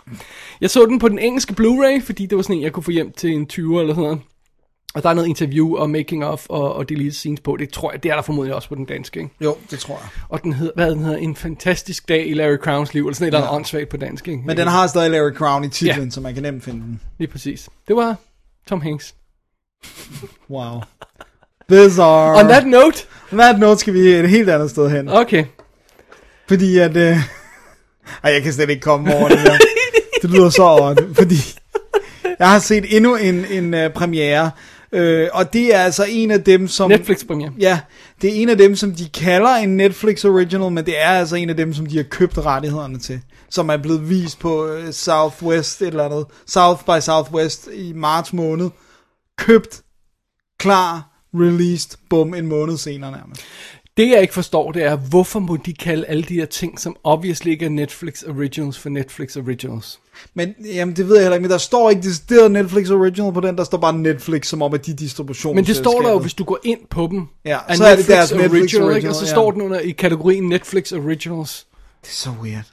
Jeg så den på den engelske Blu-ray, fordi det var sådan en, jeg kunne få hjem til en tyver eller sådan noget. Og der er noget interview og making of og, og deleted scenes på. Det tror jeg, det er der formodentlig også på den danske, ikke? Jo, det tror jeg. Og den hedder, hvad den hedder, En fantastisk dag i Larry Crowns liv, eller sådan et eller andet åndssvagt på dansk, ikke? Men den har stadig Larry Crown i titlen, Ja. så man kan nemt finde den. Lige præcis. Det var Tom Hanks. Wow. Bizarre. On that note. On that note skal vi et helt andet sted hen. Okay. Fordi at... Øh... Ej, jeg kan slet ikke komme over det der. Det lyder så odd, fordi... Jeg har set endnu en, en uh, premiere, øh, og det er altså en af dem, som... Netflix-premiere. Ja, det er en af dem, som de kalder en Netflix original, men det er altså en af dem, som de har købt rettighederne til, som er blevet vist på uh, Southwest et eller andet, South by Southwest i marts måned. Købt, klar, released, bum, en måned senere nærmest. Det jeg ikke forstår, det er, hvorfor må de kalde alle de her ting, som obviously ikke er Netflix Originals, for Netflix Originals? Men jamen, det ved jeg heller ikke, men der står ikke decideret Netflix Original på den, der står bare Netflix, som om at de distributions. Men det står der jo, hvis du går ind på dem, ja, er så Netflix er det deres Original, Netflix Original, ikke? Og så ja. står den under i kategorien Netflix Originals. Det er så weird.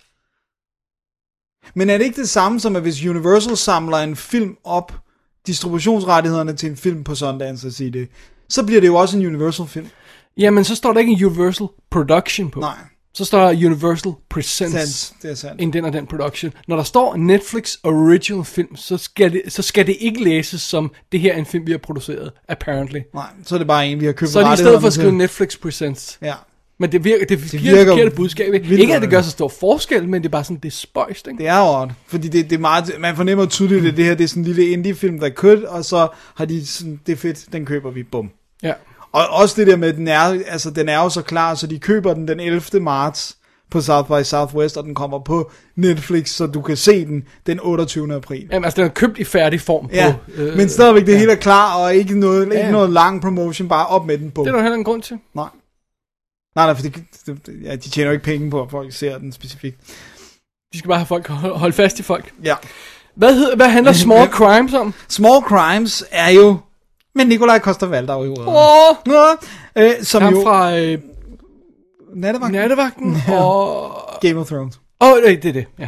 Men er det ikke det samme som, at hvis Universal samler en film op, distributionsrettighederne til en film på Sundance og siger det, så bliver det jo også en Universal film. Jamen, så står der ikke en Universal Production på. Nej. Så står der Universal Presents. Sense, det er sandt. En den og den production. Når der står Netflix Original Film, så skal, det, så skal det ikke læses som, det her er en film, vi har produceret, apparently. Nej, så er det bare en, vi har købt. Så er det i stedet for at skrive Netflix Presents. Ja. Men det virker, det, det det giver virker et forkert budskab. Ikke, ikke at det godt. gør så stor forskel, men det er bare sådan, det er spøjst, ikke? Det er jo odd, fordi det, det er meget, man fornemmer tydeligt, at det her det er sådan en lille indie-film, der kød, og så har de sådan, det er fedt, den køber vi, bum. Ja. Og også det der med, den er, altså den er jo så klar, så de køber den den ellevte marts på South by Southwest, og den kommer på Netflix, så du kan se den den otteogtyvende april. Jamen, altså, den er købt i færdig form på... Ja, øh, men stadigvæk, det ja. hele er klar, og ikke noget, ikke Ja. noget lang promotion, bare op med den på. Det er der heller en grund til. Nej. Nej, nej, for det, det, ja, de tjener jo ikke penge på, at folk ser den specifikt. De skal bare have folk holde fast i folk. Ja. Hvad, hedder, hvad handler Small Crimes om? Small Crimes er jo med Nikolaj Coster-Waldau i hovedet. Åh! Nå, øh, som Ham jo... fra øh, Nattevagten? Nattevagten og... Game of Thrones. Åh, oh, det er det, ja.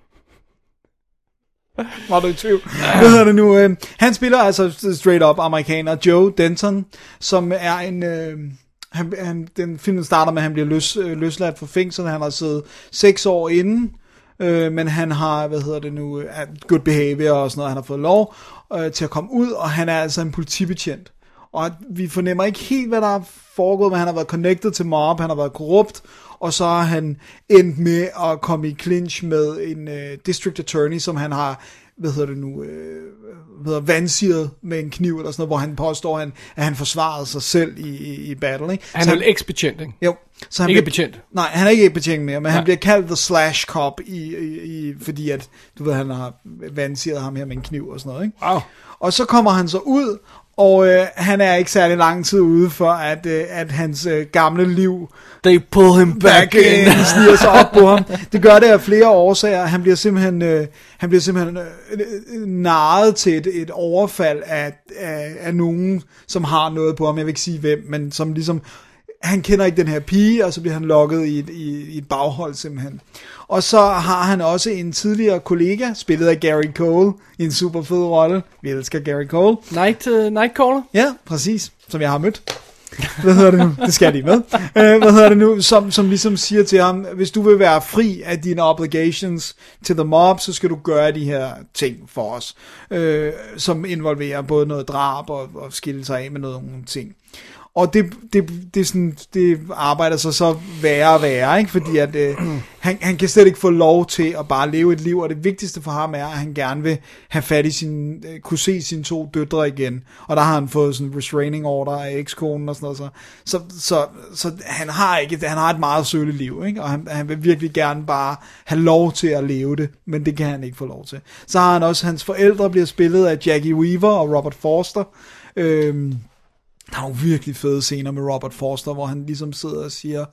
Var du i tvivl? Hvad hedder det nu? Øh, han spiller altså straight up amerikaner Joe Denton, som er en... Øh, han, han, den film starter med, at han bliver løs, øh, løsladt fra fængsel. Han har siddet seks år inden, øh, men han har, hvad hedder det nu, øh, good behavior og sådan noget. Han har fået lov øh, til at komme ud, og han er altså en politibetjent. Og vi fornemmer ikke helt, hvad der er foregået, men han har været connected til mob, han har været korrupt, og så har han endt med at komme i clinch med en øh, district attorney, som han har, hvad hedder det nu, øh, hvad hedder, vandsiret med en kniv eller sådan noget, hvor han påstår, han, at han forsvarede sig selv i, i, i battle, ikke? Han så er vel eks-betjent, ikke? Jo. Så han Ikke bliver, betjent. Nej, han er ikke betjent mere, men Nej. han bliver kaldt The Slash Cop, i, i, i, fordi at, du ved, han har vandsiret ham her med en kniv og sådan noget, ikke? Wow. Og så kommer han så ud, og øh, han er ikke særlig lang tid ude for, at, øh, at hans øh, gamle liv They pull him back in. sniger sig op på ham. Det gør det af flere årsager. Han bliver simpelthen, øh, han bliver simpelthen øh, øh, narret til et, et overfald af, af, af nogen, som har noget på ham. Jeg vil ikke sige hvem, men som ligesom... Han kender ikke den her pige, og så bliver han lokket i et, i, i et baghold simpelthen. Og så har han også en tidligere kollega, spillet af Gary Cole, i en super fed rolle. Vi elsker Gary Cole. Night, uh, Nightcaller? Ja, præcis, som jeg har mødt. Hvad hedder det nu? Det skal de med. Uh, hvad hedder det nu? Som, som ligesom siger til ham, hvis du vil være fri af dine obligations til the mob, så skal du gøre de her ting for os. Uh, som involverer både noget drab og, og skille sig af med noget, nogle ting. Og det, det, det, er sådan, det arbejder sig så værre og værre, ikke? Fordi at, øh, han, han kan slet ikke få lov til at bare leve et liv, og det vigtigste for ham er, at han gerne vil have fat i sin, øh, kunne se sine to døtre igen. Og der har han fået sådan en restraining order af ekskonen og sådan noget. Så, så, så, så han har ikke, han har et meget sølle liv, ikke? Og han, han vil virkelig gerne bare have lov til at leve det, men det kan han ikke få lov til. Så har han også, hans forældre bliver spillet af Jackie Weaver og Robert Forster. Øhm, Der er nogle virkelig fede scener med Robert Forster, hvor han ligesom sidder og siger,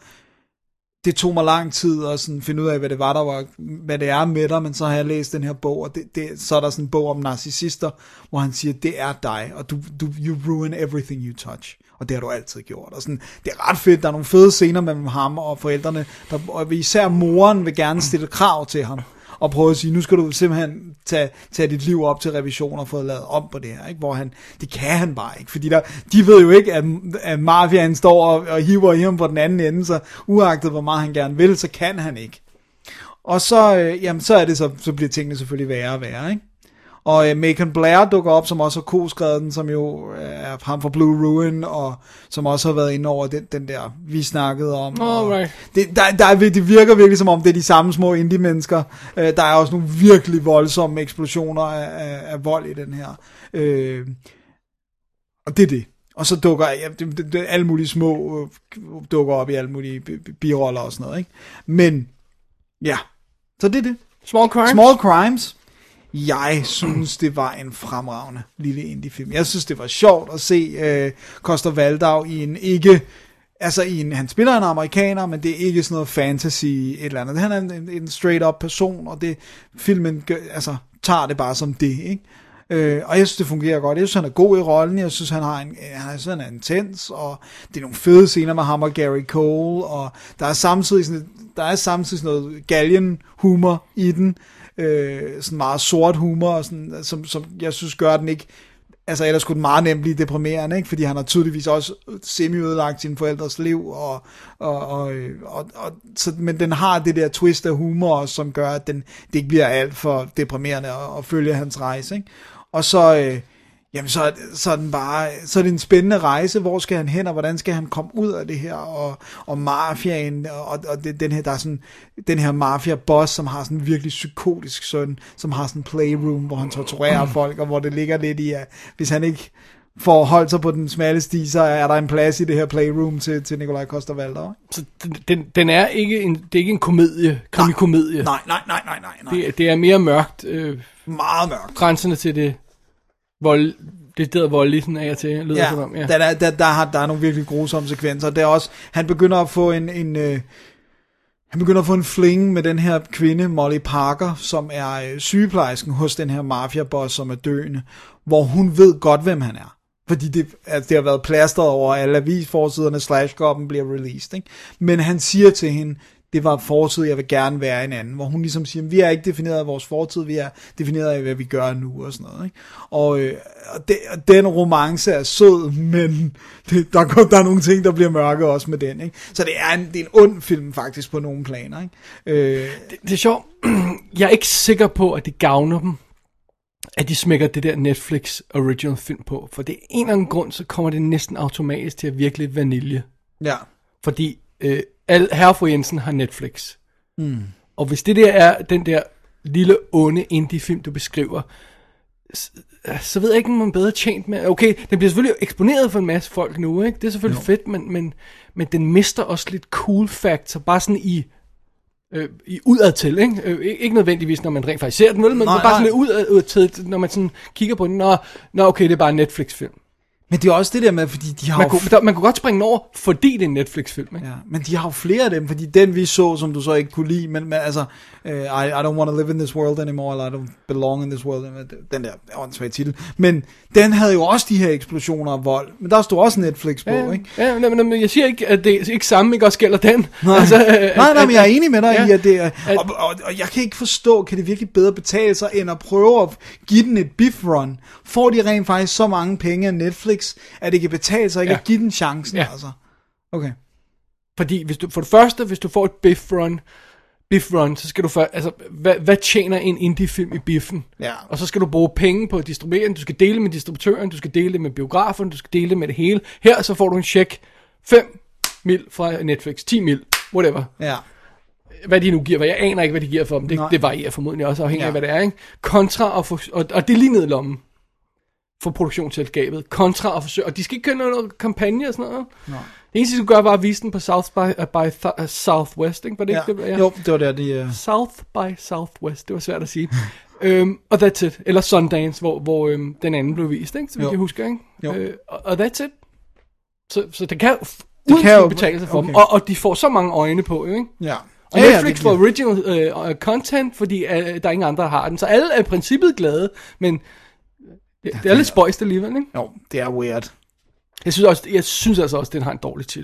det tog mig lang tid at sådan finde ud af, hvad det var, der var, hvad det er med dig, men så har jeg læst den her bog, og det, det, så er der sådan en bog om narcissister, hvor han siger, det er dig, og du, du you ruin everything you touch, og det har du altid gjort. Og sådan, det er ret fedt, der er nogle fede scener mellem ham og forældrene, der, og især moren vil gerne stille krav til ham, og prøve at sige, nu skal du simpelthen tage, tage dit liv op til revision og få lavet om på det her, ikke? Hvor han, det kan han bare ikke, fordi der, de ved jo ikke, at, at mafiaen står og, og hiver i ham på den anden ende, så uagtet hvor meget han gerne vil, så kan han ikke. Og så, øh, jamen, så, er det så, så bliver tingene selvfølgelig værre og værre, ikke? Og øh, Macon Blair dukker op, som også har co-skrevet den, som jo er ham fra Blue Ruin, og som også har været inde over den, den der, vi snakkede om. Alright. Det, der, der, det virker virkelig som om, det er de samme små indie-mennesker. Øh, der er også nogle virkelig voldsomme eksplosioner af, af, af vold i den her. Øh, og det er det. Og så dukker ja, det, det, det, alle mulige små øh, dukker op i alle mulige biroller og sådan noget, ikke? Men, ja. Så det er det. Small Crimes. Small Crimes. Jeg synes, det var en fremragende lille indie-film. Jeg synes, det var sjovt at se øh, Coster Waldau i en ikke... Altså, i en, han spiller en amerikaner, men det er ikke sådan noget fantasy et eller andet. Han er en, en straight-up person, og det filmen gør, altså, tager det bare som det, ikke? Øh, og jeg synes, det fungerer godt. Jeg synes, han er god i rollen. Jeg synes, han har en, han er, han er intens, og det er nogle fede scener med ham og Gary Cole, og der er samtidig sådan, der er samtidig sådan noget galgen-humor i den. Øh, sådan meget sort humor, og sådan, som, som jeg synes gør den ikke, altså ellers skulle den meget nemt blive deprimerende, ikke? Fordi han har tydeligvis også semi-ødelagt sine forældres liv, og, og, og, og, og så, men den har det der twist af humor, som gør, at den, det ikke bliver alt for deprimerende at, at følge hans rejse, ikke? Og så, øh, jamen så, så er den bare, så er det en spændende rejse, hvor skal han hen, og hvordan skal han komme ud af det her, og, og mafiaen, og, og det, den her, der er sådan, den her mafia-boss, som har sådan en virkelig psykotisk søn, som har sådan en playroom, hvor han torturerer folk, og hvor det ligger lidt i, at hvis han ikke får holdt sig på den smalle sti, så er der en plads i det her playroom til, til Nikolaj Coster-Waldau. Så den, den er ikke en, det er ikke en komedie, krimikomedie. Nej, nej, nej, nej, nej, nej. Det, det er mere mørkt. Øh, Meget mørkt. Grænserne til det vold, det der voldelige, sådan er til, lyder ja, som om. Ja, der, der, der, der, har, der er nogle virkelig grusomme sekvenser. Det er også, han begynder at få en, en øh, han begynder at få en fling med den her kvinde, Molly Parker, som er øh, sygeplejersken hos den her mafia-boss, som er døende, hvor hun ved godt, hvem han er. Fordi det, altså, det har været plastret over alle avisforsiderne, Slash-koppen bliver released, ikke? Men han siger til hende, det var fortid, jeg vil gerne være en anden, hvor hun ligesom siger, vi er ikke defineret af vores fortid, vi er defineret af, hvad vi gør nu, og sådan noget, ikke? Og, øh, og, det, og den romance er sød, men det, der, der er nogle ting, der bliver mørke også med den, ikke? Så det er en, det er en ond film faktisk på nogle planer, ikke? Øh, det, det er sjovt. Jeg er ikke sikker på, at det gavner dem, at de smækker det der Netflix original film på, for det er en eller anden grund, så kommer det næsten automatisk til at virke lidt vanilje. Ja. Fordi øh, herre fru Jensen har Netflix. Mm. Og hvis det der er den der lille onde indie-film, du beskriver, så, så ved jeg ikke, om man er bedre tjent med. Okay, den bliver selvfølgelig eksponeret for en masse folk nu, ikke? Det er selvfølgelig jo fedt, men, men, men den mister også lidt cool factor, bare sådan i, øh, i udadtil, ikke? Øh, ikke nødvendigvis, når man rent faktisk ser den, vel? Men nej, bare sådan lidt udad, udadtil, når man sådan kigger på den. Nå, nå okay, det er bare en Netflix-film. Men det er også det der med, fordi de har... Man kunne, der, man kunne godt springe over, fordi det er en Netflix-film, ikke? Ja, men de har jo flere af dem, fordi den vi så, som du så ikke kunne lide, men, men altså, uh, I, I don't want to live in this world anymore, eller I don't belong in this world, den der åndssvage titel. Men den havde jo også de her eksplosioner af vold, men der stod også Netflix på, ja, ikke? Ja, men, men jeg siger ikke, at det ikke samme ikke også gælder den. Nej, altså, nej, nej, nej, men jeg er enig med dig ja, i, at det er... at, og, og, og jeg kan ikke forstå, kan det virkelig bedre betale sig, end at prøve at give den et biff run? Får de rent faktisk så mange penge af Netflix, at det kan betale sig ikke ja. at give den chancen, ja. altså? Okay. Fordi hvis du, for det første, hvis du får et biff run, biff run, så skal du for, altså, hvad, hvad tjener en indie-film i biffen? Ja. Og så skal du bruge penge på at distribuere den, du skal dele med distributøren, du skal dele med biografen, du skal dele med det hele. Her så får du en check, fem mil fra Netflix, ti mil, whatever. Ja. Hvad de nu giver, hvad jeg aner ikke, hvad de giver for dem. Det, det varierer formodentlig også afhængig ja. af, hvad det er, ikke? Kontra, at få, og, og det er lige ned i lommen for produktionsselskabet, kontra at forsøge, og de skal ikke køre noget kampagne og sådan noget. No. Det eneste, de skulle gøre, var at vise den på South by, uh, by th- uh, Southwest, ikke? Var det ja. ikke det? Ja. Jo, det var der, de... Uh... South by Southwest, det var svært at sige. um, og that's it. Eller Sundance, hvor, hvor um, den anden blev vist, ikke? Så vi kan huske, ikke? Jo. Uh, og, og that's it. Så, så det kan uden tvivl betale sig for okay. dem. Og, og de får så mange øjne på, ikke? Ja. Og ja, Netflix ja, får original uh, content, fordi uh, der er ingen andre, der har den. Så alle er i princippet glade, men det, det er lidt spøjst alligevel, ikke? Jo, det er weird. Jeg synes, også, jeg synes altså også, at den har en dårlig titel.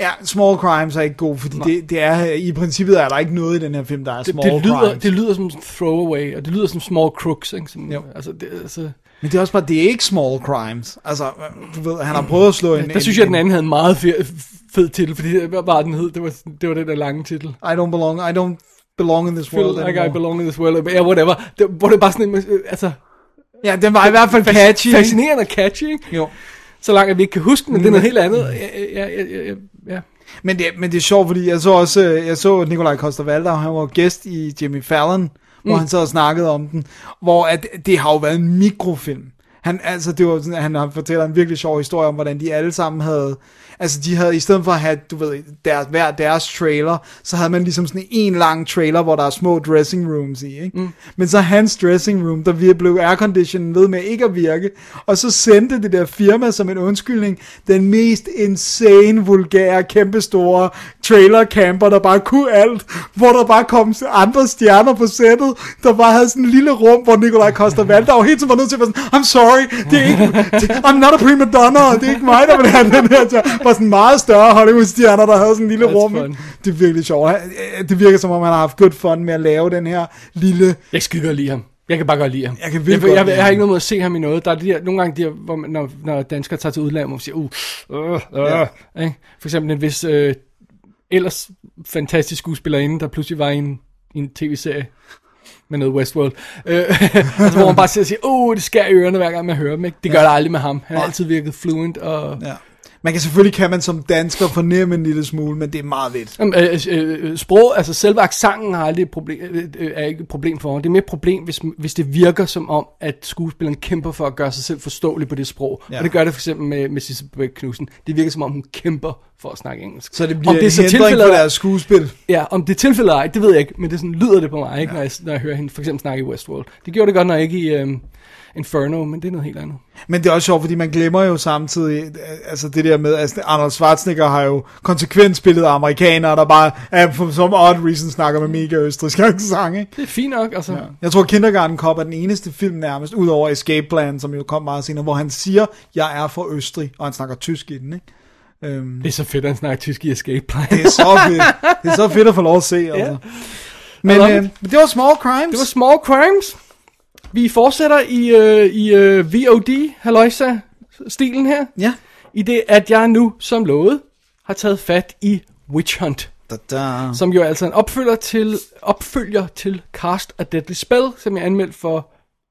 Ja, small crimes er ikke god, fordi det, det er, i princippet er der ikke noget i den her film, der er small det, det lyder, crimes. Det lyder som throwaway, og det lyder som small crooks, ikke? Som, altså, det, altså... Men det er også bare, det er ikke small crimes. Altså, du ved, han har prøvet at slå en... Der synes jeg, at den anden havde en meget fed, fed titel, fordi det var bare den hed, det var, det var den der lange titel. I don't belong, I don't belong in this world Feel like anymore. I belong in this world, yeah, whatever. Det, hvor det bare sådan en, altså... Ja, den var i hvert fald catchy. Fascinerende og catchy, ikke? Jo. Så langt, at vi ikke kan huske, men mm. det er noget helt andet. Ja, ja, ja, ja. Men det, men det er sjovt, fordi jeg så også, jeg så Nikolaj Coster-Waldau, han var gæst i Jimmy Fallon, hvor mm. han så og snakkede om den, hvor at, det har jo været en mikrofilm. Han, altså, det var sådan, han har fortæller en virkelig sjov historie om, hvordan de alle sammen havde, altså de havde, i stedet for at have, du ved, deres, hver deres trailer, så havde man ligesom sådan en lang trailer, hvor der er små dressing rooms i, ikke? Mm. Men så hans dressing room, der vi blev airconditionen ved med ikke at virke, og så sendte det der firma som en undskyldning, den mest insane, vulgære, kæmpestore trailer camper, der bare kunne alt, hvor der bare kom andre stjerner på sættet, der bare havde sådan en lille rum, hvor Nikolaj Coster-Waldau helt som var nødt til at være sådan, I'm sorry, det er ikke, det, I'm not a prima donna, det er ikke mig, der vil have den her job. Var sådan meget større Hollywood-stjerner, der havde sådan en lille That's rum. Fun. Det er virkelig sjovt. Det virker som om, han har haft good fun med at lave den her lille... Jeg skal godt lide ham. Jeg kan bare godt lide ham. Jeg, kan jeg, godt jeg, jeg, jeg har ikke noget med at se ham i noget. Der er de der, nogle gange, de her, hvor man, når, når danskere tager til udlandet, hvor man siger, uh, uh, uh, ja. Ikke? For eksempel en vis øh, ellers fantastisk skuespillerinde, der pludselig var i en, i en tv-serie med noget Westworld. Øh, altså, hvor man bare siger, uh, det skærer i ørerne, hver gang man hører dem. Ikke? Det gør ja. det aldrig med ham. Han har altid virket fluent og... Ja. Man kan selvfølgelig, kan man som dansker fornemme en lille smule, men det er meget lidt. Jamen, øh, øh, sprog, altså selve accenten har aldrig et problem, øh, er ikke et problem for ham. Det er mere et problem, hvis, hvis det virker som om, at skuespilleren kæmper for at gøre sig selv forståelig på det sprog. Ja. Og det gør det for eksempel med, med Sissel Bech Knudsen. Det virker som om, hun kæmper for at snakke engelsk. Så det bliver det en hindring for deres skuespil? Ja, om det er tilfældet ej, det ved jeg ikke, men det sådan, lyder det på mig, ikke, ja. når, jeg, når jeg hører hende for eksempel snakke i Westworld. Det gjorde det godt, når jeg ikke i... Øh, Inferno, men det er noget helt andet. Men det er også sjovt, fordi man glemmer jo samtidig, altså det der med, altså Arnold Schwarzenegger har jo konsekvent spillet amerikanere, der bare er for some odd reason snakker med mega østrigsk accent, ikke? Det er fint nok, altså. Ja. Jeg tror, Kindergarten Cop er den eneste film nærmest, ud over Escape Plan, som jo kom meget senere, hvor han siger, jeg er fra Østrig, og han snakker tysk i den, ikke? Um, det er så fedt, at han snakker tysk i Escape Plan. Det er så fedt. Det er så fedt at få lov at se, altså. Yeah. Men øh, det var Small Crimes. Det var Small Crimes. Vi fortsætter i, øh, i øh, V O D-halløjsa-stilen her. Ja. I det, at jeg nu, som lovet, har taget fat i Witch Hunt. Da-da. Som jo er altså en opfølger til, opfølger til Cast a Deadly Spell, som jeg anmeldte for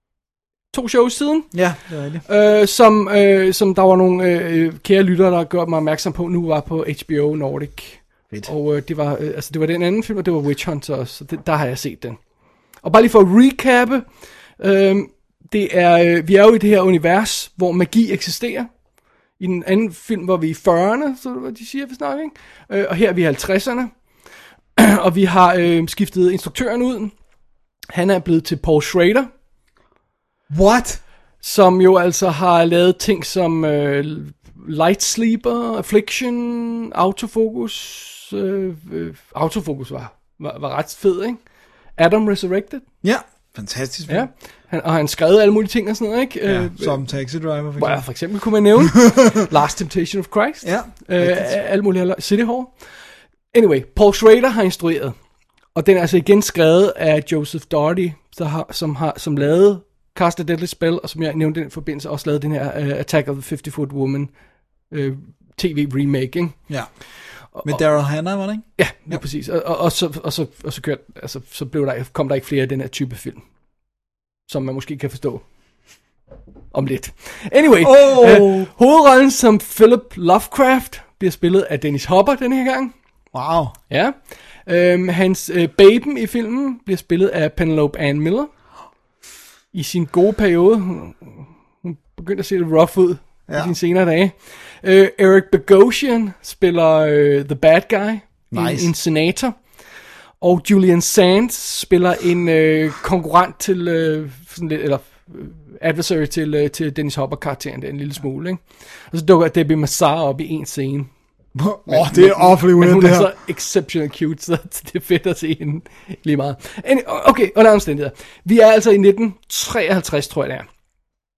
to shows siden. Ja, det er rigtigt. Øh, som, øh, som der var nogle øh, kære lyttere, der gjorde mig opmærksom på, nu var på H B O Nordic. Fedt. Og øh, det, var, øh, altså, det var den anden film, og det var Witch Hunt også. Så det, der har jeg set den. Og bare lige for at recappe... Øhm, det er, øh, vi er jo i det her univers, hvor magi eksisterer. I den anden film var vi i fyrrerne, så hvad de siger, vi snakker, ikke? Øh, og her er vi i halvtredserne. Og vi har øh, skiftet instruktøren ud. Han er blevet til Paul Schrader. What? Som jo altså har lavet ting som øh, Light Sleeper, Affliction, Autofocus. Øh, øh, Autofocus var, var, var ret fed, ikke? Adam Resurrected. Ja. Fantastisk. Ja, han, og han skrev alle mulige ting og sådan noget, ikke? Ja, øh, som Taxi Driver for eksempel. Ja, for eksempel kunne man nævne Last Temptation of Christ. Ja. Øh, alle mulige, City Hall. Anyway, Paul Schrader har instrueret, og den er altså igen skrevet af Joseph Doherty, der har, som har som lavede Cast a Deadly Spell, og som jeg nævnte i den forbindelse, også lavede den her uh, Attack of the fifty-Foot Woman uh, tv-remake, ikke? Ja. Med Daryl Hannah, var det ikke? Ja, ja, præcis. Og, og, og, så, og, så, og så, kørt, altså, så blev der, kom der ikke flere af den her type film, som man måske kan forstå om lidt. Anyway, oh. øh, hovedrollen som Philip Lovecraft bliver spillet af Dennis Hopper den her gang. Wow. Ja. Øhm, hans øh, baben i filmen bliver spillet af Penelope Ann Miller. I sin gode periode. Hun, hun begyndte at se lidt rough ud ja. i sine senere dage. Uh, Eric Bogosian spiller uh, The Bad Guy, nice. en, en senator. Og Julian Sands spiller en uh, konkurrent til, uh, sådan lidt, eller uh, adversary til, uh, til Dennis Hopper-karakteren, en lille smule, ikke? Og så dukker Debbie Massar op i en scene. Åh, oh, det er awfully weird, hun det er her. så exceptional cute, så det er fedt at se hende lige meget. Okay, under omstændigheder. Vi er altså i nitten treoghalvtreds, tror jeg det er.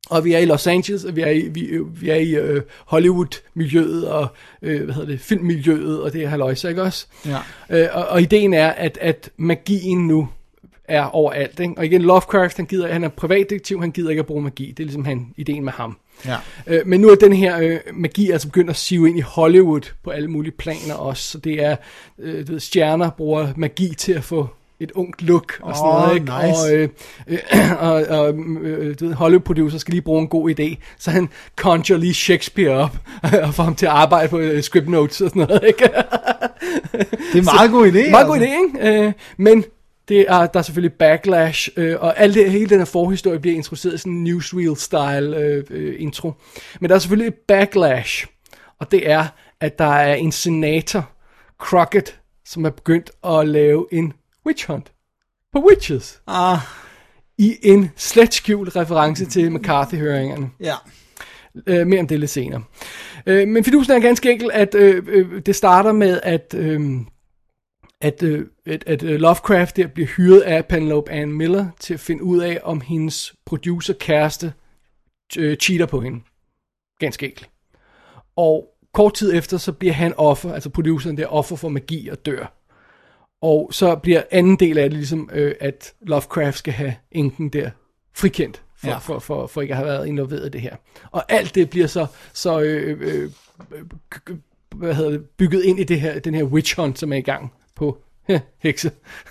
Og vi er i Los Angeles, og vi er i, vi, vi er i øh, Hollywood-miljøet, og øh, hvad hedder det, filmmiljøet, og det er halløjse, ikke også? Ja. Øh, og, og ideen er, at, at magien nu er overalt, ikke? Og igen, Lovecraft, han, gider, han er privatdetektiv, han gider ikke at bruge magi. Det er ligesom han, ideen med ham. Ja. Øh, men nu er den her øh, magi altså begyndt at sive ind i Hollywood på alle mulige planer også. Så det er, øh, du ved, stjerner bruger magi til at få et ungt look og sådan oh, noget, ikke? Nice. Og, øh, øh, og, og øh, du ved, Hollywood-producer skal lige bruge en god idé, så han conjure lige Shakespeare op og får ham til at arbejde på uh, script notes og sådan noget, ikke? Det er en meget god idé. Meget god idé, ikke? Øh, men det er, der er selvfølgelig backlash, øh, og alt det, hele den her forhistorie bliver introduceret i sådan en newsreel-style øh, øh, intro. Men der er selvfølgelig et backlash, og det er, at der er en senator, Crockett, som er begyndt at lave en witch hunt på witches. Ah. I en slet skjult reference til McCarthy-høringerne. Ja. Øh, mere om det lidt senere. Øh, men fidusen er ganske enkelt, at øh, øh, det starter med, at... Øh, at, øh, at, at Lovecraft der bliver hyret af Penelope Ann Miller til at finde ud af, om hendes producer-kæreste øh, cheater på hende. Ganske enkelt. Og kort tid efter, så bliver han offer, altså produceren der, offer for magi og dør. Og så bliver anden del af det ligesom, øh, at Lovecraft skal have enken der frikendt, for, ja. for, for, for ikke at have været involveret i det her. Og alt det bliver så, så øh, øh, øh, hvad hedder det, bygget ind i det her, den her witch hunt, som er i gang på ja, hekse.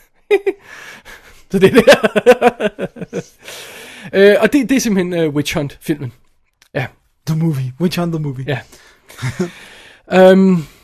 Så det er det øh, og det, det er simpelthen uh, Witch Hunt-filmen. Ja. The movie. Witch Hunt the movie. Ja. um,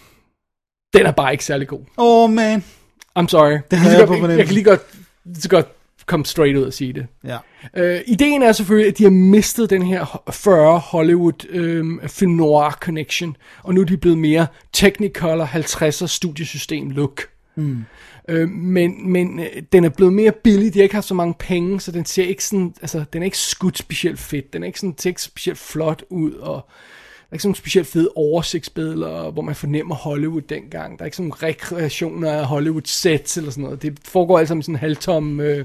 den er bare ikke særlig god. Oh man. I'm sorry. Det havde jeg, jeg på jeg, jeg kan lige godt, så godt komme straight ud og sige det. Ja. Uh, ideen er selvfølgelig, at de har mistet den her fyrre Hollywood um, film noir connection, og nu er de blevet mere Technicolor halvtredser studiesystem look. Mm. Øh, men, men den er blevet mere billig. De har ikke haft så mange penge, så den ser ikke sådan, altså den er ikke skudt specielt fedt. Den er ikke sådan, ser ikke specielt flot ud, og der er ikke sådan specielt fede oversigtsbilleder, hvor man fornemmer Hollywood dengang. Der er ikke sådan rekreationer af Hollywood sets eller sådan noget. Det foregår alt sammen i sådan en halvtom, øh,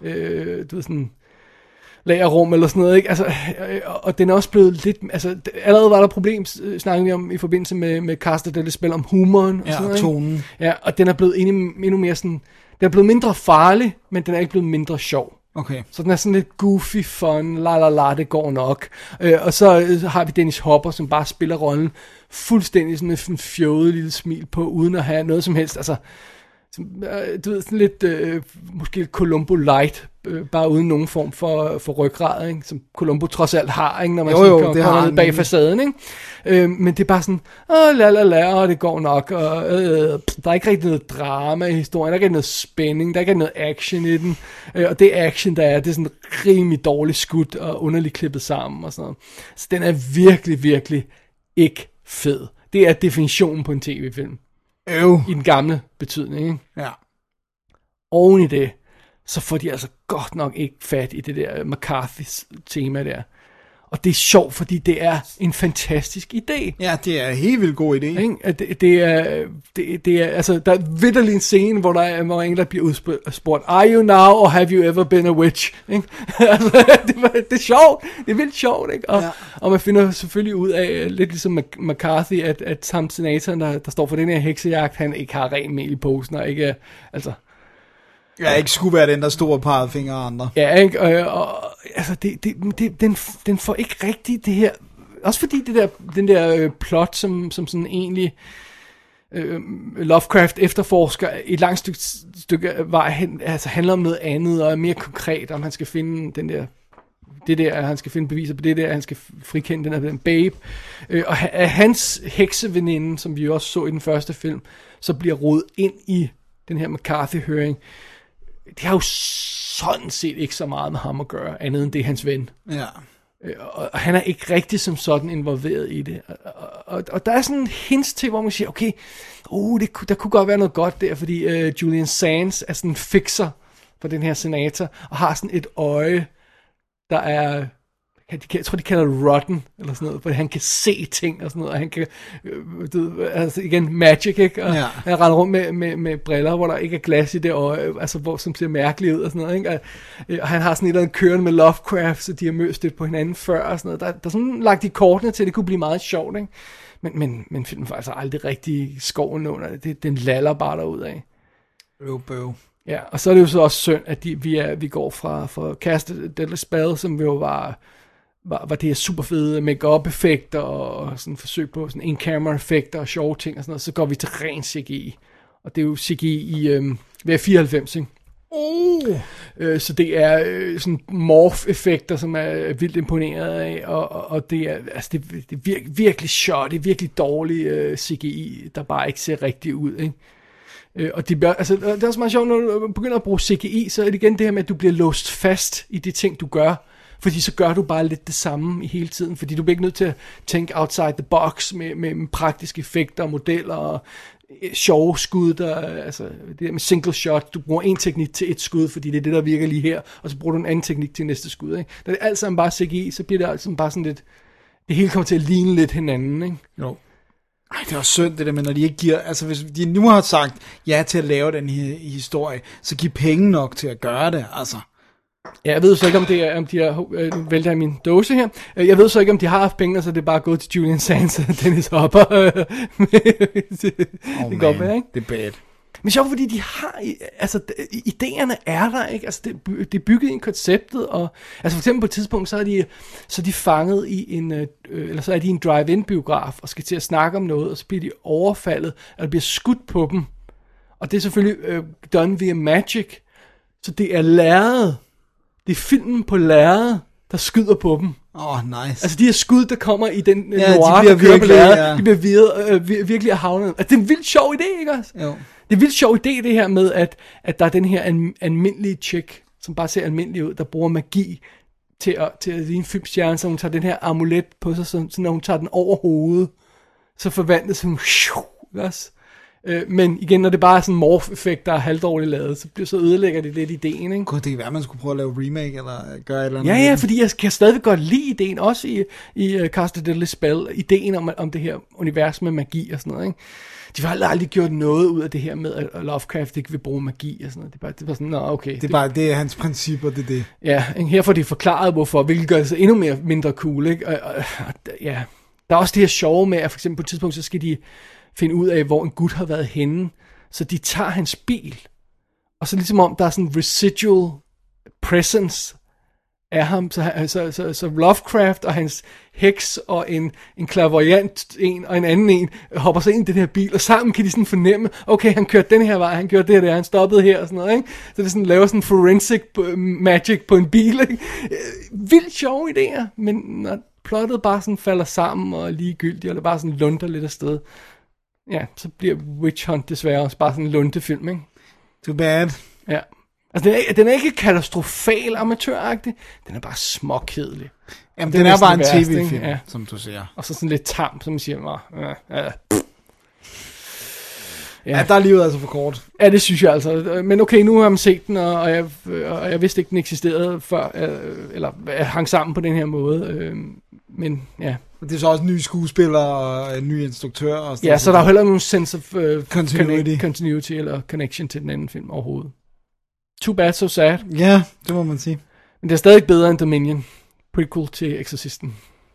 øh, du ved sådan lagerrum eller sådan noget, ikke? Altså, øh, og den er også blevet lidt, altså, allerede var der problem, snakkede vi om i forbindelse med, med Caster, der det spil om humoren og ja, sådan noget, tonen. Ikke? Ja, og den er blevet endnu, endnu mere sådan, den er blevet mindre farlig, men den er ikke blevet mindre sjov. Okay. Så den er sådan lidt goofy fun, la la la, det går nok. Øh, og så øh, har vi Dennis Hopper, som bare spiller rollen fuldstændig sådan med en fjollet lille smil på, uden at have noget som helst, altså, som, øh, du ved, sådan lidt, øh, måske lidt Columbo light, øh, bare uden nogen form for, for ryggrad, ikke? Som Columbo trods alt har, ikke? Når man jo, jo, kommer, kommer ned bag facaden, ikke? Øh, men det er bare sådan, åh, la la la, og det går nok, og øh, der er ikke rigtig noget drama i historien, der er ikke rigtig noget spænding, der er ikke rigtig noget action i den, øh, og det action, der er, det er sådan rimelig dårligt skudt og underligt klippet sammen og sådan noget. Så den er virkelig, virkelig ikke fed. Det er definitionen på en tv-film. Øv. I den gamle betydning, ikke? Ja. Oven i det, så får de altså godt nok ikke fat i det der McCarthy's tema der. Og det er sjovt, fordi det er en fantastisk idé. Ja, det er en helt vildt god idé. Ikke? Det, det, er, det, det er, altså, der er vitterlig en scene, hvor der er, hvor en, der bliver udspurgt, are you now, or have you ever been a witch? Ikke? Altså, det, det er sjovt, det er vildt sjovt, ikke? Og, ja. Og man finder selvfølgelig ud af, lidt ligesom McCarthy, at, at Sam Senatoren, der, der står for den her heksejagt, han ikke har ren mel i posen, og ikke, altså... Ja, ikke skulle være den, der stod og pegede fingre af andre. Ja, ikke? Og, og altså, det, det, det, den, den får ikke rigtigt det her... Også fordi det der, den der øh, plot, som, som sådan egentlig øh, Lovecraft efterforsker et langt stykke, stykke vej hen, altså handler om noget andet, og er mere konkret, om han skal finde den der... Det der, han skal finde beviser på det der, han skal frikende den her den babe. Øh, og af hans hekseveninde, som vi også så i den første film, så bliver rodet ind i den her McCarthy-høring. Det har jo sådan set ikke så meget med ham at gøre, andet end det er hans ven. Ja. Og, og han er ikke rigtig som sådan involveret i det. Og, og, og der er sådan en hint til, hvor man siger, okay, uh, det, der kunne godt være noget godt der, fordi uh, Julian Sands er sådan en fixer for den her senator, og har sådan et øje, der er, jeg tror, de kalder det rotten, eller sådan noget, for han kan se ting, og sådan noget, og han kan, øh, du, altså igen, magic, ikke? Og ja. han render rundt med, med, med briller, hvor der ikke er glas i det øje, altså, hvor, som ser mærkeligt ud, og sådan noget, ikke? Og, og han har sådan et eller andet kørende med Lovecraft, så de har mødt stødt på hinanden før, og sådan noget. Der, der er sådan lagt de kortene til, det kunne blive meget sjovt, ikke? Men, men, men filmen får altså aldrig rigtig skoven under det, den laller bare derudad. Øv, bøv. Ja, og så er det jo så også synd, at de, vi, er, vi går fra, fra Cast Deadly Spell, som jo var, var, var det her super fede make-up-effekter, og sådan forsøg på sådan in-camera-effekter og sjove ting og sådan noget, så går vi til ren C G I. Og det er jo C G I i øhm, V R fireoghalvfems, ikke? Uh. Øh, så det er øh, sådan morph-effekter, som er vildt imponeret af, og, og, og det er, altså det, det er vir, virkelig shot, det er virkelig dårlig øh, C G I, der bare ikke ser rigtig ud, ikke? Øh, og det, altså, det er også meget sjovt, når du begynder at bruge C G I, så er det igen det her med, at du bliver låst fast i de ting, du gør. Fordi så gør du bare lidt det samme i hele tiden. Fordi du bliver ikke nødt til at tænke outside the box med, med, med praktiske effekter og modeller og sjove skud. Der, altså det der med single shot. Du bruger en teknik til et skud, fordi det er det, der virker lige her. Og så bruger du en anden teknik til næste skud. Ikke? Når det er alt sammen bare C G I, så bliver det altså bare sådan lidt... Det hele kommer til at ligne lidt hinanden, ikke? Jo. Ej, det er også synd det der, men når de ikke giver, altså hvis de nu har sagt ja til at lave den her historie, så giv penge nok til at gøre det, altså. Ja, jeg ved så ikke, om det er, om de har, øh, nu vælter jeg min dåse her, jeg ved så ikke, om de har haft penge, så det er bare gået til Julian Sands og Dennis Hopper. det oh, det går med, ikke? Det er bad. Men sjovt, fordi de har, altså idéerne er der, ikke? Altså det, det er bygget ind i konceptet, og altså for eksempel på et tidspunkt, så er de, så er de fanget i en, øh, eller så er de i en drive-in biograf, og skal til at snakke om noget, og så bliver de overfaldet, og der bliver skudt på dem. Og det er selvfølgelig øh, done via magic, så det er lærredet, det er filmen på lærredet, der skyder på dem. Åh, oh, nice. Altså de her skud, der kommer i den ja, noir, de der kører på lærredet, ja. de bliver videre, øh, virkelig af havnet. Altså det er en vildt sjov idé, ikke også? Jo. Det er vildt sjov idé, det her med, at, at der er den her an, almindelige chick, som bare ser almindelig ud, der bruger magi til at, til at ligne en filmstjerne, så hun tager den her amulet på sig, så, så når hun tager den over hovedet, så forvandles hun, også? Øh, men igen, når det bare er sådan en morph-effekt, der er halvdårligt lavet, så, bliver, så ødelægger det lidt ideen, ikke? Kunne det være, at man skulle prøve at lave remake, eller gøre et eller andet? Ja, ja, fordi jeg kan stadig godt lide ideen, også i, i uh, Cast Deadly Spell, ideen om, om det her univers med magi og sådan noget, ikke? De har aldrig, aldrig gjort noget ud af det her med, at Lovecraft ikke vil bruge magi og sådan noget. Det er bare, det er bare sådan, nå, okay. Det er bare, det er hans principper, det er det. Ja, her får de forklaret, hvorfor, hvilket gør det så endnu mere mindre cool, ikke? Og, og, og, ja, der er også det her sjove med, at for eksempel på et tidspunkt, så skal de finde ud af, hvor en gut har været henne. Så de tager hans bil, og så ligesom om, der er sådan en residual presence af ham, så, så, så, så Lovecraft og hans heks og en, en clairvoyant en og en anden en hopper så ind i den her bil, og sammen kan de sådan fornemme, okay, han kørte den her vej, han kørte det der, han stoppede her og sådan noget, ikke? Så det sådan laver sådan forensic magic på en bil, ikke? Vildt sjove idéer, men når plottet bare sådan falder sammen og er ligegyldigt, eller bare sådan lunder lidt afsted, ja, så bliver Witch Hunt desværre også bare sådan en lundefilm, ikke? Too bad. Ja. Altså, den er, den er ikke katastrofal amatøragtig, den er bare småkedelig. Jamen, den er, er bare en værste, tv-film, ja. som du siger. Og så sådan lidt tam, som man siger, ja, ja, ja. Ja, der er livet altså for kort. Ja, det synes jeg altså. Men okay, nu har man set den, og jeg, og jeg vidste ikke, den eksisterede før, eller hang sammen på den her måde. Men ja. Det er så også nye skuespillere og en ny instruktør. Og ja, så der er heller nogen sense of uh, continuity. Connect, continuity eller connection til den anden film overhovedet. Too bad, so sad. Ja, det må man sige. Men det er stadig bedre end Dominion. Prequel til Exorcisten.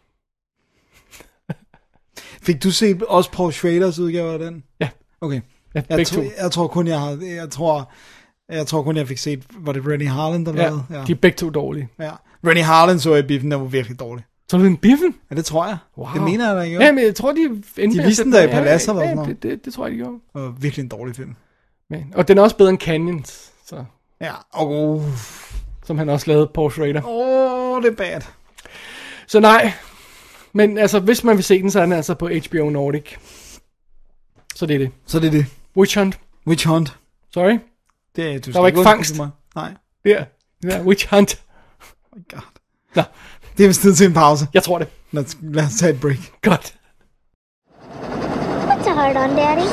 Fik du set også Paul Schraders udgave af den? Ja. Okay. Ja, jeg, tro, jeg tror kun jeg har jeg tror jeg tror kun jeg fik set, var det Rennie Harlan der ja, lavede? Ja, de er begge to dårlige. Ja. Rennie Harlan så i Biffen, der var virkelig dårlig. Så du en Biffen? Ja, det tror jeg. Wow. Det mener jeg da ikke. Ja, men jeg tror de endte de viste den der i Paladser eller sådan noget. Det, det, det tror jeg de gjorde. Det var virkelig en dårlig film. Men, og den er også bedre end Canyons, så. Ja. Oh. Som han også lavede, Paul Schrader. Åh, oh, det er bad. Så nej. Men altså, hvis man vil se den, så er den altså på H B O Nordic. Så det er det. Så det er det. Witch Hunt. Witch Hunt. Sorry? Det er, du der var ikke fangst. Nej. Ja, yeah. yeah, Witch Hunt. Oh my god. Nå. Det er vist tid til en pause. Jeg tror det. Lad os, lad os tage et break. Godt. What's a hard on, Daddy?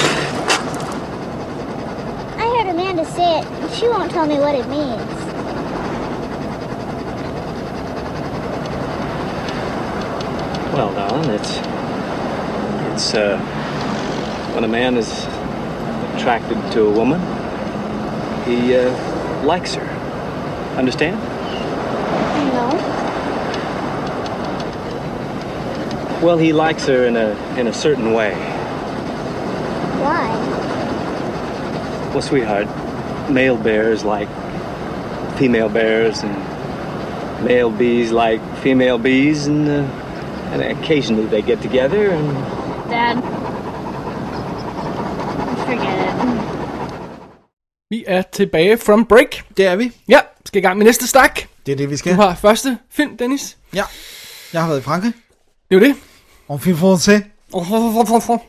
I heard Amanda say it, and she won't tell me what it means. Well, darling, it's it's uh, when a man is attracted to a woman, he uh, likes her. Understand? No. Well, he likes her in a in a certain way. Why? Well, sweetheart, male bears like female bears, and male bees like female bees, and uh, and occasionally they get together and... Dad. Forget it. Vi er tilbage from break. Det er vi. Ja, skal i gang med næste stak. Det er det, vi skal. Du har første film, Dennis. Ja, jeg har været i Frankrig. Det er jo det. En film français.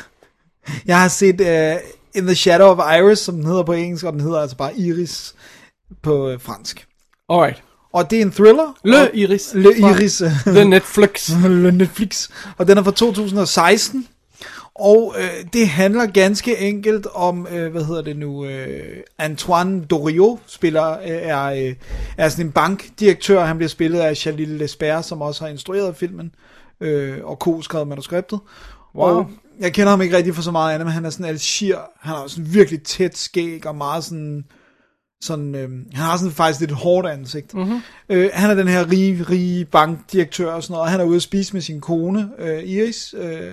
Jeg har set uh, In the Shadow of Iris, som den hedder på engelsk, og den hedder altså bare Iris på uh, fransk. Alright. Og det er en thriller. Le Iris. Le Iris. The Netflix. Le Netflix. Og den er fra to tusind og seksten. Og øh, det handler ganske enkelt om, øh, hvad hedder det nu, øh, Antoine Doriot spiller, øh, er, øh, er sådan en bankdirektør. Han bliver spillet af Jalil Lesper, som også har instrueret filmen, øh, og co-skrevet manuskriptet. Wow. Og jeg kender ham ikke rigtig for så meget andet, men han er sådan Algier. Han har sådan virkelig tæt skæg og meget sådan... Sådan, øh, han har sådan faktisk lidt hårdt ansigt. Mm-hmm. øh, Han er den her rige, rige bankdirektør og sådan noget, og han er ude at spise med sin kone, øh, Iris, øh,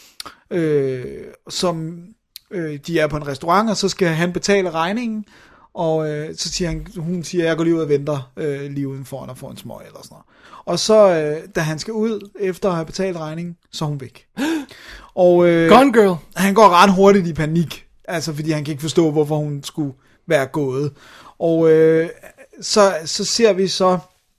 øh, som øh, de er på en restaurant, og så skal han betale regningen, og øh, så siger han, hun siger, jeg går lige ud og venter øh, lige udenfor, og får en smøg eller sådan noget. Og så, øh, da han skal ud, efter at have betalt regningen, så er hun væk. Og øh, Gone Girl. Han går ret hurtigt i panik, altså fordi han kan ikke forstå, hvorfor hun skulle være gået. Og øh, så, så ser vi så,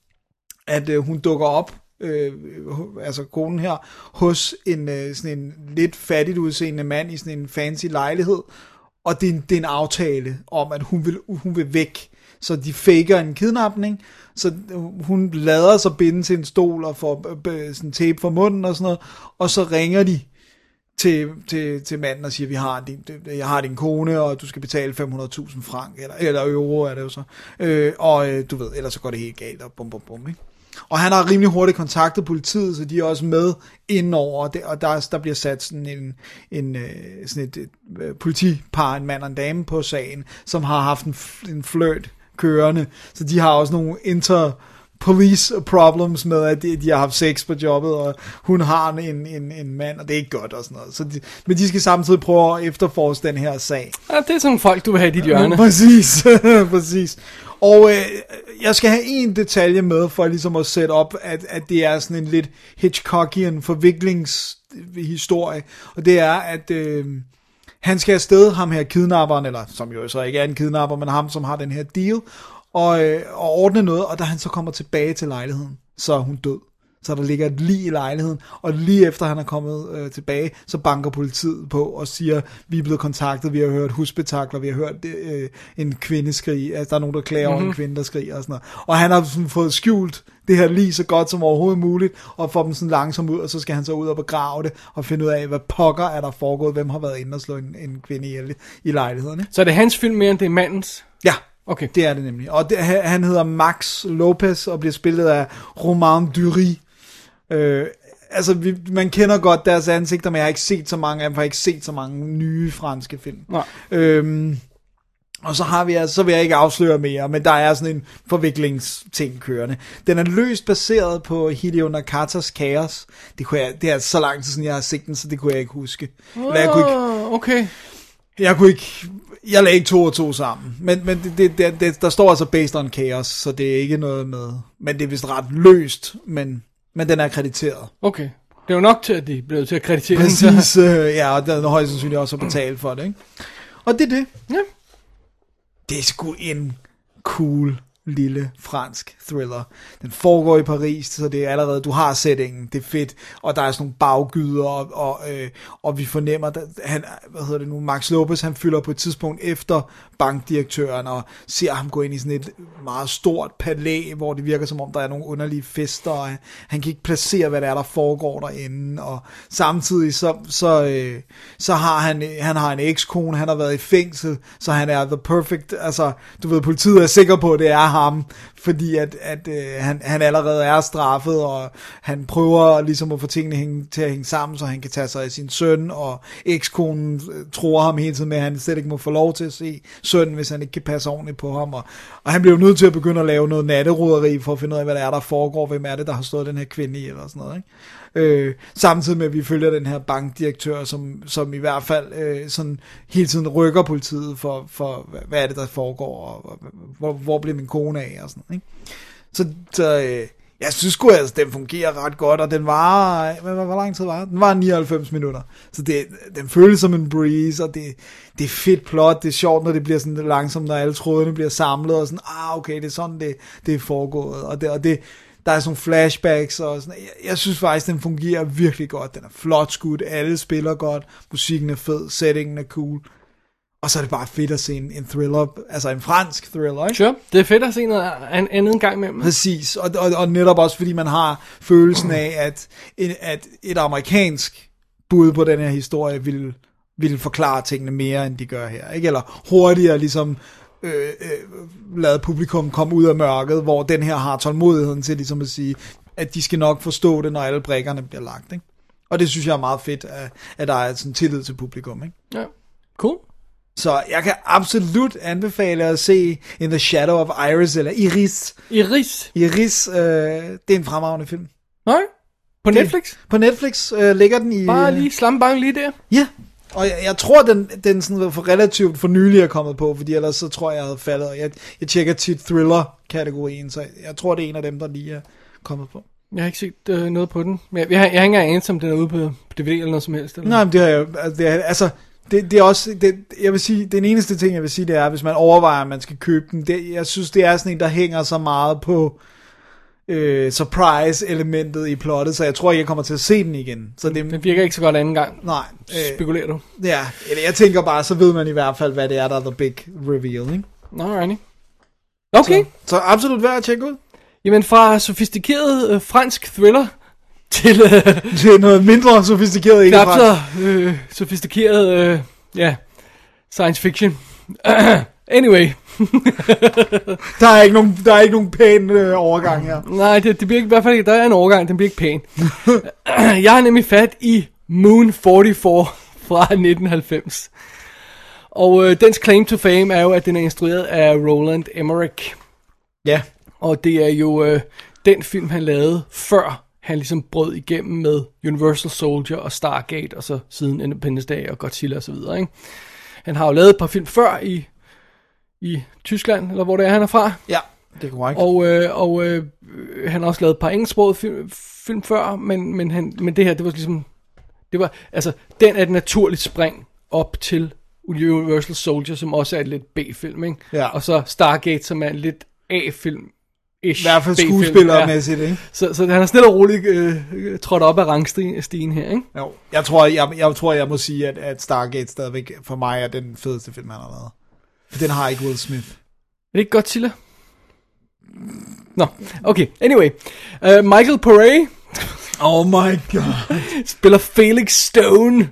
at øh, hun dukker op, øh, altså konen her, hos en, øh, sådan en lidt fattigt udseende mand i sådan en fancy lejlighed, og det er en, det er en aftale om, at hun vil, hun vil væk. Så de faker en kidnapning, så hun lader sig binde til en stol og får øh, sådan tape for munden og sådan noget, og så ringer de til, til, til manden og siger, vi har din, jeg har din kone, og du skal betale fem hundrede tusind frank, eller, eller euro er det jo så, øh, og øh, du ved, ellers så går det helt galt, og bum bum bum, ikke? Og han har rimelig hurtigt kontaktet politiet, så de er også med indenover, og, det, og der, der bliver sat sådan en, en sådan et, et, et politipar, en mand og en dame på sagen, som har haft en, en flirt kørende, så de har også nogle inter police problems med, at de, de har haft sex på jobbet, og hun har en, en, en mand, og det er ikke godt og sådan noget. Så de, men de skal samtidig prøve at efterforske den her sag. Ja, det er sådan folk, du vil have i dit hjørne. Ja, præcis, præcis. Og øh, jeg skal have en detalje med, for ligesom at sætte op, at, at det er sådan en lidt Hitchcockian forviklingshistorie, og det er, at øh, han skal afsted, ham her kidnapperen, eller som jo så ikke er en kidnapper, men ham, som har den her deal, Og, øh, og ordne noget, og da han så kommer tilbage til lejligheden, så er hun død. Så der ligger et lig i lejligheden, og lige efter han er kommet øh, tilbage, så banker politiet på og siger, vi er blevet kontaktet, vi har hørt husspektakler, vi har hørt øh, en kvinde skrige, altså der er nogen, der klager mm-hmm. over en kvinde, der skriger og sådan noget. Og han har sådan fået skjult det her lig så godt som overhovedet muligt, og får dem sådan langsomt ud, og så skal han så ud og begrave det, og finde ud af, hvad pokker er der foregået, hvem har været inde og slå en, en kvinde ihjel i lejligheden. Ikke? Så er det hans film mere, end det er mandens? Ja. Okay. Det er det nemlig. Og det, han hedder Max Lopez og bliver spillet af Romain Duris. Øh, altså, vi, man kender godt deres ansigter, men jeg har ikke set så mange af dem, for jeg har ikke set så mange nye franske film. Øhm, og så har vi altså, så vil jeg ikke afsløre mere, men der er sådan en forviklingsting kørende. Den er løst baseret på Hideo Nakatas Chaos. Det, kunne jeg, det er så lang tid siden, jeg har set den, så det kunne jeg ikke huske. Oh, jeg kunne ikke, okay. Jeg kunne ikke... Jeg lagde ikke to og to sammen. Men, men det, det, det, det, der står altså based on chaos, så det er ikke noget med... Men det er vist ret løst, men, men den er krediteret. Okay. Det er jo nok til, at de blev til at kreditere. Præcis, øh, ja, og den er højst sandsynligt også at betale for det, ikke? Og det er det. Ja. Det er sgu en cool lille fransk thriller. Den foregår i Paris, så det er allerede, du har settingen, det er fedt, og der er sådan nogle baggyder, og, og, øh, og vi fornemmer, at han, hvad hedder det nu, Max Lopez, han fylder på et tidspunkt efter bankdirektøren, og ser ham gå ind i sådan et meget stort palæ, hvor det virker som om, der er nogle underlige fester, og han kan ikke placere, hvad det er, der foregår derinde, og samtidig så, så, øh, så har han, han har en ekskone, han har været i fængsel, så han er the perfect, altså, du ved, politiet er sikker på, at det er ham, fordi at, at øh, han, han allerede er straffet, og han prøver ligesom at få tingene hænge, til at hænge sammen, så han kan tage sig af sin søn, og ekskonen tror ham hele tiden med, at han slet ikke må få lov til at se sønnen, hvis han ikke kan passe ordentligt på ham, og, og han bliver jo nødt til at begynde at lave noget natteroderi, for at finde ud af, hvad der er, der foregår, hvem er det, der har stået den her kvinde i, eller sådan noget, ikke? Øh, samtidig med, at vi følger den her bankdirektør, som, som i hvert fald øh, sådan hele tiden rykker politiet for, for hvad er det, der foregår, og, og hvor, hvor bliver min kone af, og sådan noget, ikke? Så, så øh, jeg synes sgu, altså, den fungerer ret godt, og den var, hvad, hvor lang tid var den? Den var nioghalvfems minutter, så det, den føles som en breeze, og det, det er fedt plot, det er sjovt, når det bliver sådan langsomt, når alle trådene bliver samlet, og sådan, ah okay, det er sådan, det, det er foregået, og det, og det der er sådan nogle flashbacks og sådan. Jeg, jeg synes faktisk, den fungerer virkelig godt. Den er flot skudt, alle spiller godt, musikken er fed, settingen er cool. Og så er det bare fedt at se en, en thriller, altså en fransk thriller, ikke? Sure, det er fedt at se noget an, andet en gang med dem. Præcis, og, og, og netop også fordi man har følelsen af, at, at et amerikansk bud på den her historie ville, ville forklare tingene mere, end de gør her, ikke? Eller hurtigere ligesom Øh, øh, lade publikum komme ud af mørket, hvor den her har tålmodigheden til ligesom at sige, at de skal nok forstå det, når alle brikkerne bliver lagt, ikke? Og det synes jeg er meget fedt, at, at der er sådan tillid til publikum, ikke? Ja, cool. Så jeg kan absolut anbefale at se In the Shadow of Iris, eller Iris. Iris? Iris, øh, det er en fremragende film. Nej, på Netflix? Det, på Netflix øh, ligger den i... Bare lige slambang lige der? Ja. Og jeg, jeg tror, den, den sådan for relativt for nylig er kommet på, fordi ellers så tror jeg, jeg havde faldet. Jeg, jeg tjekker tit thriller-kategorien, så jeg tror, det er en af dem, der lige er kommet på. Jeg har ikke set øh, noget på den. Men jeg, jeg, har, jeg har ikke engang anelse, om den er ude på D V D eller noget som helst. Eller? Nej, men det har jeg altså, det er, altså det, det er også, det, jeg vil sige, den eneste ting, jeg vil sige, det er, hvis man overvejer, at man skal købe den, det, jeg synes, det er sådan en, der hænger så meget på øh, surprise-elementet i plottet, så jeg tror ikke, jeg kommer til at se den igen. Så det, den virker ikke så godt anden gang. Nej. Øh, Spekulerer du? Ja, eller jeg tænker bare, så ved man i hvert fald, hvad det er, der er the big reveal, ikke? Alrighty. Okay. Så, så absolut værd at tjekke ud. Jamen fra sofistikeret øh, fransk thriller til, øh, til noget mindre sofistikeret, ikke fransk. Knap så øh, sofistikeret, øh, ja, science fiction. Anyway. der, er ikke nogen, der er ikke nogen pæn øh, overgang her. Nej, det, det bliver ikke, i hvert fald ikke, der er en overgang, den bliver ikke pæn. Jeg har nemlig fat i Moon fyrre-fire fra nitten halvfems. Og øh, dens claim to fame er jo, at den er instrueret af Roland Emmerich. Ja. Og det er jo øh, den film, han lavede, før han ligesom brød igennem med Universal Soldier og Stargate, og så siden Independence Day og Godzilla og så videre, ikke? Han har jo lavet et par film før i, i Tyskland, eller hvor det er, han er fra. Ja, det er korrekt. Og, øh, og øh, han har også lavet et par engelsksprogede film, film før, men, men, han, men det her, det var ligesom, det var, altså, den er et naturligt spring op til Universal Soldier, som også er et lidt B-film, ikke? Ja. Og så Stargate, som er en lidt A-film. I hvert fald skuespillermæssigt, ikke? Så, så han har stille og roligt øh, trådt op af rangstigen her, ikke? Jo, jeg tror, jeg, jeg, tror, jeg må sige, at, at Stargate stadigvæk for mig er den fedeste film, han har lavet. For den har ikke Will Smith. Er det ikke Godzilla? Nå, okay. Anyway. Uh, Michael Paré. Oh my god. Spiller Felix Stone.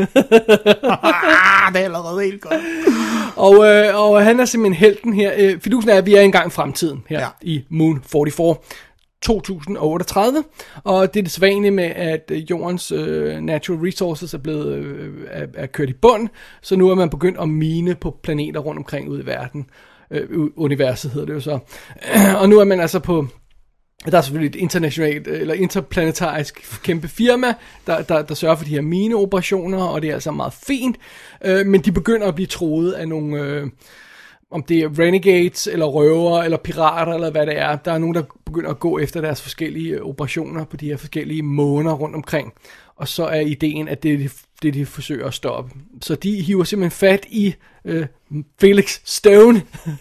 ah, det er allerede helt godt. og, øh, og han er simpelthen helten her. Øh, fidusen er, at vi er engang i fremtiden her, ja, i Moon fyrre-fire. to tusind otteogtredive, og det er det sædvanlige med, at jordens øh, natural resources er blevet øh, er, er kørt i bund, så nu er man begyndt at mine på planeter rundt omkring ude i verden. Øh, universet hedder det jo så. Og nu er man altså på, der er selvfølgelig et internationalt eller interplanetarisk kæmpe firma, der, der, der sørger for de her mineoperationer, og det er altså meget fint, øh, men de begynder at blive troet af nogle... Øh, om det er renegades, eller røvere, eller pirater, eller hvad det er. Der er nogen, der begynder at gå efter deres forskellige operationer på de her forskellige måner rundt omkring. Og så er ideen, at det er det, de forsøger at stoppe. Så de hiver simpelthen fat i øh, Felix Stone.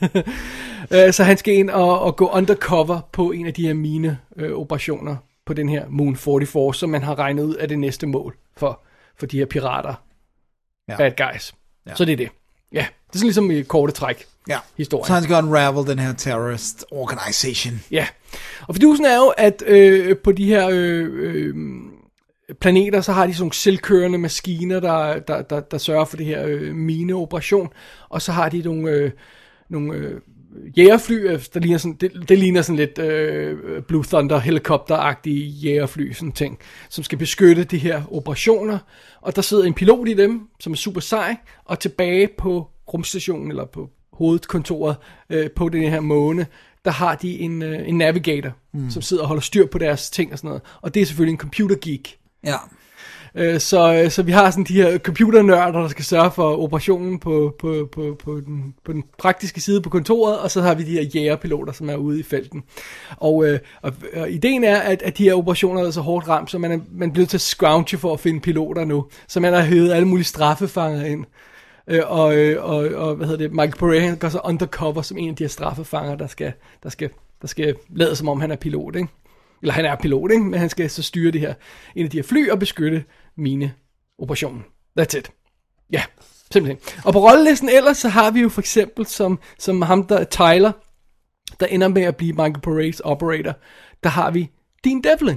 Så han skal ind og, og gå undercover på en af de her mine øh, operationer på den her Moon fyrre-fire, som man har regnet ud af det næste mål for, for de her pirater. Ja. Bad guys. Ja. Så det er det. Ja, det er sådan ligesom i korte træk. Ja, historien. Så han skal unravel den her terrorist organization. Ja, og fidusen er jo, at øh, på de her øh, øh, planeter, så har de sådan nogle selvkørende maskiner, der, der, der, der sørger for det her øh, mineoperation, og så har de nogle, øh, nogle øh, jægerfly, der ligner sådan, det, det ligner sådan lidt øh, Blue Thunder helikopteragtige jægerfly, sådan ting, som skal beskytte de her operationer, og der sidder en pilot i dem, som er super sej, og tilbage på rumstationen, eller på hovedkontoret øh, på den her måne, der har de en, øh, en navigator, mm. som sidder og holder styr på deres ting og sådan noget, og det er selvfølgelig en computer geek. Ja. Så, så vi har sådan de her computernørder, der skal sørge for operationen på, på, på, på, den, på den praktiske side på kontoret, og så har vi de her jægerpiloter, som er ude i felten. Og, og, og ideen er, at, at de her operationer er så hårdt ramt, så man er, man bliver til at scrounge for at finde piloter nu. Så man har hævet alle mulige straffefanger ind. Og, og, og hvad hedder det, Michael Paré går så undercover som en af de her straffefanger, der skal, der skal, der skal lade som om han er pilot, ikke? Eller han er pilot, ikke? Men han skal så styre det her, en af de her fly og beskytte mine operationen. That's it. Ja, yeah, simpelthen. Og på rollelisten ellers, så har vi jo for eksempel som, som ham, der er Tyler, der ender med at blive Michael Parés operator, der har vi Dean Devlin,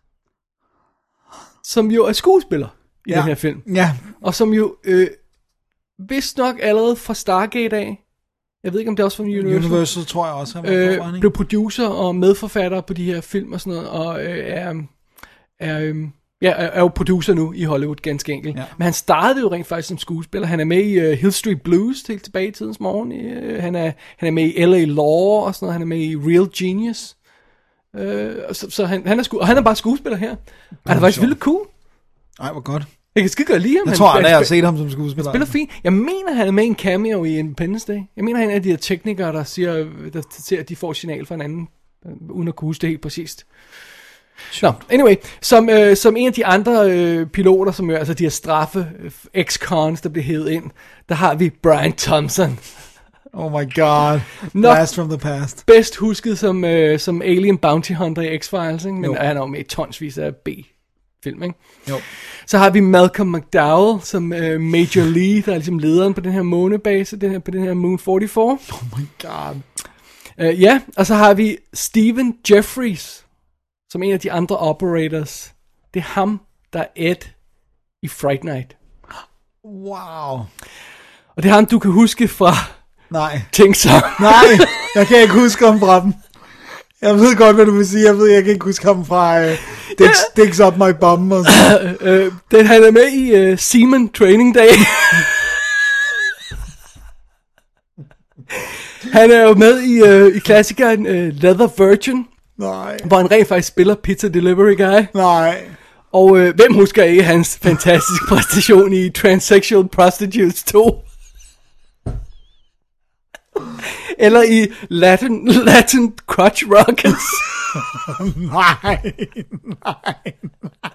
som jo er skuespiller i ja. den her film. Ja. Og som jo, øh, vist nok allerede fra Stargate af, jeg ved ikke om det er også fra Universal, Universal tror jeg også, han var øh, foran, blev producer og medforfatter på de her film og sådan noget, og øh, er, er, øh, ja, er, er jo producer nu i Hollywood, ganske enkelt. Ja. Men han startede jo rent faktisk som skuespiller. Han er med i uh, Hill Street Blues helt tilbage i tidens morgen. Uh, han, er, han er med i L A Law og sådan noget. Han er med i Real Genius. Uh, så så han, han, er sku- og han er bare skuespiller her. Han er faktisk vildt cool. Ej, hvor godt. Jeg kan skide godt lide ham. Jeg han, tror aldrig, han, jeg har set ham som skuespiller. Han spiller fint. Jeg mener, han er med i en cameo i Independence Day. Jeg mener, han er en af de her teknikere, der siger, der siger, at de får signal fra en anden, uden at kunne huske det helt præcist. Nå, no, anyway, som, øh, som en af de andre øh, piloter, som jo altså de her straffe øh, ex-cons, der bliver hævet ind, der har vi Brian Thompson. Oh my god, Nok blast from the past. Bedst husket som, øh, som Alien Bounty Hunter i X-Files, ikke? Men jo. han er jo med i tonsvis af B-film, ikke? Jo. Så har vi Malcolm McDowell som øh, Major Lee, der er ligesom lederen på den her månebase, den her, på den her Moon fireogfyrre. Oh my god. Øh, ja, og så har vi Stephen Jeffries som en af de andre operators. Det er ham, der er Ed i Fright Night. Wow. Og det er ham, du kan huske fra Nej. Ting så. Nej, jeg kan ikke huske ham fra dem. Jeg ved godt, hvad du vil sige. Jeg ved, jeg kan ikke huske ham fra uh, Dicks, Dicks Up My Bum. Og sådan. uh, uh, den han er med i uh, Seaman Training Day. Han er jo med i, uh, i klassikeren uh, Leather Virgin. Nej. Hvor han rent faktisk spiller Pizza Delivery Guy. Nej. Og øh, hvem husker ikke hans fantastiske præstation i Transsexual Prostitutes to? Eller i Latin, Latin Crotch Rockets. nej, nej, nej.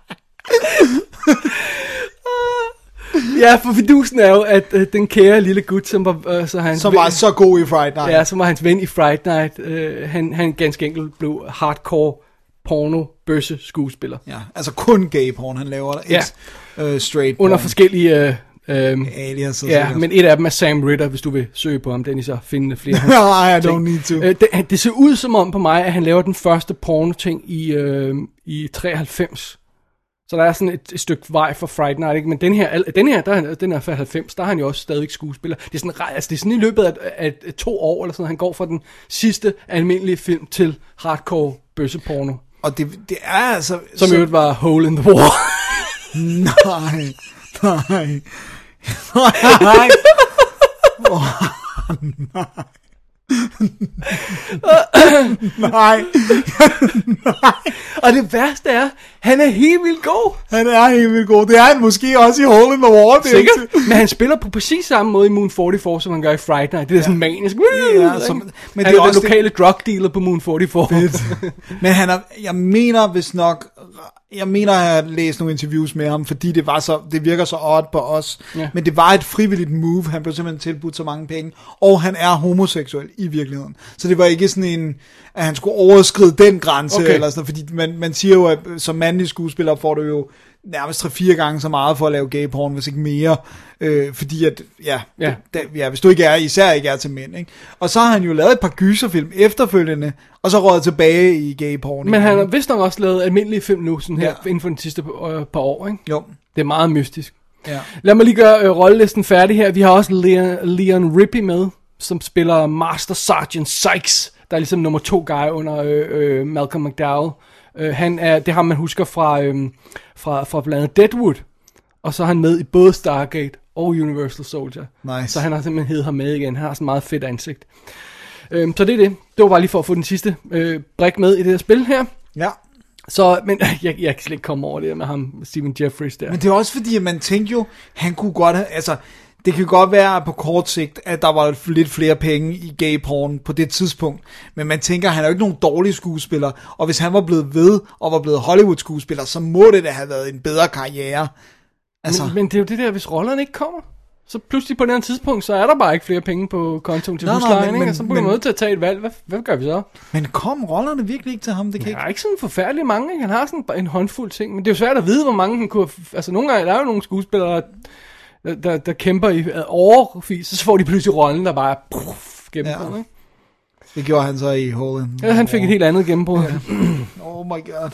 Ja, for fidusen er jo, at øh, den kære lille gut, som var, øh, så hans som ven, var så god i Fright Night. Ja, som var hans ven i Fright Night. Øh, han, han ganske enkelt blev hardcore porno bøsse skuespiller. Ja, altså kun gay porn, han laver der. Ja. Ikke uh, straight porn. Under forskellige... Øh, Øhm, alias og ja, sikkert. men et af dem er Sam Ritter, hvis du vil søge på ham, den I så finde flere. Nej, I don't need to. Øh, det, det ser ud som om på mig, at han laver den første porno-ting i, øh, i treoghalvfems. Så der er sådan et, et stykke vej for Fright Night, ikke? Men den her, den her, der, den er fra halvfems, der er han jo også stadig skuespiller. Det er sådan, altså det er sådan i løbet af, af, af to år, eller sådan, han går fra den sidste almindelige film til hardcore bøsseporno. Og det, det er altså... Som så... jo var Hole in the Wall. nej, nej. Nej. Oh, nej. nej. nej. Og det værste er, han er helt vildt god. Han er helt vildt god. Det er han måske også i Hole in the Wall. Sikkert. Men han spiller på præcis samme måde i Moon fireogfyrre, som han gør i Fright Night. Det er ja. sådan manisk. Ja, som, men han det er den lokale det... drug dealer på Moon fireogfyrre. Men han er, jeg mener hvis nok... Jeg mener, at jeg har læst nogle interviews med ham, fordi det var så, det virker så odd på os. Ja. Men det var et frivilligt move. Han blev simpelthen tilbudt så mange penge. Og han er homoseksuel i virkeligheden. Så det var ikke sådan en, at han skulle overskride den grænse. Okay. Eller sådan, fordi man, man siger jo, at som mandlig skuespiller får du jo nærmest tre-fire gange så meget for at lave gay porn, hvis ikke mere. Øh, fordi at, ja, ja. Det, ja, hvis du ikke er, især ikke er til mænd. Ikke? Og så har han jo lavet et par gyserfilm efterfølgende, og så røget tilbage i gay porn. Men han har vist nok også lavet almindelige film nu, sådan her, ja. inden for de sidste par, par år, ikke? Jo. Det er meget mystisk. Ja. Lad mig lige gøre øh, rollelisten færdig her. Vi har også Leon, Leon Rippey med, som spiller Master Sergeant Sykes, der er ligesom nummer to guy under øh, øh, Malcolm McDowell. Øh, han er, det har man husker fra, øh, fra, fra blandt andet Deadwood, og så er han med i både Stargate og Universal Soldier. Nice. Så han har simpelthen heddet ham med igen. Han har sådan meget fedt ansigt. Øh, så det er det. Det var bare lige for at få den sidste øh, brik med i det her spil her. Ja. Så, men jeg, jeg kan slet ikke komme over det med ham, Stephen Jeffries der. Men det er også fordi, at man tænkte jo, han kunne godt have, altså, det kan godt være på kort sigt, at der var lidt flere penge i gay porn på det tidspunkt. Men man tænker, at han er jo ikke nogen dårlig skuespiller. Og hvis han var blevet ved, og var blevet Hollywood-skuespiller, så må det da have været en bedre karriere. Altså. Men, men det er jo det der, hvis rollerne ikke kommer. Så pludselig på den tidspunkt, så er der bare ikke flere penge på kontoen til huslejen, og så bliver man nødt til at tage et valg. Hvad, hvad gør vi så? Men kom rollerne virkelig ikke til ham? Det kan der er ikke... ikke sådan forfærdeligt mange. Ikke? Han har sådan en håndfuld ting, men det er jo svært at vide, hvor mange han kunne... Altså nogle gange, der er jo nogle skuespillere, der, der, der kæmper i overvis, så får de pludselig rollen, der bare puff, gennembrud, ja. Ikke? Det gjorde han så i Hole. Ja, han fik et helt andet gennembrud. Ja. Oh my god.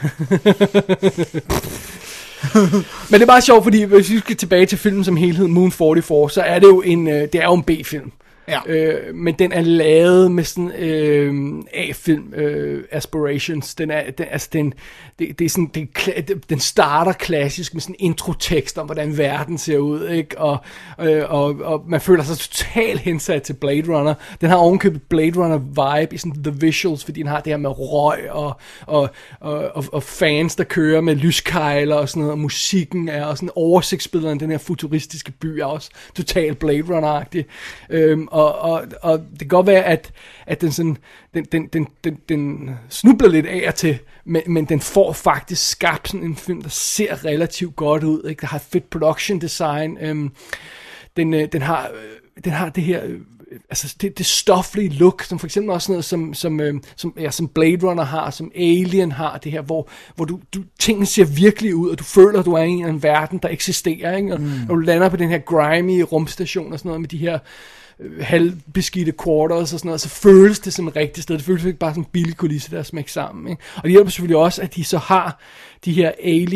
Men det er bare sjovt, fordi hvis vi skal tilbage til filmen som helhed, Moon fyrre-fire, så er det jo en, det er jo en B-film. Ja. Øh, men den er lavet med sådan øh, A-film øh, aspirations. Den er, den, altså den, det, det er sådan, det, den starter klassisk med sådan en introtekst om hvordan verden ser ud, ikke? Og, øh, og, og man føler sig totalt hensat til Blade Runner. Den har ovenkøbet Blade Runner vibe i sådan the visuals, fordi den har det her med røg og, og, og, og, og fans der kører med lyskejler og sådan noget. Og musikken er og sådan oversigtsbillederne, den her futuristiske by er også totalt Blade Runner-agtig. Øhm, Og, og, og det kan godt være, at, at den, sådan, den, den, den, den, den snubler lidt af og til, men, men den får faktisk skabt sådan en film, der ser relativt godt ud. Ikke? Der har fedt production design. Øhm, den, den, har, den har det her... Altså det, det stoflige look, som for eksempel også noget som, som, øh, som, ja, som Blade Runner har, som Alien har, det her, hvor, hvor du, du, tingene ser virkelig ud, og du føler, at du er i en verden, der eksisterer, ikke? Og mm. når du lander på den her grimy rumstation og sådan noget, med de her øh, halvbeskidte quarters og sådan noget, så føles det som et rigtigt sted. Det føles ikke bare som en billig kulisse, der er smækket sammen, ikke? Og det hjælper selvfølgelig også, at de så har de her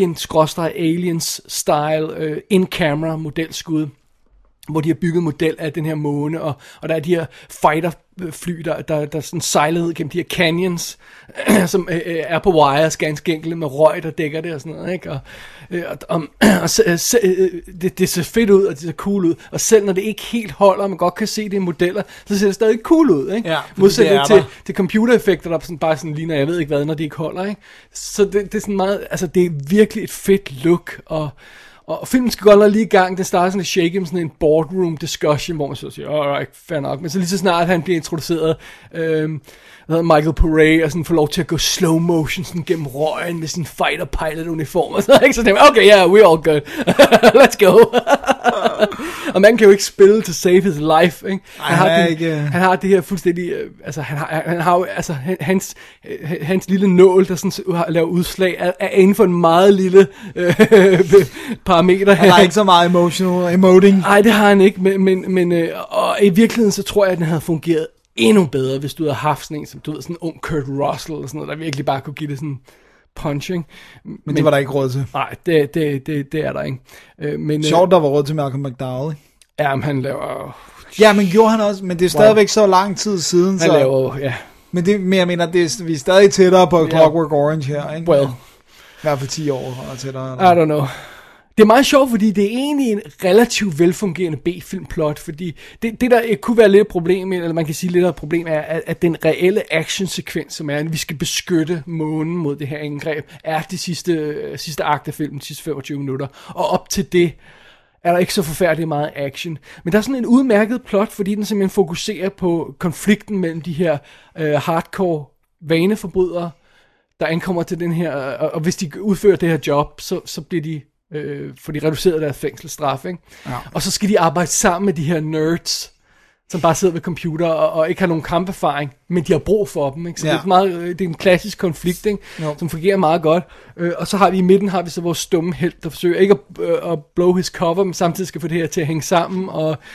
Alien-aliens-style øh, in-camera modelskud, hvor de har bygget model af den her måne, og, og der er de her fighterfly, der, der, der sådan sejler ud gennem de her canyons, som øh, er på wires ganske enkelt, med røg, der dækker det og sådan noget, ikke? Og, øh, og, og, og se, øh, det, det ser fedt ud, og det ser cool ud, og selv når det ikke helt holder, og man godt kan se det i modeller, så ser det stadig cool ud, ikke? Ja, modsætning til, til computereffekter, der sådan bare sådan ligner, jeg ved ikke hvad, når de ikke holder, ikke? Så det, det er sådan meget, altså det er virkelig et fedt look, og Og filmen skal godt nok lige i gang. Den starter sådan lidt shaky med sådan en boardroom discussion, hvor man så siger, alright, fair nok. Men så lige så snart han bliver introduceret, øhm, Michael Pare, og sådan får lov til at gå slow motion sådan gennem røgen med sin fighter pilot uniform og sådan, ikke? Så tænker man, okay, yeah, we're all good. Let's go. Og man kan jo ikke spille to save his life, ikke? Han, har, Ej, det, ikke. han har det her fuldstændig, øh, altså han har, han har jo, altså hans, øh, hans lille nål, der sådan laver udslag, er, er inden for en meget lille øh, parameter. Han har ikke så meget emotional emoting. Nej, det har han ikke, men, men, men øh, og i virkeligheden så tror jeg, at den havde fungeret endnu bedre, hvis du havde haft sådan en, som du ved, sådan en ung Kurt Russell, eller sådan noget, der virkelig bare kunne give det sådan punching. Men, men det var der ikke råd til. Nej, det, det, det, det er der ikke. Øh, men, Sjovt, der var råd til Malcolm McDowell, ikke? Ja, men han laver... Ja, men gjorde han også, men det er stadigvæk så lang tid siden. Han så... laver, ja. Men, det, men jeg mener, det er, vi er stadig tættere på Clockwork Orange her, ikke? Well. I hvert fald ti år og tættere. I don't know. Det er meget sjovt, fordi det er egentlig en relativt velfungerende B-filmplot, fordi det, det der kunne være lidt et problem, eller man kan sige lidt af et problem, er, at, at den reelle actionsekvens, som er, at vi skal beskytte månen mod det her angreb, er de sidste, sidste akt af filmen, de sidste femogtyve minutter. Og op til det er der ikke så forfærdeligt meget action. Men der er sådan en udmærket plot, fordi den simpelthen fokuserer på konflikten mellem de her øh, hardcore vaneforbrydere, der ankommer til den her, og, og hvis de udfører det her job, så, så bliver de Øh, for de reducerede deres fængselsstraf, ikke? Ja. Og så skal de arbejde sammen med de her nerds, som bare sidder ved computer og, og ikke har nogen kamperfaring, men de har brug for dem, ikke? Så ja. det, er meget, det er en klassisk konflikt, ikke? Som fungerer meget godt. Øh, og så har vi i midten har vi så vores stumme helt, der forsøger ikke at, øh, at blow his cover, men samtidig skal få det her til at hænge sammen, og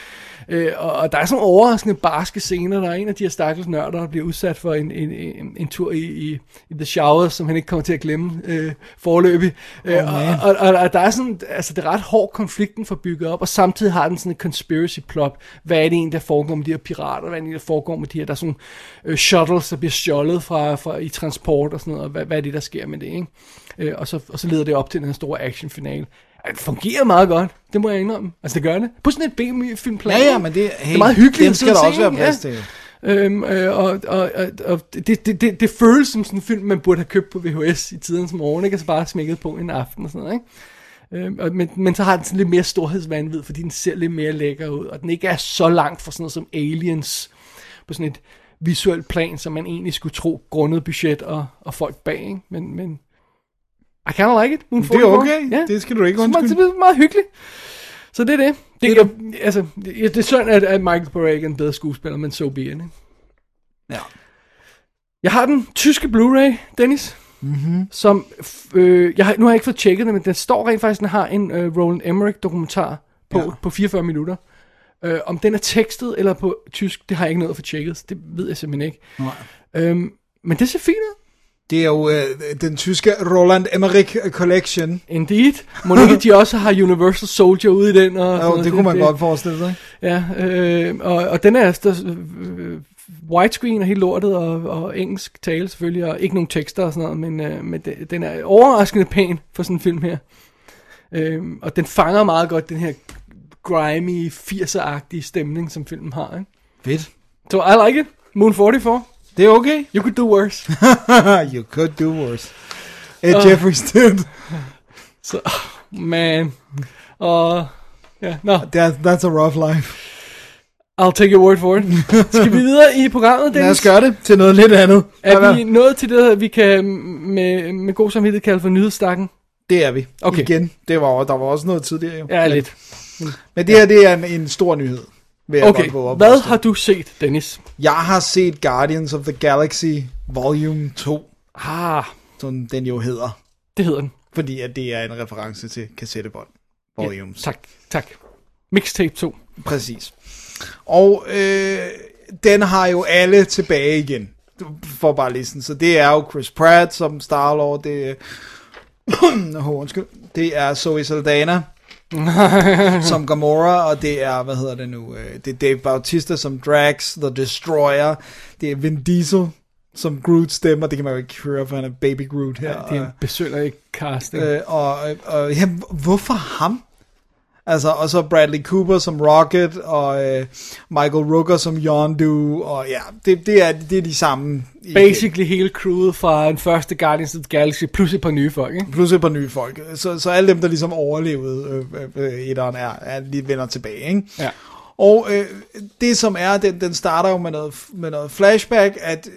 Øh, og, og der er sådan nogle overraskende barske scener. Der er en af de her stakkels nørder, der bliver udsat for en, en, en, en tur i, i, i The Shower, som han ikke kommer til at glemme øh, foreløbig. Øh, Oh, og, og, og, og der er sådan, altså det er ret hård konflikten for bygget op, og samtidig har den sådan en conspiracy plot. Hvad er det egentlig, der foregår med de her pirater? Hvad er det egentlig, der foregår med de her, der er sådan øh, shuttles, der bliver stjålet fra, fra, i transport og sådan noget, og hvad, hvad er det, der sker med det, ikke? Øh, og, så, og så leder det op til den her store actionfinale. Det fungerer meget godt, det må jeg indrømme. Altså det gør det. På sådan et B-filmplan. Ja, ja, men det, hey, det er meget hyggeligt. Den skal der også være plads til. Øhm, øh, og og, og, og det, det, det, det føles som sådan en film, man burde have købt på V H S i tidens morgen, ikke? Altså bare smækket på en aften og sådan noget, ikke? Øhm, og, men, men så har den sådan lidt mere storhedsvanvid, fordi den ser lidt mere lækker ud, og den ikke er så langt fra sådan noget som Aliens, på sådan et visuelt plan, som man egentlig skulle tro, grundet budget og, og folk bag, ikke? Men, men I kinda like it. Det er okay, ja. Det skal du ikke undskylde. Det er meget hyggeligt. Så det er det. Det, det, er, jeg, altså, det, det er sådan, at, at Michael Paré er en bedre skuespiller, men so be it, ikke? Ja. Jeg har den tyske Blu-ray, Dennis, mm-hmm. som, øh, jeg har, nu har jeg ikke fået tjekket det, men den står rent faktisk, den har en øh, Roland Emmerich dokumentar på, ja. på fireogfyrre minutter. Øh, om den er tekstet eller på tysk, det har jeg ikke noget at få tjekket, det ved jeg simpelthen ikke. Nej. Øhm, men det ser fint ud. Det er jo øh, den tyske Roland Emmerich Collection. Indeed. Må ikke de også har Universal Soldier ude i den? Og jo, det kunne man det, godt forestille sig. Ja, øh, og, og den er der, øh, widescreen og helt lortet, og, og engelsk tale selvfølgelig, og ikke nogen tekster og sådan noget, men, øh, men det, den er overraskende pæn for sådan en film her. Øh, og den fanger meget godt den her grimy, firser-agtige stemning, som filmen har. Ikke? Fedt. So I like it. Moon forty-four. Det er okay. You could do worse. You could do worse. Ed uh, Jeffries did. So, man. Uh, yeah, no. That, that's a rough life. I'll take your word for it. Skal vi videre i programmet, Dennis? Lad os gøre det til noget lidt andet. Er vi nået til det, vi kan med, med god samvittighed kalde for nyhedsstakken? Det er vi. Okay. Igen. Det var, der var også noget tidligere jo. Ja, lidt. Men det her, det er en, en stor nyhed. Okay, hvad har du set, Dennis? Jeg har set Guardians of the Galaxy Volume to. Ah. Som den jo hedder. Det hedder den. Fordi at det er en reference til kassettebånd. Volumes. Ja, tak, tak. Mixtape to. Præcis. Og øh, den har jo alle tilbage igen. For bare listen. Så det er jo Chris Pratt som Star-Lord. Det er... oh, undskyld. Det er Zoe Saldana som Gamora, og det er, hvad hedder det nu, det er Dave Bautista som Drax, The Destroyer, det er Vin Diesel som Groot stemmer, det kan man jo ikke høre, for han er Baby Groot her. Ja, det er en besøgelig casting. Øh, og og ja, hvorfor ham? Altså, og så Bradley Cooper som Rocket, og øh, Michael Rooker som Yondu, og ja, det, det, er, det er de samme. Basically hele crewet fra den første Guardians of the Galaxy, plus et par nye folk, ikke? Plus et par nye folk. Så, så alle dem, der ligesom overlevede øh, øh, etteren, er, er lige vender tilbage, ikke? Ja. Og øh, det som er, den, den starter jo med noget, med noget flashback, at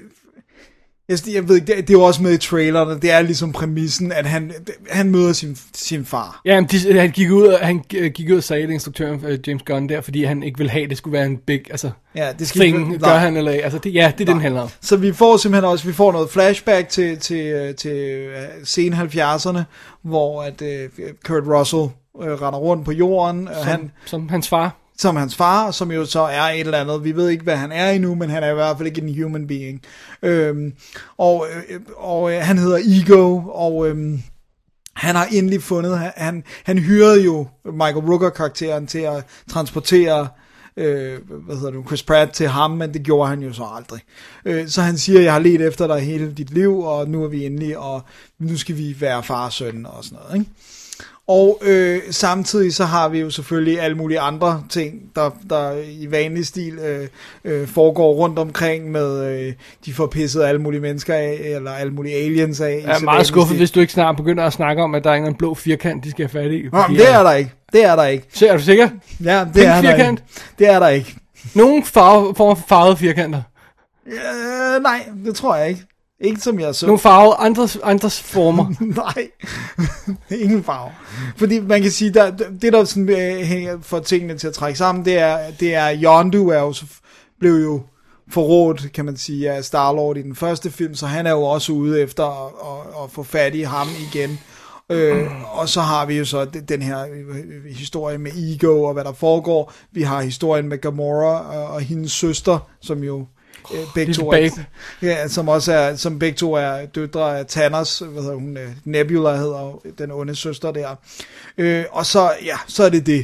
jeg ved ikke, det er jo også med i trailerne, det er ligesom præmissen, at han, han møder sin, sin far. Ja, men de, han gik ud, han gik ud og sagde det, instruktøren James Gunn der, fordi han ikke ville have, at det skulle være en big, altså, ja, det skal thing, vi, gør han eller altså, det, ja, det er det, den handler om. Så vi får simpelthen også, vi får noget flashback til, til, til sen halvfjerdserne, hvor at uh, Kurt Russell uh, render rundt på jorden. Som, han, som hans far. Som hans far, som jo så er et eller andet. Vi ved ikke, hvad han er endnu, men han er i hvert fald ikke en human being. Øhm, og og øh, han hedder Ego, og øhm, han har endelig fundet, han, han hyrede jo Michael Rooker-karakteren til at transportere øh, hvad hedder det, Chris Pratt til ham, men det gjorde han jo så aldrig. Øh, så han siger, jeg har let efter dig hele dit liv, og nu er vi endelig, og nu skal vi være far og søn og sådan noget, ikke? Og øh, samtidig så har vi jo selvfølgelig alle mulige andre ting, der, der i vanlig stil øh, øh, foregår rundt omkring med, øh, de får pisset alle mulige mennesker af, eller alle mulige aliens af. Jeg er meget skuffet, hvis du ikke snart begynder at snakke om, at der er en blå firkant, de skal have fat i. Nå, men det er der ikke. Det er der ikke. Så er du sikker? Ja, det er der ikke. Det er der ikke. Nogen farve, form for farvede firkanter? Øh, nej, det tror jeg ikke. Ikke som jeg så. Nogle farve, andres, andres former. Nej, ingen farve. Fordi man kan sige, der, det der sådan, øh, hænger for tingene til at trække sammen, det er, det er Yondu er jo, blev jo forrådt, kan man sige, af Star-Lord i den første film, så han er jo også ude efter at, at, at få fat i ham igen. Øh, og så har vi jo så den her historie med Ego og hvad der foregår. Vi har historien med Gamora og, og hendes søster, som jo øh, begge to er, ja, som også er, som begge to er døtre af Thanos, hvad hedder hun, Nebula hedder den onde søster der. Øh, og så, ja, så er det det.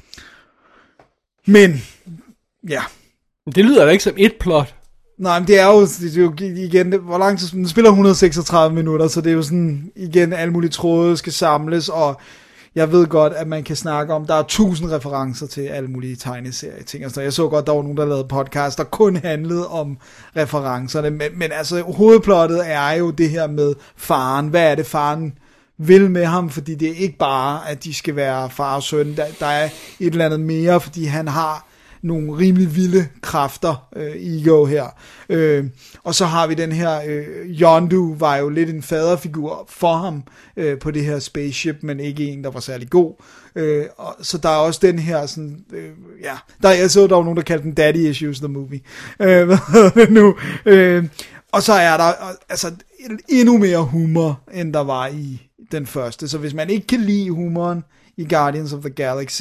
Men, ja. Det lyder da ikke som et plot. Nej, men det er jo, det er jo igen, det, hvor lang tid, den spiller et hundrede og seksogtredive minutter, så det er jo sådan, igen, alle mulige tråde skal samles, og jeg ved godt, at man kan snakke om, der er tusind referencer til alle mulige tegneserier ting, og jeg så godt, der var nogen, der lavede podcast, der kun handlede om referencerne, men, men altså, hovedplottet er jo det her med faren. Hvad er det, faren vil med ham? Fordi det er ikke bare, at de skal være far og søn, der, der er et eller andet mere, fordi han har nogle rimelig vilde kræfter, øh, Ego her. Øh, og så har vi den her, øh, Yondu var jo lidt en faderfigur for ham øh, på det her spaceship, men ikke en, der var særlig god. Øh, og, så der er også den her, sådan, øh, ja, der, jeg så, der var nogen, der kaldte den Daddy Issues, the movie. Øh, hvad hedder det nu? Øh, og så er der altså endnu mere humor, end der var i den første. Så hvis man ikke kan lide humoren i Guardians of the Galaxy,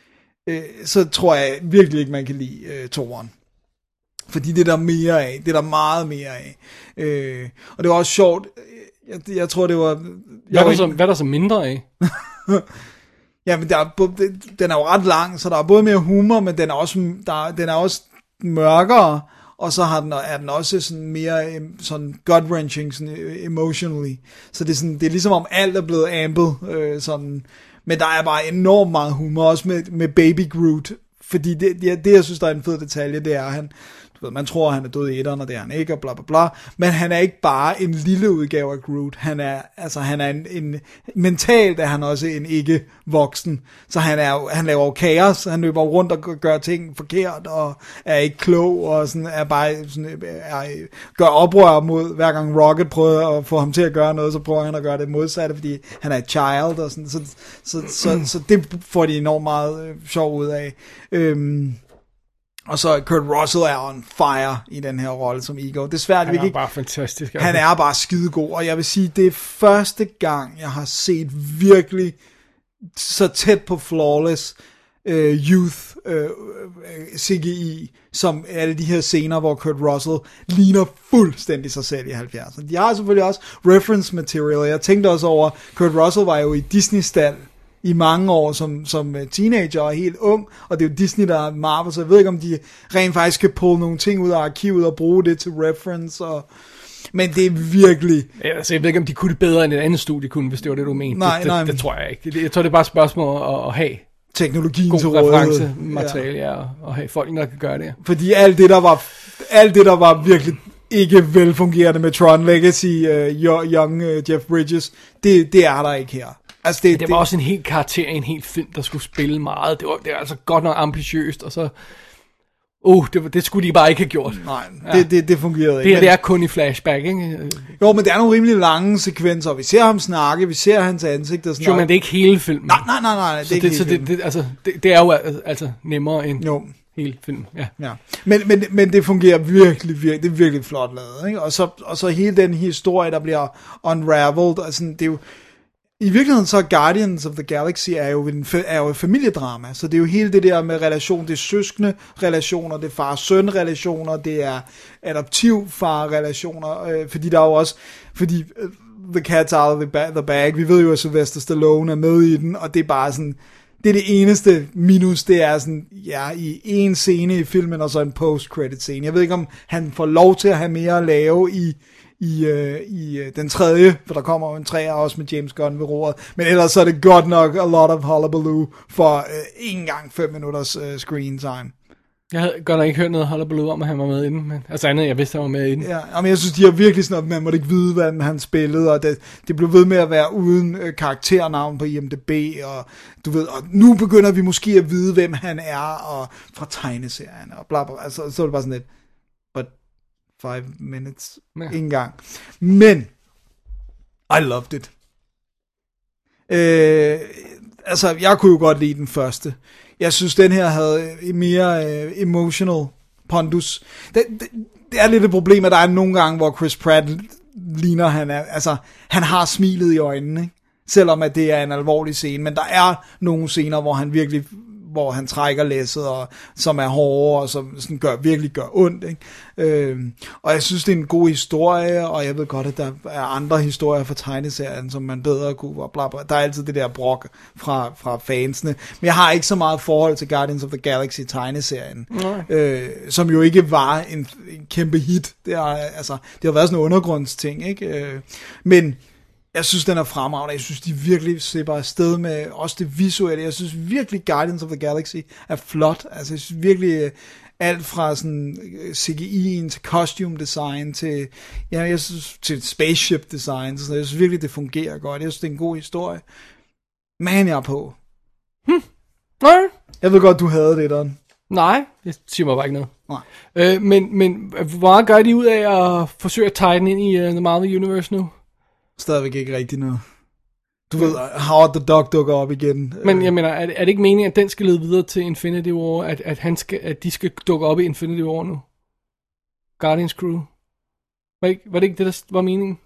så tror jeg virkelig ikke, man kan lide uh, toeren. Fordi det er der mere af. Det er der meget mere af. Uh, og det var også sjovt. Jeg, jeg tror, det var... Hvad er, der så, hvad er der så mindre af? Ja, men der er, den er jo ret lang, så der er både mere humor, men den er også, der, den er også mørkere, og så har den, er den også sådan mere sådan gut-wrenching, sådan emotionally. Så det er, sådan, det er ligesom om alt er blevet ampet, øh, sådan... Men der er bare enormt meget humor, også med, med Baby Groot. Fordi det, det, det, jeg synes, der er en fed detalje, det er, at han, du ved, man tror, han er død i etteren, og det er han ikke, og bla bla bla. Men han er ikke bare en lille udgave af Groot. Han er, altså, han er en, en mentalt er han også en ikke-voksen. Så han, er, han laver kaos, han løber rundt og gør ting forkert, og er ikke klog, og sådan, er bare sådan, er, gør oprør mod, hver gang Rocket prøver at få ham til at gøre noget, så prøver han at gøre det modsatte, fordi han er et child, og sådan, så, så, så, så, så det får de enormt meget øh, sjov ud af. Øhm, Og så Kurt Russell er on fire i den her rolle som Ego. Det er svært, han er ikke... bare fantastisk. Han er bare skidegod, og jeg vil sige, det er første gang, jeg har set virkelig så tæt på flawless uh, youth uh, C G I, som alle de her scener, hvor Kurt Russell ligner fuldstændig sig selv i halvfjerdserne. De har selvfølgelig også reference material, og jeg tænkte også over, Kurt Russell var jo i Disney-stald i mange år som, som teenager og helt ung, og det er jo Disney, der er Marvel, så jeg ved ikke, om de rent faktisk kan pulle nogle ting ud af arkivet og bruge det til reference, og... men det er virkelig... Ja, altså, jeg ved ikke, om de kunne det bedre end et andet studie kunne, hvis det var det, du mente. Nej, det, nej, det, det tror jeg ikke. Jeg tror, det er bare et spørgsmål at, at have teknologien til god rådighed. referencemateriale, ja. og, og have folk, der kan gøre det. Fordi alt det, der var, alt det, der var virkelig ikke velfungerende med Tron Legacy, uh, Young uh, Jeff Bridges, det, det er der ikke her. Altså det, det var det, også en helt karakter i en helt film, der skulle spille meget. Det var, det var altså godt nok ambitiøst, og så... Uh, det, det skulle de bare ikke have gjort. Nej, ja. det, det, det fungerede ikke. Det, det er kun i flashback, ikke? Jo, men der er nogle rimelig lange sekvenser. Vi ser ham snakke, vi ser hans ansigt og sådan noget. Jo, men det er ikke hele filmen. Nej, nej, nej, nej. Det så er det, så det, det, altså, det, det er jo altså nemmere end jo. Hele filmen. Ja. Ja. Men, men, men det fungerer virkelig, virkelig, det er virkelig flot lavet, ikke? Og så, og så hele den historie, der bliver unraveled, altså, det er jo... I virkeligheden så Guardians of the Galaxy er jo, en, er jo et familiedrama, så det er jo hele det der med relation, det er søskende relationer, det er far-søn relationer, det er adoptiv-far relationer, øh, fordi der er jo også, fordi uh, the cat's out of the bag, the bag, vi ved jo, at Sylvester Stallone er med i den, og det er bare sådan, det er det eneste minus, det er sådan, ja, i en scene i filmen, og så en post-credit scene. Jeg ved ikke, om han får lov til at have mere at lave i i, øh, i øh, den tredje, for der kommer jo en træer også med James Gunn ved roret, men ellers så er det godt nok a lot of hullabaloo for øh, en gang fem minutters øh, screen time. Jeg havde godt nok ikke hørt noget hullabaloo om, at han var med i den, men altså andet, jeg vidste, han var med i den. Ja, men jeg synes, de har virkelig sådan, at man måtte ikke vide, hvad han spillede, og det, det blev ved med at være uden øh, karakternavn på I M D B, og du ved, og nu begynder vi måske at vide, hvem han er, og fra tegneserierne, og bla bla, altså, så var det bare sådan lidt, but five minutes, ja. Ikke engang. Men, I loved it. Øh, altså, jeg kunne jo godt lide den første. Jeg synes, den her havde mere uh, emotional pondus. Det, det, det er lidt et problem, at der er nogle gange, hvor Chris Pratt ligner, han er, altså, han har smilet i øjnene, ikke? Selvom at det er en alvorlig scene. Men der er nogle scener, hvor han virkelig, hvor han trækker læsset, og som er hårde, og som sådan gør, virkelig gør ondt. Ikke? Øh, og jeg synes, det er en god historie, og jeg ved godt, at der er andre historier fra tegneserien, som man bedre kunne, og bla bla. Der er altid det der brok fra, fra fansene. Men jeg har ikke så meget forhold til Guardians of the Galaxy tegneserien, øh, som jo ikke var en, en kæmpe hit. Det har, altså, det har været sådan en undergrundsting, ikke? Øh, men jeg synes, den er fremragende. Jeg synes, de virkelig slipper afsted med også det visuelle. Jeg synes virkelig, Guardians of the Galaxy er flot. Altså, jeg synes virkelig alt fra sådan C G I'en til costume design til, ja, jeg synes, til spaceship design. Så jeg synes virkelig, det fungerer godt. Jeg synes, det er en god historie. Men jeg er på. Hmm. Nej. Jeg ved godt, du havde det, Don. Nej, det siger mig bare ikke noget. Nej. Øh, men, men hvor meget gør de ud af at forsøge at tegne den ind i uh, The Marvel Universe nu? Stadigvæk ikke rigtig noget. Du ved, Howard the Duck dukker op igen. Men jeg mener, er, er det ikke meningen, at den skal lede videre til Infinity War, at, at, han skal, at de skal dukke op i Infinity War nu? Guardians Crew. Var det ikke, var det, ikke det, der var meningen?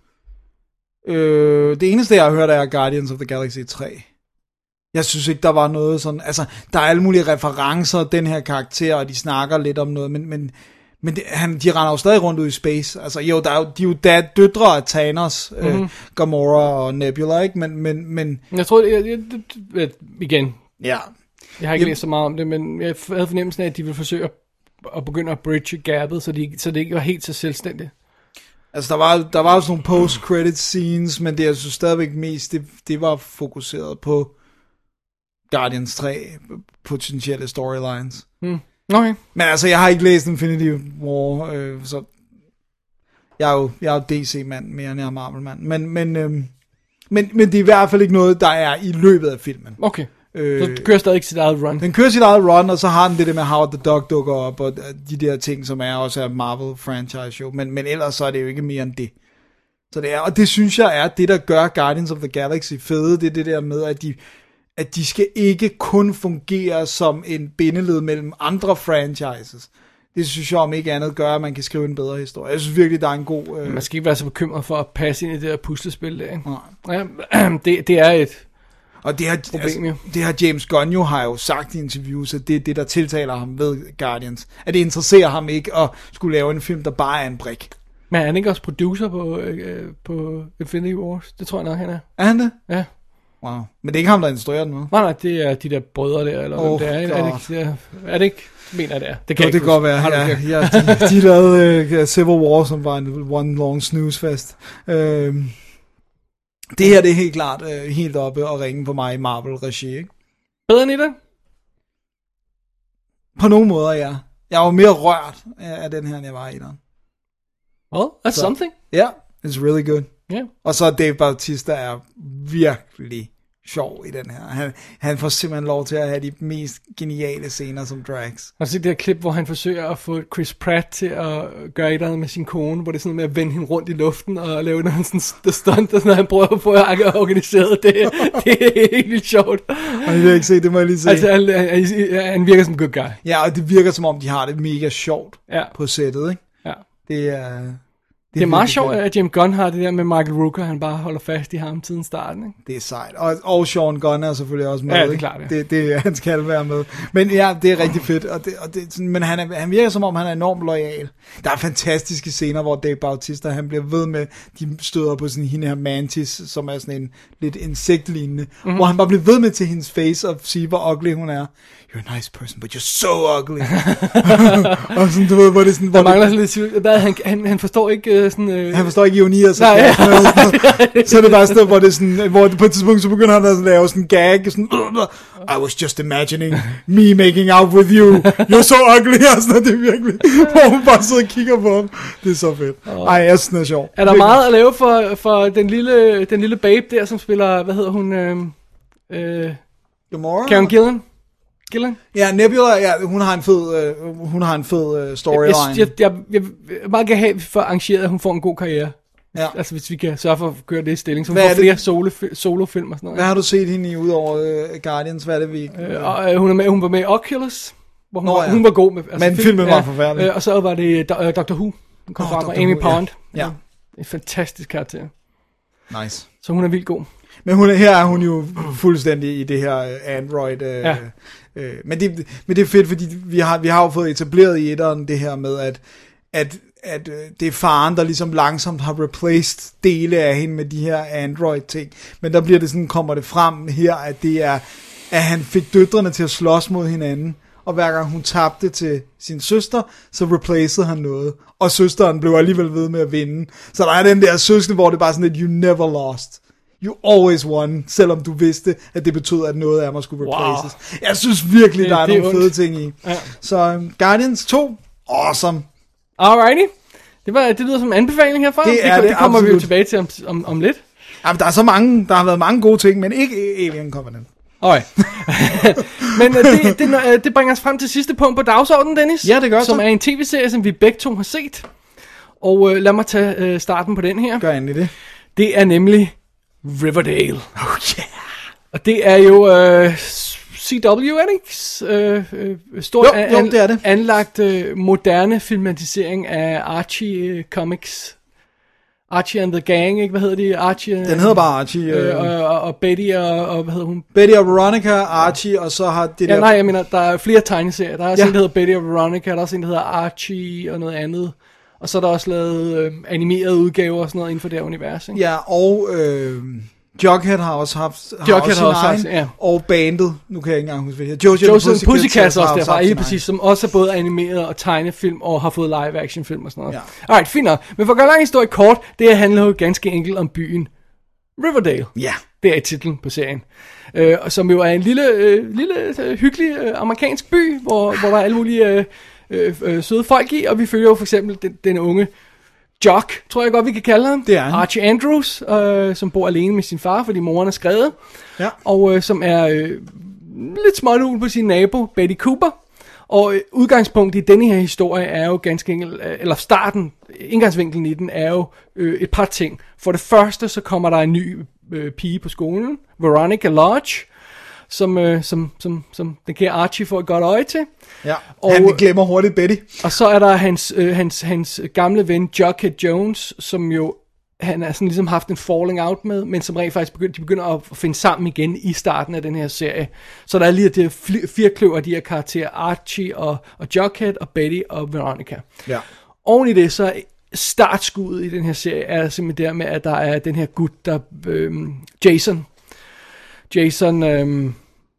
Øh, det eneste, jeg har hørt, er Guardians of the Galaxy tre. Jeg synes ikke, der var noget sådan... Altså, der er alle mulige referencer, den her karakter, og de snakker lidt om noget, men... men Men det, han, de render jo stadig rundt ud i space. Altså jo, der er jo, de er jo da, døtre af Thanos, mm-hmm. øh, Gamora og Nebula, ikke? Men, men, men... Jeg tror, det, jeg, jeg, igen, ja. Jeg har ikke læst så meget om det, men jeg havde fornemmelsen af, at de ville forsøge at, at begynde at bridge gapet, så, de, så det ikke var helt så selvstændigt. Altså, der var, der var også nogle post-credit scenes, men det jeg synes stadigvæk mest, det, det var fokuseret på Guardians tre, potentielle storylines. Mm. Okay. Men altså, jeg har ikke læst Infinity War, øh, så jeg er jo, jeg er jo D C-mand mere end jeg er Marvel-mand. Men, men, øh, men, men det er i hvert fald ikke noget, der er i løbet af filmen. Okay. Øh, så den kører stadig ikke sit eget run. Den kører sit eget run, og så har den det der med Howard the Duck dukker op, og de der ting, som er også er Marvel-franchise show. Men, men ellers så er det jo ikke mere end det. Så det er, og det synes jeg er det, der gør Guardians of the Galaxy fede. Det er det der med, at de... at de skal ikke kun fungere som en bindeled mellem andre franchises. Det synes jeg om ikke andet gør, at man kan skrive en bedre historie. Jeg synes virkelig, der er en god... Øh... Man skal ikke være så bekymret for at passe ind i det der puslespil der, ikke? Nej. Ja, det, det er et og det har, problem, altså, jo. Det har James Gunn jo har jo sagt i interviews, at det er det, der tiltaler ham ved Guardians. At det interesserer ham ikke at skulle lave en film, der bare er en brik. Men er han ikke også producer på, øh, på Infinity Wars? Det tror jeg nok, han er. Er han det? Ja. Wow. Men det er ikke ham, der instruerer den med? Nej, nej, det er de der brødre der, eller oh, det er. Er det, ikke, det er, er det ikke? Mener jeg, det er. Det kan jo, det kan godt være. Ja, ja, de, de lavede uh, Civil War, som var en one long snooze fest. Uh, det her, det er helt klart uh, helt oppe og ringe på mig i Marvel-regi, ikke? Bedre end i det? På nogle måder, ja. Jeg var mere rørt af den her, end jeg var i den. Well, that's så, something. Ja, yeah, it's really good. Yeah. Og så Dave Bautista er virkelig sjov i den her. Han, han får simpelthen lov til at have de mest geniale scener som Drax. Har du set det her klip, hvor han forsøger at få Chris Pratt til at gøre et eller andet med sin kone, hvor det er sådan med at vende hende rundt i luften og lave noget sådan stunt, og sådan, han prøver på at organisere det. Det er helt vildt sjovt. Og jeg vil ikke se, det må jeg lige se. Altså, han, han, han virker som en good guy. Ja, og det virker som om, de har det mega sjovt ja. på sættet, ikke? Ja. Det er... Det, det er meget sjovt, at James Gunn har det der med Michael Rooker, han bare holder fast i ham siden starten, ikke? Det er sejt. Og, og Sean Gunn er selvfølgelig også med. Ja, det er klart, ja. det, det, han skal være med. Men ja, det er rigtig fedt. Og det, og det, sådan, men han, er, han virker som om, han er enormt loyal. Der er fantastiske scener, hvor Dave Bautista, han bliver ved med, de støder på sådan hende her Mantis, som er sådan en lidt insektlignende, mm-hmm. hvor han bare bliver ved med til hendes face og sige, hvor ugly hun er. You're a nice person, but you're so ugly. Og sådan, du ved, hvor det sådan... Der mangler det, sådan lidt... Der, han, han, han forstår ikke uh, sådan... Uh... Han forstår ikke ironi, og så... Nej, ja. Så er det bare et sted, hvor det sådan... Hvor på et tidspunkt, så begynder han at lave sådan en gag, sådan... I was just imagining me making out with you. You're so ugly, og sådan, det er virkelig... Hvor hun bare sidder og kigger på ham. Det er så fedt. Ej, jeg synes, det er sjovt. Er der meget at lave for, for den, lille, den lille babe der, som spiller... Hvad hedder hun? Øh, øh, Gamora? Karen Gillan? Gillan? Ja, Nebula, ja, hun har en fed, øh, hun har en fed øh, storyline. Jeg, jeg, jeg, jeg, jeg meget gerne have for arrangeret, at hun får en god karriere. Ja. Altså hvis vi kan sørge for at gøre det i stilling, så hun får flere solo, solofilm og sådan noget. Hvad har du set hende i udover øh, Guardians? Hvad er det, vi... Øh, og, øh, hun, er med, hun var med i Oculus, hvor hun, Nå, var, ja. hun var god med... Altså, men filmen var ja, forfærdelig. Øh, og så var det uh, Doctor Who, den kom oh, frem, og Amy Pond. Ja. Ja. En fantastisk karakter. Nice. Så hun er vildt god. Men hun, her er hun jo fuldstændig i det her uh, Android. Uh, ja. uh, men, det, men det er fedt, fordi vi har, vi har jo fået etableret i etteren det her med, at, at, at uh, det er faren, der ligesom langsomt har replaced dele af hende med de her Android-ting. Men der bliver det sådan, kommer det frem her, at det er, at han fik døtrene til at slås mod hinanden. Og hver gang hun tabte til sin søster, så replacede han noget. Og søsteren blev alligevel ved med at vinde. Så der er den der søskende, hvor det er bare sådan, at you never lost. You always won, selvom du vidste, at det betød, at noget af mig skulle replaces. Wow. Jeg synes virkelig, det, der er nogle ondt. Fede ting i. Ja. Så um, Guardians to, awesome. Alrighty. Det, var, det lyder som en anbefaling herfra. Det, er det, det, det kommer absolut. Vi jo tilbage til om, om, om lidt. Jamen, der er så mange, der har været mange gode ting, men ikke Alien Covenant. Okay. Men uh, det, det, uh, det bringer os frem til sidste punkt på dagsordenen, Dennis. Ja, det gør Som så. er en tv-serie, som vi begge to har set. Og uh, lad mig tage uh, starten på den her. Gør endelig det. Det er nemlig Riverdale. Oh yeah. Og det er jo uh, C W, er det ikke? Uh, uh, stor jo, jo, an- det er det. Anlagt uh, moderne filmatisering af Archie uh, Comics. Archie and the Gang, ikke? Hvad hedder de? Archie, den hedder bare Archie. Øh, og, og, og Betty og, og, hvad hedder hun? Betty og Veronica, Archie, og så har det ja, der... nej, jeg mener, der er flere tegneserier. Der er også ja. en, der hedder Betty og Veronica, der er også en, der hedder Archie og noget andet. Og så er der også lavet øh, animerede udgaver og sådan noget inden for det her univers, ikke? Ja, og... Øh... Jughead har også haft har Jughead også har også egen, haft, ja. Og bandet, nu kan jeg ikke engang huske, hvad det hedder. Josie and the Pussycats også derfra, lige præcis, som også er både animeret og tegnefilm, og har fået live-action film og sådan noget. Ja. Alright, fint nok. Men for at gøre lang historie kort, det handler jo ganske enkelt om byen Riverdale. Ja. Det er titlen på serien. Øh, som jo er en lille, øh, lille øh, hyggelig øh, amerikansk by, hvor, hvor der er alle mulige øh, øh, øh, søde folk i, og vi følger jo for eksempel den, den unge Jock, tror jeg godt, vi kan kalde ham. Det er han. Archie Andrews, øh, som bor alene med sin far, fordi moren er skrevet. Ja. Og øh, som er øh, lidt småt på sin nabo, Betty Cooper. Og øh, udgangspunktet i denne her historie er jo ganske enkelt, øh, eller starten, indgangsvinklen i den er jo øh, et par ting. For det første, så kommer der en ny øh, pige på skolen, Veronica Lodge, som, øh, som, som, som den kære Archie får et godt øje til. Ja, og han glemmer hurtigt Betty. Og så er der hans, øh, hans, hans gamle ven, Jughead Jones, som jo, han er sådan ligesom haft en falling out med, men som rent faktisk begynder, de begynder at finde sammen igen i starten af den her serie. Så der er lige det fire kløver af de her karakterer, Archie og, og Jughead og Betty og Veronica. Ja. Oven i det, så startskuddet i den her serie er simpelthen der med, at der er den her gut, der øh, Jason, Jason øh,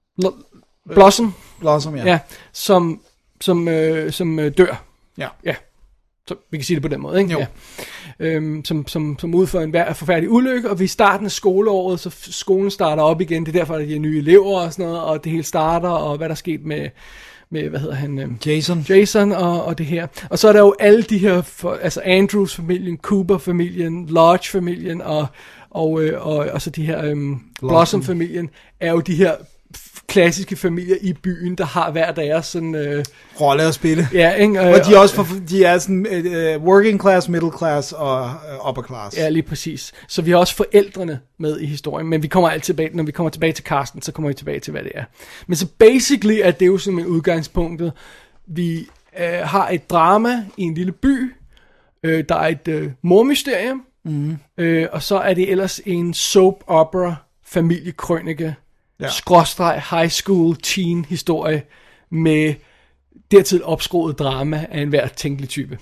Blossom, Blossom, ja. ja som, som, øh, som øh, dør. Ja. Ja. Så vi kan sige det på den måde, ikke? Jo. Ja. Øhm, som, som, som udfører en hver forfærdelig ulykke, og vi starten af skoleåret, så skolen starter op igen. Det er derfor, at de er nye elever og sådan noget, og det hele starter, og hvad der er sket med, med hvad hedder han? Øhm, Jason. Jason og, og det her. Og så er der jo alle de her, for, altså Andrews-familien, Cooper-familien, Lodge-familien, og, og, øh, og, og så de her øhm, Blossom-familien, er jo de her klassiske familier i byen, der har hver deres sådan øh, rolle at spille. Ja, ikke? Og de er også for, de er sådan uh, working class, middle class og uh, upper class. Ja, lige præcis. Så vi har også forældrene med i historien, men vi kommer altid tilbage, når vi kommer tilbage til Carsten, så kommer vi tilbage til hvad det er. Men så basically er det jo simpelthen udgangspunktet. Vi øh, har et drama i en lille by. Øh, der er et øh, mordmysterium, mm. øh, og så er det ellers en soap opera familiekrønike. Ja. Skråstreg high school teen historie med dertil opskruet drama af enhver tænkelig type.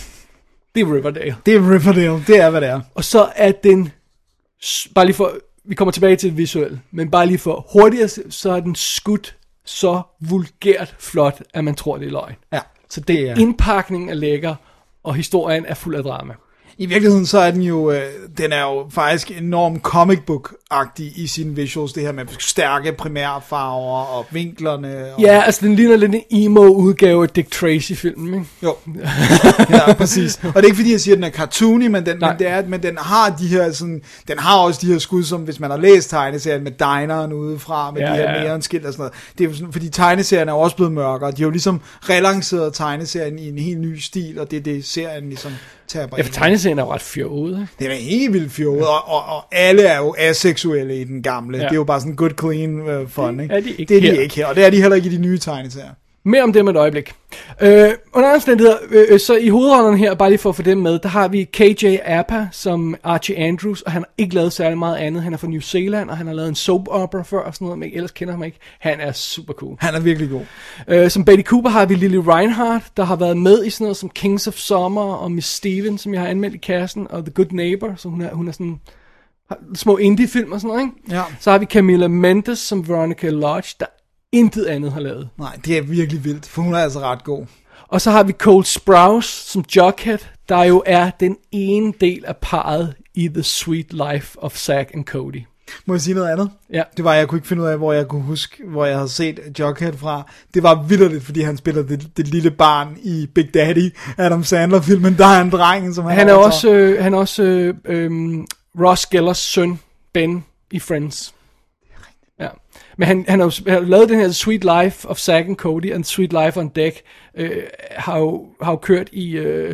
Det er Riverdale. Det er Riverdale, det er hvad det er. Og så er den, bare lige for, vi kommer tilbage til det visuelle, men bare lige for hurtigere, så er den skudt så vulgært flot, at man tror det er løgn. Ja. Så det er indpakningen er lækker, og historien er fuld af drama. I virkeligheden så er den jo, øh, den er jo faktisk enormt comic book-agtig i sine visuals, det her med stærke primærfarver og vinklerne. Og... Ja, altså den ligner lidt en emo-udgave af Dick Tracy-filmen, ikke? Jo, ja, præcis. Og det er ikke fordi, jeg siger, at den er cartoony, men den, men det er, men den har de her sådan, den har også de her skud, som hvis man har læst tegneserien med dineren udefra, med ja, de her ja, ja. neonskilt og sådan noget. Det er jo sådan, fordi tegneserien er jo også blevet mørkere. De har jo ligesom relanceret tegneserien i en helt ny stil, og det er det, serien ligesom tager på. Ja, for tegneserien er jo ret fjollet. Det er helt vildt fjollet, ja. og, og, og alle er jo aseksuelle i den gamle. Ja. Det er jo bare sådan good, clean uh, fun, ikke? Det er de ikke det er her. de ikke her, og det er de heller ikke i de nye tegneserier. Mere om det med et øjeblik. Øh, under omstændigheder, øh, så i hovedrollerne her, bare lige for at få dem med, der har vi K J Apa som Archie Andrews, og han har ikke lavet særlig meget andet. Han er fra New Zealand, og han har lavet en soap opera før, og sådan noget, men ellers kender ham ikke. Han er super cool. Han er virkelig god. Øh, som Betty Cooper har vi Lily Reinhardt, der har været med i sådan noget som Kings of Summer, og Miss Steven, som jeg har anmeldt i kassen, og The Good Neighbor, så hun er, hun er sådan... små indie-film og sådan noget, ikke? Ja. Så har vi Camilla Mendes som Veronica Lodge, der intet andet har lavet. Nej, det er virkelig vildt, for hun er altså ret god. Og så har vi Cole Sprouse som Jughead, der jo er den ene del af parret i The Sweet Life of Zack and Cody. Må jeg sige noget andet? Ja. Det var, jeg kunne ikke finde ud af, hvor jeg kunne huske, hvor jeg havde set Jughead fra. Det var vitterligt, fordi han spiller det, det lille barn i Big Daddy, Adam Sandler-filmen. Der er en dreng, som han, han er også, øh, han er også øh, øh, Ross Gellers søn, Ben, i Friends. Ja. Men han, han har jo han har lavet den her Sweet Life of Zack and Cody, and Sweet Life on Deck, øh, har, jo, har jo kørt i øh,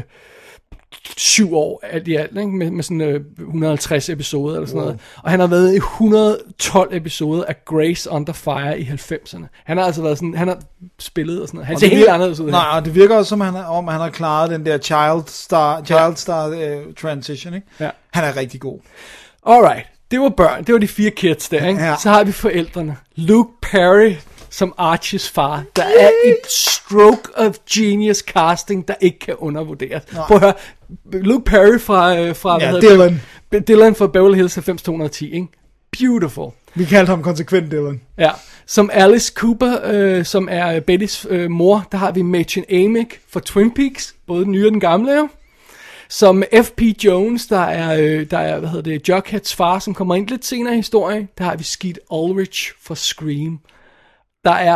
syv år alt i alt, ikke? Med, med sådan øh, et hundrede og halvtreds episoder eller sådan wow. noget. Og han har været i et hundrede og tolv episoder af Grace Under Fire i halvfemserne. Han har altså været sådan, han har spillet og sådan noget. Han ser helt anderledes ud. Nej, og det virker også som, han, om han har klaret den der child star, child star uh, transition, ikke? Ja. Han er rigtig god. Alright, det var børn, det var de fire kids der, ikke? Ja. Så har vi forældrene. Luke Perry som Archies far. Der er et stroke of genius casting, der ikke kan undervurderes. Nej. Prøv at høre, Luke Perry fra, fra ja, hvad Dylan. Det? Dylan fra Beverly Hills halvfems to ti, ikke? Beautiful. Vi kaldte ham konsekvent Dylan. Ja, som Alice Cooper, øh, som er Bettys øh, mor, der har vi Mädchen Amick fra Twin Peaks, både den nye og den gamle, jo. Som F P Jones, der er, øh, der er, hvad hedder det, Jugheads far, som kommer ind lidt senere i historien. Der har vi Skeet Ulrich fra Scream. Der er,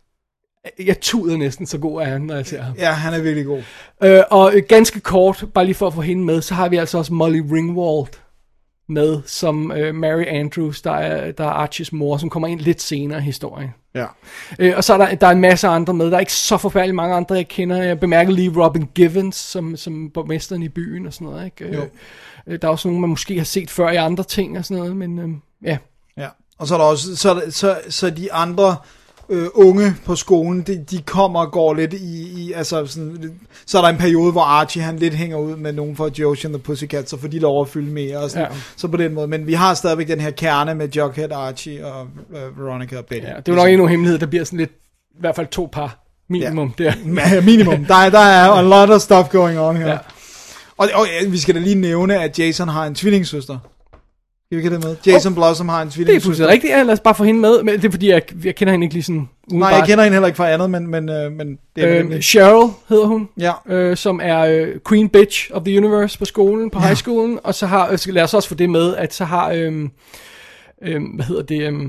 jeg tuder næsten så god er han, når jeg ser ham. Ja, han er virkelig god. Øh, og øh, ganske kort, bare lige for at få hende med, så har vi altså også Molly Ringwald med, som øh, Mary Andrews, der er, der er Archies mor, som kommer ind lidt senere i historien. Ja. Øh, og så er der, der er en masse andre med. Der er ikke så forfærdeligt mange andre, jeg kender. Jeg bemærker lige Robin Givens, som, som borgmesteren i byen og sådan noget. Ikke? Jo. Øh, der er også nogen, man måske har set før i andre ting og sådan noget, men øh, ja. Ja, og så er der også, så, så, så de andre øh, unge på skolen, de, de kommer og går lidt i, i altså sådan, så er der en periode, hvor Archie han lidt hænger ud med nogen fra Josie and the Pussycats, så får de lov at fylde mere og sådan, ja. Så på den måde, men vi har stadigvæk den her kerne med Jughead, Archie og øh, Veronica og Betty. Ja, det er jo nok ikke nogen hemmelighed, der bliver sådan lidt, i hvert fald to par, minimum. Ja. Der. minimum, der, der er a lot of stuff going on her. Ja. Og, og vi skal da lige nævne, at Jason har en tvillingsøster. Skal vi ikke det med? Jason oh, Blossom har en tvillingsøster. Det er fuldstændig rigtigt, ja. Lad os bare få hende med. Men det er fordi, jeg, jeg kender hende ikke lige sådan umiddelbart. Nej, jeg kender hende heller ikke fra andet, men, men, øh, men det er øh, Cheryl hedder hun, ja. øh, som er øh, Queen Bitch of the Universe på skolen, på ja. high schoolen. Og så har, øh, lad os også få det med, at så har, øh, øh, hvad hedder det, øh,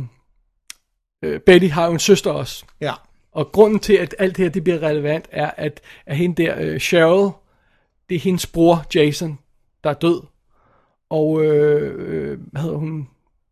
øh, Betty har jo en søster også. Ja. Og grunden til, at alt det her det bliver relevant, er, at, at hende der, øh, Cheryl, det er hendes bror, Jason, der er død. Og, øh, øh, hvad hedder hun,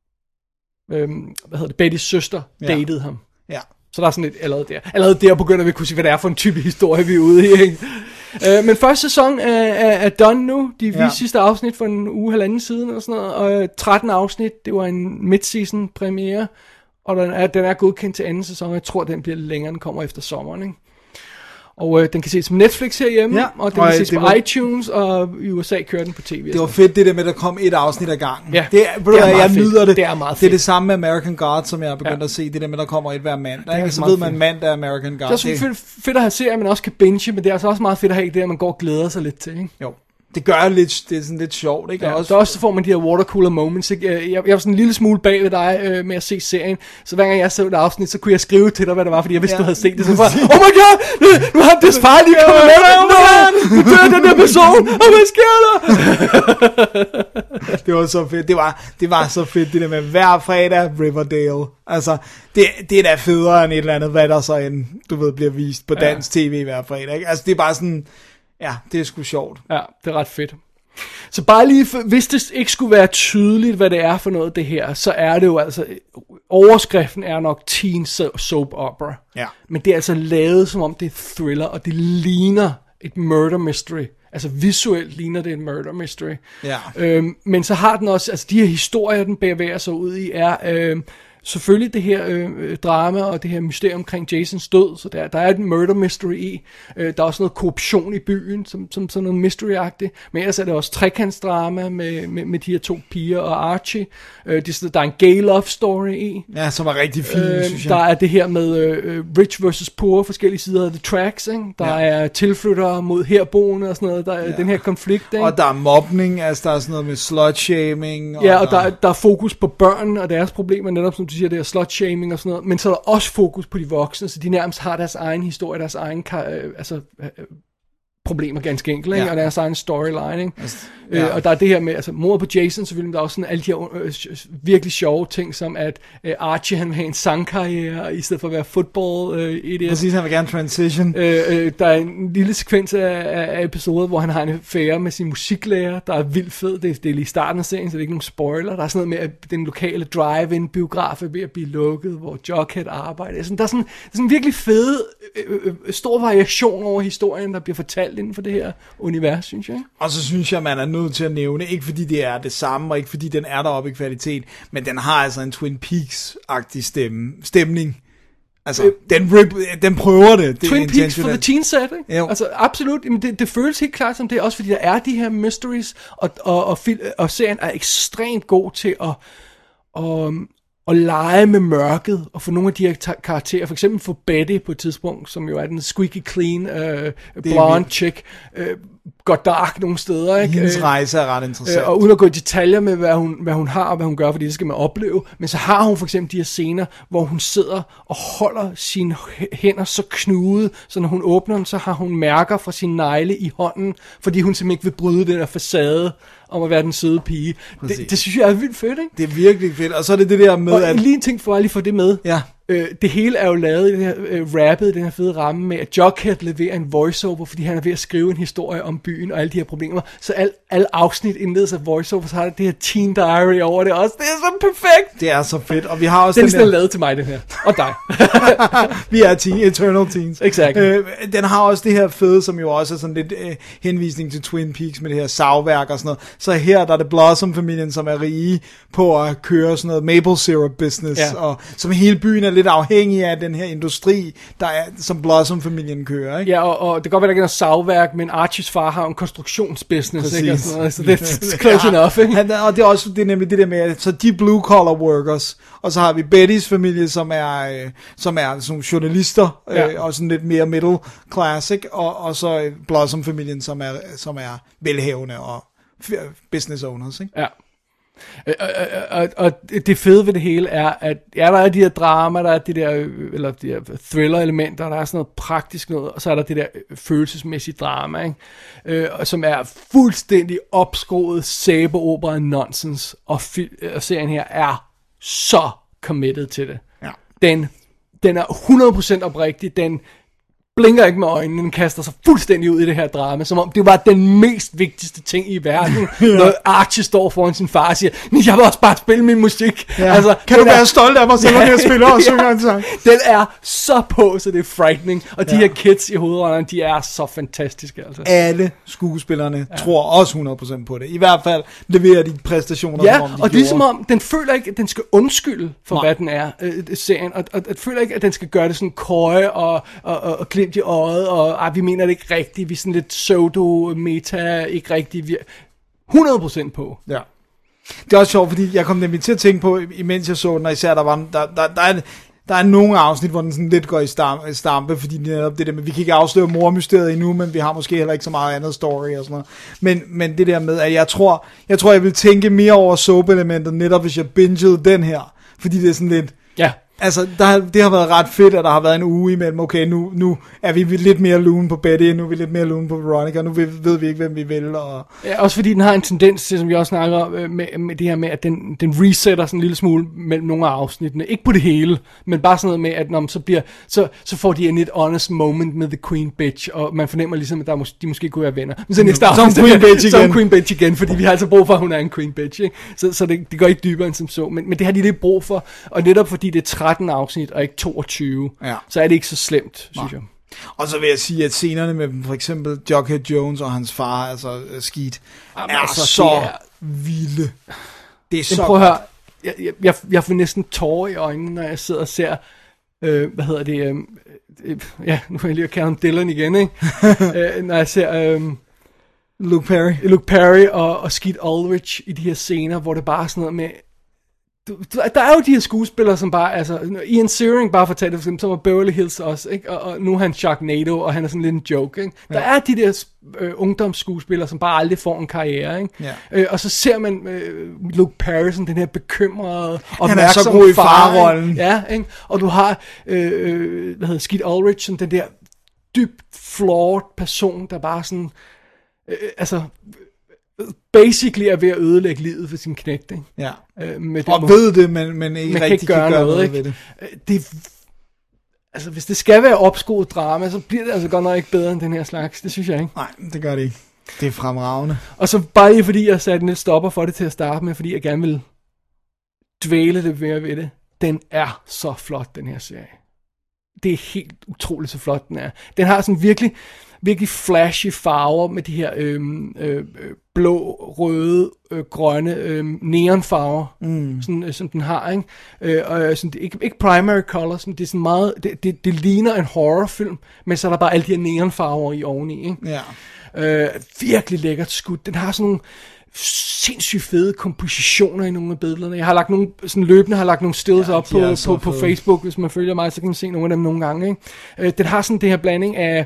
øh, hvad hedder det, Bettys søster ja. datede ham. Ja. Så der er sådan et, allerede der, allerede der begynder vi at kunne sige, hvad det er for en type historie, vi er ude i, ikke? øh, men første sæson er, er, er done nu. De viste ja. sidste afsnit for en uge, halvanden siden, eller sådan noget, og tretten afsnit, det var en mid-season premiere, og den er, den er godkendt til anden sæson, og jeg tror, den bliver længere, den kommer efter sommeren, ikke? Og øh, den kan ses på Netflix herhjemme, ja, og den og kan ses på var... iTunes, og i U S A kører den på tv. Det var fedt det der med, at der kom et afsnit ad gangen. Ja, det er, bro, det er jeg nyder det. Det er meget fedt. Det er det samme med American Gods, som jeg er begyndt ja. at se, det der med, at der kommer et hver mandag. Så ved man, mandag er American Gods. Det er fedt, fedt at have serier, man også kan binge, men det er altså også meget fedt at have det, at man går og glæder sig lidt til, ikke? Jo. Det gør lidt, det er sådan lidt sjovt, ikke? Ja, også, så også får man de her watercooler moments, ikke? Jeg, jeg, jeg var sådan en lille smule bag ved dig øh, med at se serien, så hver gang jeg så et afsnit, så kunne jeg skrive til dig, hvad det var, fordi jeg vidste, ja. du havde set det. Så var oh my god, nu har det far lige kommet med, nu dør den der person, og hvad sker der? Det var så fedt, det var, det var så fedt, det der med hver fredag Riverdale. Altså, det, det er da federe end et eller andet, hvad der så end, du ved, bliver vist på dansk ja. tv hver fredag, ikke? Altså, det er bare sådan... Ja, det er sgu sjovt. Ja, det er ret fedt. Så bare lige, for, hvis det ikke skulle være tydeligt, hvad det er for noget det her, så er det jo altså, overskriften er nok teen soap opera. Ja. Men det er altså lavet som om det er thriller, og det ligner et murder mystery. Altså visuelt ligner det en murder mystery. Ja. Øhm, men så har den også, altså de her historier, den bevæger sig ud i, er... Øhm, selvfølgelig det her øh, drama og det her mysterium omkring Jasons død, så der, der er et murder mystery i. Øh, der er også noget korruption i byen, som, som sådan noget mystery-agtigt. Men ellers er det også trekantsdrama med, med, med de her to piger og Archie. Øh, det, der er en gay love story i. Ja, som er rigtig fin, øh, synes jeg. Der er det her med øh, rich versus poor, forskellige sider af the tracks, ikke? Der ja. er tilflyttere mod herboende og sådan noget. Der er ja. den her konflikt, ikke? Og der er mobning, altså der er sådan noget med slut-shaming. Og ja, og der, der er fokus på børn og deres problemer, netop som du siger, det er slut-shaming og sådan noget. Men så er der også fokus på de voksne, så de nærmest har deres egen historie, deres egen øh, altså, øh, problemer ganske enkelt, ikke? Ja. Og deres egen storyline, ikke? Altså, ja. øh, og der er det her med, altså mord på Jason selvfølgelig, men der er også sådan alle de her øh, virkelig sjove ting, som at øh, Archie, han vil have en sangkarriere, i stedet for at være football øh, idiot. Præcis, han vil gerne transition. Øh, øh, der er en lille sekvens af, af episoder, hvor han har en affære med sin musiklærer, der er vildt fed, det, det er lige starten af serien, så det er ikke nogen spoiler. Der er sådan noget med, at den lokale drive-in biograf er ved at blive lukket, hvor Jughead arbejder. Altså, der er sådan, der er sådan virkelig fede, øh, øh, stor variation over historien, der bliver fortalt inden for det her univers, synes jeg. Og så synes jeg, man er nødt til at nævne, ikke fordi det er det samme, og ikke fordi den er deroppe i kvalitet, men den har altså en Twin Peaks-agtig stemme, stemning. Altså, øh, den, rip, den prøver det. det Twin Peaks for the teen set, ikke? Jo. Altså, absolut. Jamen, det, det føles helt klart som det, også fordi der er de her mysteries, og, og, og, og, og serien er ekstremt god til at... Og, og lege med mørket, og få nogle af de her ta- karakterer, for eksempel for Betty på et tidspunkt, som jo er den squeaky clean, øh, blonde chick, øh, går dark nogle steder, ikke? Hendes rejse er ret interessant. Øh, og uden at gå i detaljer med, hvad hun, hvad hun har, og hvad hun gør, fordi det skal man opleve, men så har hun for eksempel de her scener, hvor hun sidder og holder sine hænder så knude, så når hun åbner dem, så har hun mærker fra sin negle i hånden, fordi hun simpelthen ikke vil bryde den her facade om at være den søde pige. Det, det synes jeg er vildt fedt, ikke? Det er virkelig fedt, og så er det det der med, og at... lige en ting for at lige få det med. Ja. Øh, det hele er jo lavet i det her, øh, rappet i den her fede ramme med, at Jughead leverer en voiceover, fordi han er ved at skrive en historie om byen og alle de her problemer. Så al, alle afsnit indledes af voiceover, så har det det her teen diary over det også. Det er så perfekt! Det er så fedt, og vi har også den, den den der... lavet til mig, den her. Og dig. Vi er teen, eternal teens. Exakt. Øh, den har også det her fede, som jo også er sådan lidt øh, henvisning til Twin Peaks med det her savværk og sådan noget. Så her der er det Blossom-familien, som er rige på at køre sådan noget maple syrup business, ja. Og som hele byen er lidt afhængig af den her industri, der er, som Blossom-familien kører, ikke? Ja, og, og det kan godt være, der ikke er noget savværk, men Archies far har en konstruktionsbusiness, ikke? Og sådan noget, så det er close ja. enough, ikke? Han, og det er også det er nemlig det der med, så de blue-collar workers, og så har vi Bettys familie, som er, øh, som er sådan nogle journalister, øh, ja. Og sådan lidt mere middle class, ikke? Og, og så Blossom-familien, som er, som er velhavende og business owners, ikke? Ja. Og, og, og det fede ved det hele er, at ja, der er de her drama, der er de der, eller de her thriller-elementer, der er sådan noget praktisk noget, og så er der det der følelsesmæssige drama, ikke? Øh, som er fuldstændig opskruet sæbeopera nonsens, og, fi- og serien her er så committed til det. Ja. Den, den er hundrede procent oprigtig, den blinker ikke med øjnene, den kaster sig fuldstændig ud i det her drama, som om det var den mest vigtigste ting i verden, ja. Når Archie står foran sin far og siger, jeg vil også bare spille min musik. Ja. Altså, kan du være er... stolt af mig, selvom ja, jeg spiller og synger en sang? Den er så på, så det er frightening, og de ja. her kids i hovedrollerne, de er så fantastiske. Altså. Alle skuespillerne ja. tror også hundrede procent på det. I hvert fald leverer de præstationer, ja, som om de og gjorde. det er som om, den føler ikke, at den skal undskylde for, Nej. hvad den er, øh, serien, og, og, og føler ikke, at den skal gøre det sådan køje og, og, og, og glimt i øjet, og ej, vi mener det ikke rigtigt, vi er sådan lidt pseudo-meta, ikke rigtigt, vi er hundrede procent på. Ja. Det er også sjovt, fordi jeg kom nemlig til at tænke på, imens jeg så den, og især der var, der, der, der er der er nogle afsnit, hvor den sådan lidt går i stampe, stampe fordi netop det der med, vi kan ikke afsløre mormysteriet endnu, men vi har måske heller ikke så meget andet story og sådan noget. Men, men det der med, at jeg tror, jeg tror, jeg vil tænke mere over soap-elementet, netop hvis jeg bingede den her, fordi det er sådan lidt, ja. Altså, der, det har været ret fedt, at der har været en uge imellem, okay, nu, nu er vi lidt mere lune på Betty, nu er vi lidt mere lune på Veronica, og nu ved, ved vi ikke, hvem vi vil. Og... Ja, også fordi den har en tendens til, som vi også snakker om, med, med det her med, at den, den resetter sådan en lille smule mellem nogle af afsnittene. Ikke på det hele, men bare sådan noget med, at når man så, bliver, så, så får de en lidt honest moment med The Queen Bitch, og man fornemmer ligesom, at der mås- de måske kunne være venner. Men så næste afsnit, Queen Bitch igen. Som Queen Bitch igen, fordi vi har altså brug for, at hun er en Queen Bitch. Ikke? Så, så det, det går ikke dybere end som så. Men, men det har de lidt brug for, og netop fordi det er tretten afsnit, og ikke toogtyve, ja. Så er det ikke så slemt, synes Nej. jeg. Og så vil jeg sige, at scenerne med for eksempel Jughead Jones og hans far, altså uh, Skeet, er altså, så er... vilde. Det er så prøv at høre, jeg, jeg, jeg, jeg får næsten tårer i øjnene, når jeg sidder og ser, øh, hvad hedder det, øh, øh, ja, nu er jeg lige at kalde ham Dylan igen, ikke? øh, når jeg ser... Øh, Luke Perry. Luke Perry og, og Skeet Ulrich i de her scener, hvor det bare er sådan noget med... Du, du, der er jo de her skuespillere, som bare... Altså, Ian Ziering, bare for at tage det, som var Beverly Hills også, ikke? Og, og nu er han Sharknado, og han er sådan lidt en joke, ikke? Der ja. er de der øh, ungdomsskuespillere, som bare aldrig får en karriere, ikke? Ja. Øh, og så ser man øh, Luke Perry som den her bekymrede, han er så god i farrollen. Ja, ikke? Og du har, øh, hvad hedder Skeet Ulrich, som den der dybt flawed person, der bare sådan... Øh, altså, basically er ved at ødelægge livet for sin knægt, ikke? Ja. Øh, med og måde, ved det, men, men ikke man rigtig kan gøre, gøre noget, noget ved det. det. Altså, hvis det skal være opskoet drama, så bliver det altså godt nok ikke bedre end den her slags. Det synes jeg ikke. Nej, det gør det ikke. Det er fremragende. Og så bare lige fordi jeg satte lidt stopper for det til at starte med, fordi jeg gerne vil dvæle det mere ved det. Den er så flot, den her serie. Det er helt utroligt, så flot den er. Den har sådan virkelig... virkelig flashy farver med de her øh, øh, blå, røde, øh, grønne øh, neonfarver, mm. sådan, øh, som den har, ikke? Øh, og sådan, det, ikke, ikke primary colors, men det er sådan meget, det, det, det ligner en horrorfilm, men så er der bare alle de her neonfarver i oveni, ikke? Ja. Øh, virkelig lækkert skud. Den har sådan nogle sindssygt fede kompositioner i nogle af billederne. Jeg har lagt nogle, sådan løbende har lagt nogle stills ja, op på, på, på Facebook, hvis man følger mig, så kan man se nogle af dem nogle gange, ikke? Øh, den har sådan det her blanding af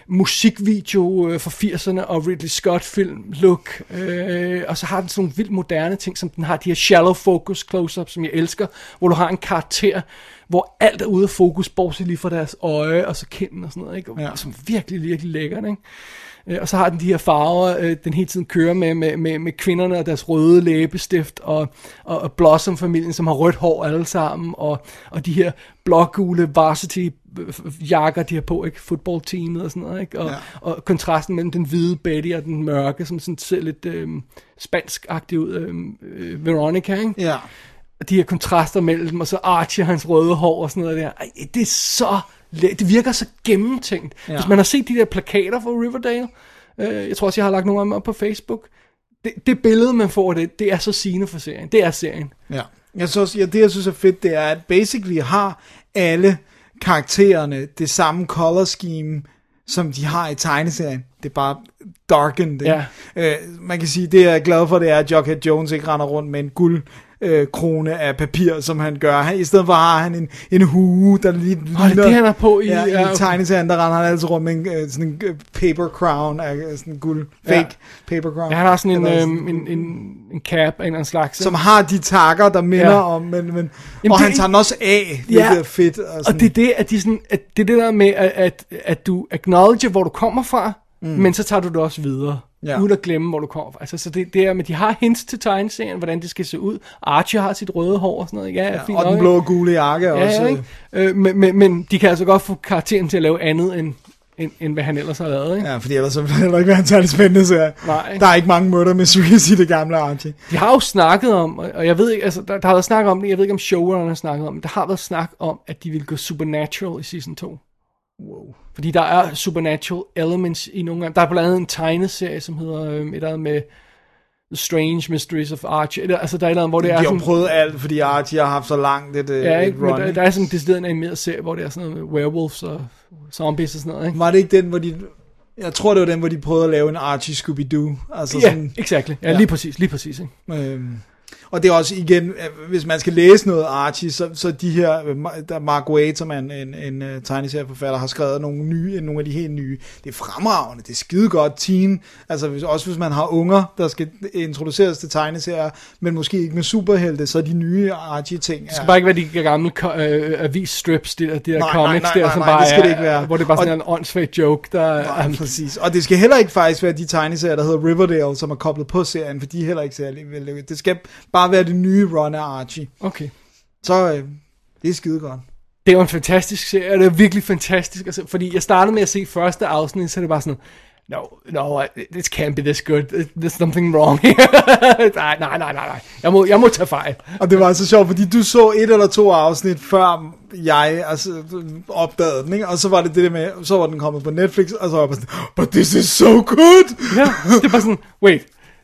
musikvideo øh, fra firserne og Ridley Scott film look, øh, og så har den sådan nogle vildt moderne ting, som den har de her shallow focus close-ups, som jeg elsker, hvor du har en karakter, hvor alt er ude af fokus, bortset lige fra deres øje og så kinden og sådan noget, ikke? Og, ja. Som virkelig, virkelig lækkert, ikke? Øh, og så har den de her farver, øh, den hele tiden kører med, med, med, med kvinderne og deres røde læbestift, og, og, og Blossom-familien, som har rødt hår alle sammen, og, og de her blågule varsity jakker, de har på, ikke? Football-teamet og sådan noget, ikke? Og, ja. og kontrasten mellem den hvide Betty og den mørke, som sådan ser lidt øh, spansk-agtig ud, øh, Veronica, ikke? Ja. Og de her kontraster mellem dem, og så Archie og hans røde hår og sådan noget der. Ej, det er så... Det virker så gennemtænkt. Ja. Hvis man har set de der plakater fra Riverdale, øh, jeg tror også, jeg har lagt nogle af dem op på Facebook, det, det billede, man får det, det er så sigende for serien. Det er serien. Ja. Jeg synes, ja, det, jeg synes er fedt, det er, at basically har alle karaktererne det samme color scheme, som de har i tegneserien. Det er bare darkened. Ja. Øh, man kan sige, det jeg er glad for, det er, at Jughead Jones ikke render rundt med en guld øh, krone af papir, som han gør. Han, i stedet for har han en, en hue, der lige ligner... Oh, det er det, han er på i... Ja, ja, okay. i tegneserien, der render han altid rundt med en, øh, sådan en paper crown af sådan en guld, fake ja. paper crown. Ja, han har sådan en, øh, en, en, en cap af en eller slags. Som har de takker, der minder ja. om... Men, men, Jamen, og det, han tager den også af, hvilket ja, er fedt. Og, og det er det, at de sådan, at det er det der med, at, at, at du acknowledge, hvor du kommer fra, mm. men så tager du det også videre. Ja. Uden at glemme, hvor du kommer fra. Altså, så det, det er, men de har hints til tegneserien, hvordan det skal se ud. Archie har sit røde hår og sådan noget. Ja, ja, fint og nok, den blå og gule jakke ja, også. Ja, øh, men, men, men de kan altså godt få karakteren til at lave andet, end, end, end hvad han ellers har lavet. Ikke? Ja, fordi ellers så vil det heller ikke være en særlig spændende serie. Nej. Der er ikke mange murder mysteries i det gamle Archie. De har jo snakket om, og jeg ved ikke, altså, der, der har været snak om det, jeg ved ikke om showrunnerne har snakket om det, der har været snak om, at de vil gå supernatural i season to. Wow. Fordi der er supernatural elements i nogle gange. Der er blandt andet en tegneserie, som hedder øh, et eller andet med The Strange Mysteries of Archie. Altså der er et eller andet, hvor det de er sådan... De har prøvet alt, fordi Archie har haft så langt et, ja, et ikke, run. Der, der er sådan en decideret animeret serie, hvor det er sådan noget med werewolves og zombies og sådan noget. Ikke? Var det ikke den, hvor de... Jeg tror, det var den, hvor de prøvede at lave en Archie Scooby-Doo. Altså ja, sådan... exakt. Ja, ja, lige præcis, lige præcis. Ikke? Øhm... Og det er også igen, hvis man skal læse noget Archie, så, så de her, der Mark Waid, som er en, en, en tegneserieforfatter, har skrevet nogle nye, nogle af de helt nye. Det er fremragende, det er skide godt teen, altså hvis, også hvis man har unger, der skal introduceres til tegneserier, men måske ikke med superhelte, så de nye Archie-ting. Det skal bare ikke være de gamle øh, avis-strips, de der, de der nej, comics nej, nej, der, som nej, bare det skal er, det ikke være. Hvor det er bare sådan og, en åndssvagt joke, der... Nej, um, præcis. Og det skal heller ikke faktisk være de tegneserier, der hedder Riverdale, som er koblet på serien, for de er heller ikke særlig vellykket. Det skal bare være det nye run af Archie. Okay. Så øh, det er skide godt. Det er jo en fantastisk serie, det er virkelig fantastisk. Altså, fordi jeg startede med at se første afsnit, så er det bare sådan, no, no, this can't be this good. There's something wrong here. nej, nej, nej, nej. Jeg må, jeg må tage fejl. Og det var altså sjovt, fordi du så et eller to afsnit, før jeg altså, opdagede den, ikke? Og så var det det der med, så var den kommet på Netflix, og så var jeg bare sådan, but this is so good! Ja, det er bare sådan, wait,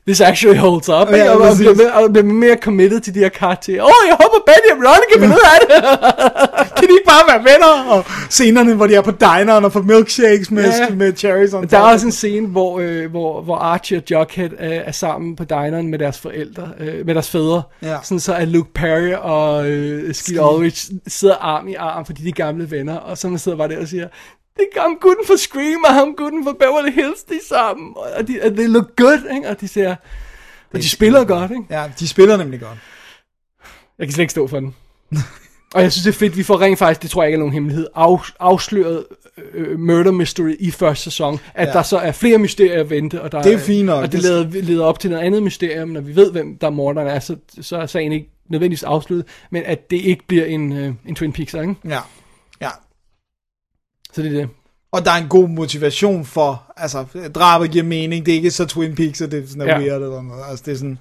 this actually holds up. Ja, og, og, bliver, mere- og bliver mere committed til de her karakterer. Åh, oh, jeg håber Betty og Ronnie kan finde ud af det. Kan de ikke bare være venner? Og scenerne, hvor de er på dineren og får milkshakes med, Ja, ja. med cherries on top. Der er også en scene, hvor, øh, hvor, hvor Archie og Jughead øh, er sammen på dineren med deres forældre, øh, med deres fædre. Ja. Sådan så at Luke Perry og øh, Skeet Ulrich sidder arm i arm, fordi de er gamle venner. Og så man sidder bare der og siger, det er ham gutten for Scream og ham gutten for Beverly Hills, de er sammen. Og de, they look good, ikke? Og de siger, og de spiller godt, ikke? Ja, de spiller nemlig godt. Jeg kan slet ikke stå for den. Og jeg synes, det er fedt, vi får rent faktisk, det tror jeg ikke er nogen hemmelighed, af, afsløret øh, murder mystery i første sæson. At Ja. der så er flere mysterier at vente. Og der Det er fint nok. Og det leder, leder op til noget andet mysterium. Når vi ved, hvem der morderen er, så, så er sagen ikke nødvendigvis afsluttet. Men at det ikke bliver en, øh, en Twin Peaks, ikke? Ja, ja. Så det er det. Og der er en god motivation for, altså, drabet giver mening, det er ikke så Twin Peaks, at det er sådan Ja. weird eller noget. Altså, det er sådan,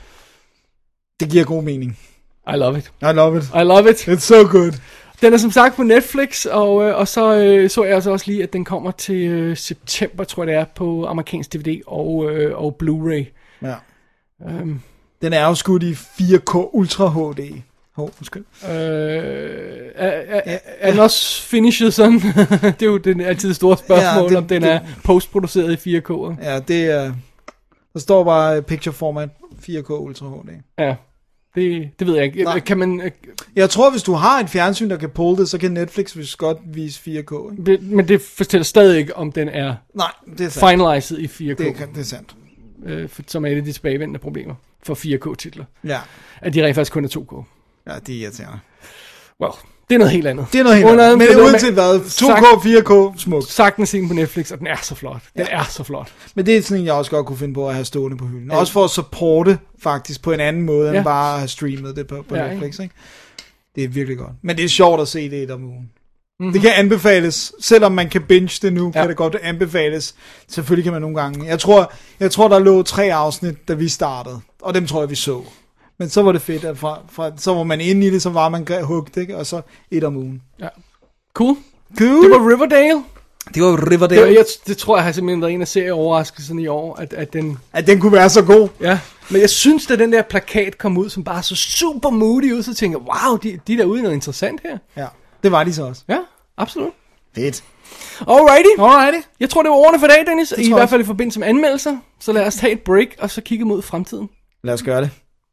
det giver god mening. I love it. I love it. I love it. It's so good. Den er som sagt på Netflix, og, øh, og så øh, så jeg altså også lige, at den kommer til øh, september, tror jeg det er, på amerikansk D V D og, øh, og Blu-ray. Ja. Um, Den er jo skudt i fire K Ultra H D. Hov, undskyld. Øh, er, er, er den også finished sådan? Det er jo den, altid det store spørgsmål, Ja, det- om den det- er postproduceret i fire K. Ja, det er, der står bare picture format fire K Ultra H D. Ja, det, det ved jeg ikke. Nej. Kan man, Jeg tror, hvis du har et fjernsyn, der kan pulle det, så kan Netflix vist godt vise fire K. Ikke? men det fortæller stadig ikke, om den er Nej, det er sandt. finalized i fire K, Det er, det er sandt. øh, for, som er et af de tilbagevendende problemer for fire K-titler. Ja, At de rent faktisk kun er to K. ja, det er irriterende. Well, det er noget helt andet. Det er noget helt Under- andet. Men det er noget uanset med- hvad, to K, fire K, smukt. Sagtens scene på Netflix, og den er så flot. Den Ja. er så flot. Men det er sådan en, jeg også godt kunne finde på at have stående på hylden. Også for at supporte faktisk på en anden måde, end Ja. bare at have streamet det på, på Ja, Netflix. Ikke? Det er virkelig godt. Men det er sjovt at se det et om ugen. Mm-hmm. Det kan anbefales, selvom man kan binge det nu, ja. kan det godt anbefales. Selvfølgelig kan man nogle gange. Jeg tror, jeg tror der lå tre afsnit, da vi startede, og dem tror jeg, vi så. Men så var det fedt, at fra, fra, så var man inde i det, så var man hugt, ikke? Og så et om ugen. Ja. Cool. Cool. Det var Riverdale. Det var Riverdale. Det, var, jeg, det tror jeg har simpelthen været en af serieoverraskelserne i år, at, at den... At den kunne være så god. Ja, men jeg synes, da den der plakat kom ud, som bare så super moody ud, så tænkte jeg, wow, de, de er derude i noget interessant her. Ja, det var de så også. Ja, absolut. Fedt. Alrighty. Alrighty. Jeg tror, det var ordene for dag, Dennis. I tror hvert jeg. fald i forbindelse med anmeldelser. Så lad os tage et break, og så kigge mod fremtiden. Lad os gøre det.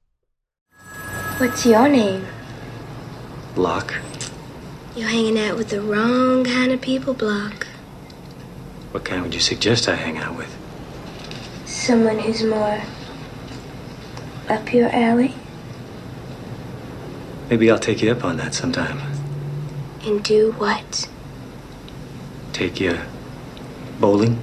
What's your name? Block. You're hanging out with the wrong kind of people, Block. What kind would you suggest I hang out with? Someone who's more up your alley Maybe I'll take you up on that sometime. and do what? Take you bowling?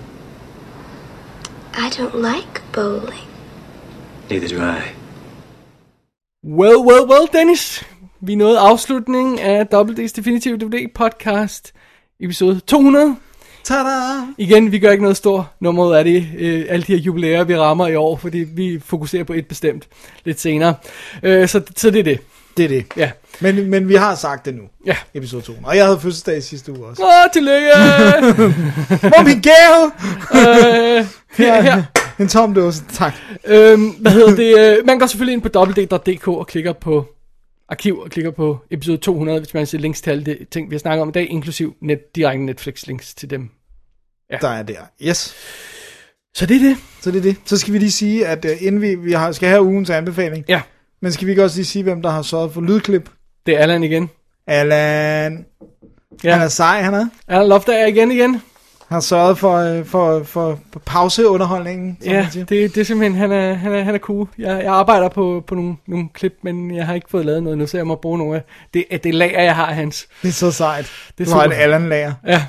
I don't like bowling. Neither do I. Well, well, well, Dennis. Vi nåede afslutningen af W D's Definitive D V D podcast, episode to hundrede. Tada! Igen, vi gør ikke noget stort nummer ud af det, øh, alle de her jubilæer, vi rammer i år, fordi vi fokuserer på et bestemt lidt senere. Øh, så, så det er det. Det er det. Ja. Men, men vi har sagt det nu. Ja. Episode to. Og jeg havde fødselsdag sidste uge også. Åh, tillykke! Hvor er min gave? øh, her, her. En tom dåse. Tak. Øhm, hvad hedder det? Øh, man går selvfølgelig ind på w w w punktum d k og klikker på arkiv og klikker på episode to hundrede, hvis man ser links til alle de ting, vi har snakket om i dag, inklusiv net, direkte Netflix-links til dem. Ja. Der er der. Yes. Så det er det. Så det er det. Så skal vi lige sige, at uh, inden vi, vi har, skal have ugens anbefaling, Ja, men skal vi ikke også lige sige, hvem der har sørget for lydklip? det er Allan igen. Allan. Ja. Han er sej, han er. Allan Loftager igen igen. Har sørget for, øh, for, for, for pauseunderholdningen, som Ja, man siger. det, det er simpelthen, han er, han er, han er cool. Jeg, jeg arbejder på, på nogle, nogle klip, men jeg har ikke fået lavet noget nu, så jeg må bruge nogle af det, af det lager, jeg har af hans. Det er så sejt. Det er Du har et super. Allan-lager. Ja.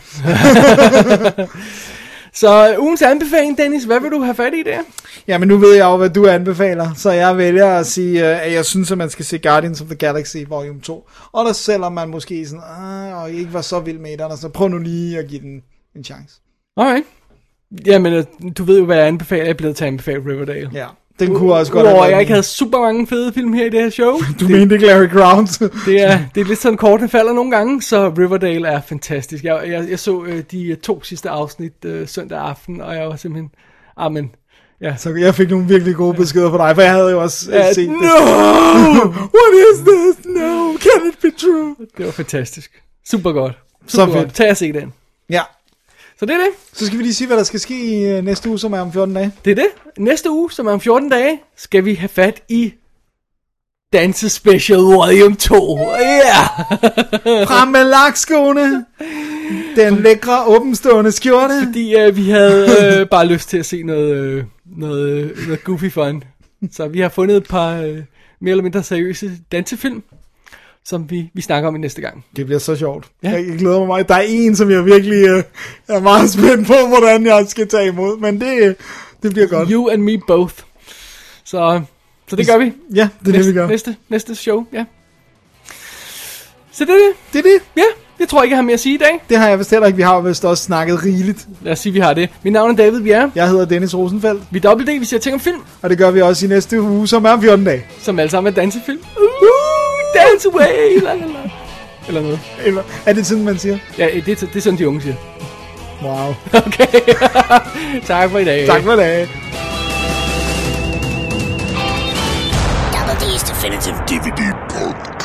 Så ugens anbefaling, Dennis, hvad vil du have fat i der? Ja, men nu ved jeg jo, hvad du anbefaler, så jeg vælger at sige, øh, at jeg synes, at man skal se Guardians of the Galaxy Volume to. Og der selvom man måske sådan, ah, og ikke var så vild med den, så prøv nu lige at give den en chance. Alright. Jamen, øh, du ved jo, hvad jeg anbefaler. Jeg er blevet til at anbefale Riverdale. Ja, den kunne også godt Udover, have at jeg været ikke havde super mange fede film her i det her show. Du mente ikke Larry Grounds? Det er, det er lidt sådan kort, det falder nogle gange, så Riverdale er fantastisk. Jeg, jeg, jeg så øh, de to sidste afsnit øh, søndag aften, og jeg var simpelthen, amen, Ja. Så jeg fik nogle virkelig gode beskeder fra dig, for jeg havde jo også Ja, set no! det. What is this? No, can it be true? Det var fantastisk. Super godt. Super Så fedt. godt. Tag og se den. Ja. Så det er det. Så skal vi lige sige, hvad der skal ske i øh, næste uge, som er om fjorten dage. Det er det. Næste uge, som er om fjorten dage, skal vi have fat i Danse Special Volume to. Ja! Yeah! Frem med lakskoene. Den lækre, åbenstående skjorte. Fordi øh, vi havde øh, bare lyst til at se noget, øh, noget, noget goofy fun. Så vi har fundet et par øh, mere eller mindre seriøse dansefilm, som vi, vi snakker om i næste gang. Det bliver så sjovt. Ja. Jeg, jeg glæder mig meget. Der er en, som jeg virkelig øh, er meget spændt på, hvordan jeg skal tage imod. Men det, øh, det bliver godt. You and me both. Så, så det gør vi. Ja, det er næste, det, vi gør. Næste, næste show, ja. Så det er det. Det er det. Ja, jeg tror ikke, jeg har mere at sige i dag. Det har jeg vist heller ikke. Vi har jo vist også snakket rigeligt. Lad os sige, vi har det. Mit navn er David Bjerre. Jeg hedder Dennis Rosenfeldt. Vi er dobbelt D, vi siger ting om film, Og det gør vi også i næste uge, som er om fjorten dage. som alle sammen er dansefilm. Uh, dance away, la, la, la. Eller noget. Eller, er det sådan, man siger? Ja, det, er- det er sådan, de unge siger. Wow. Okay. Tak for i dag. Tak for det. Double D's Definitive D V D Podcast.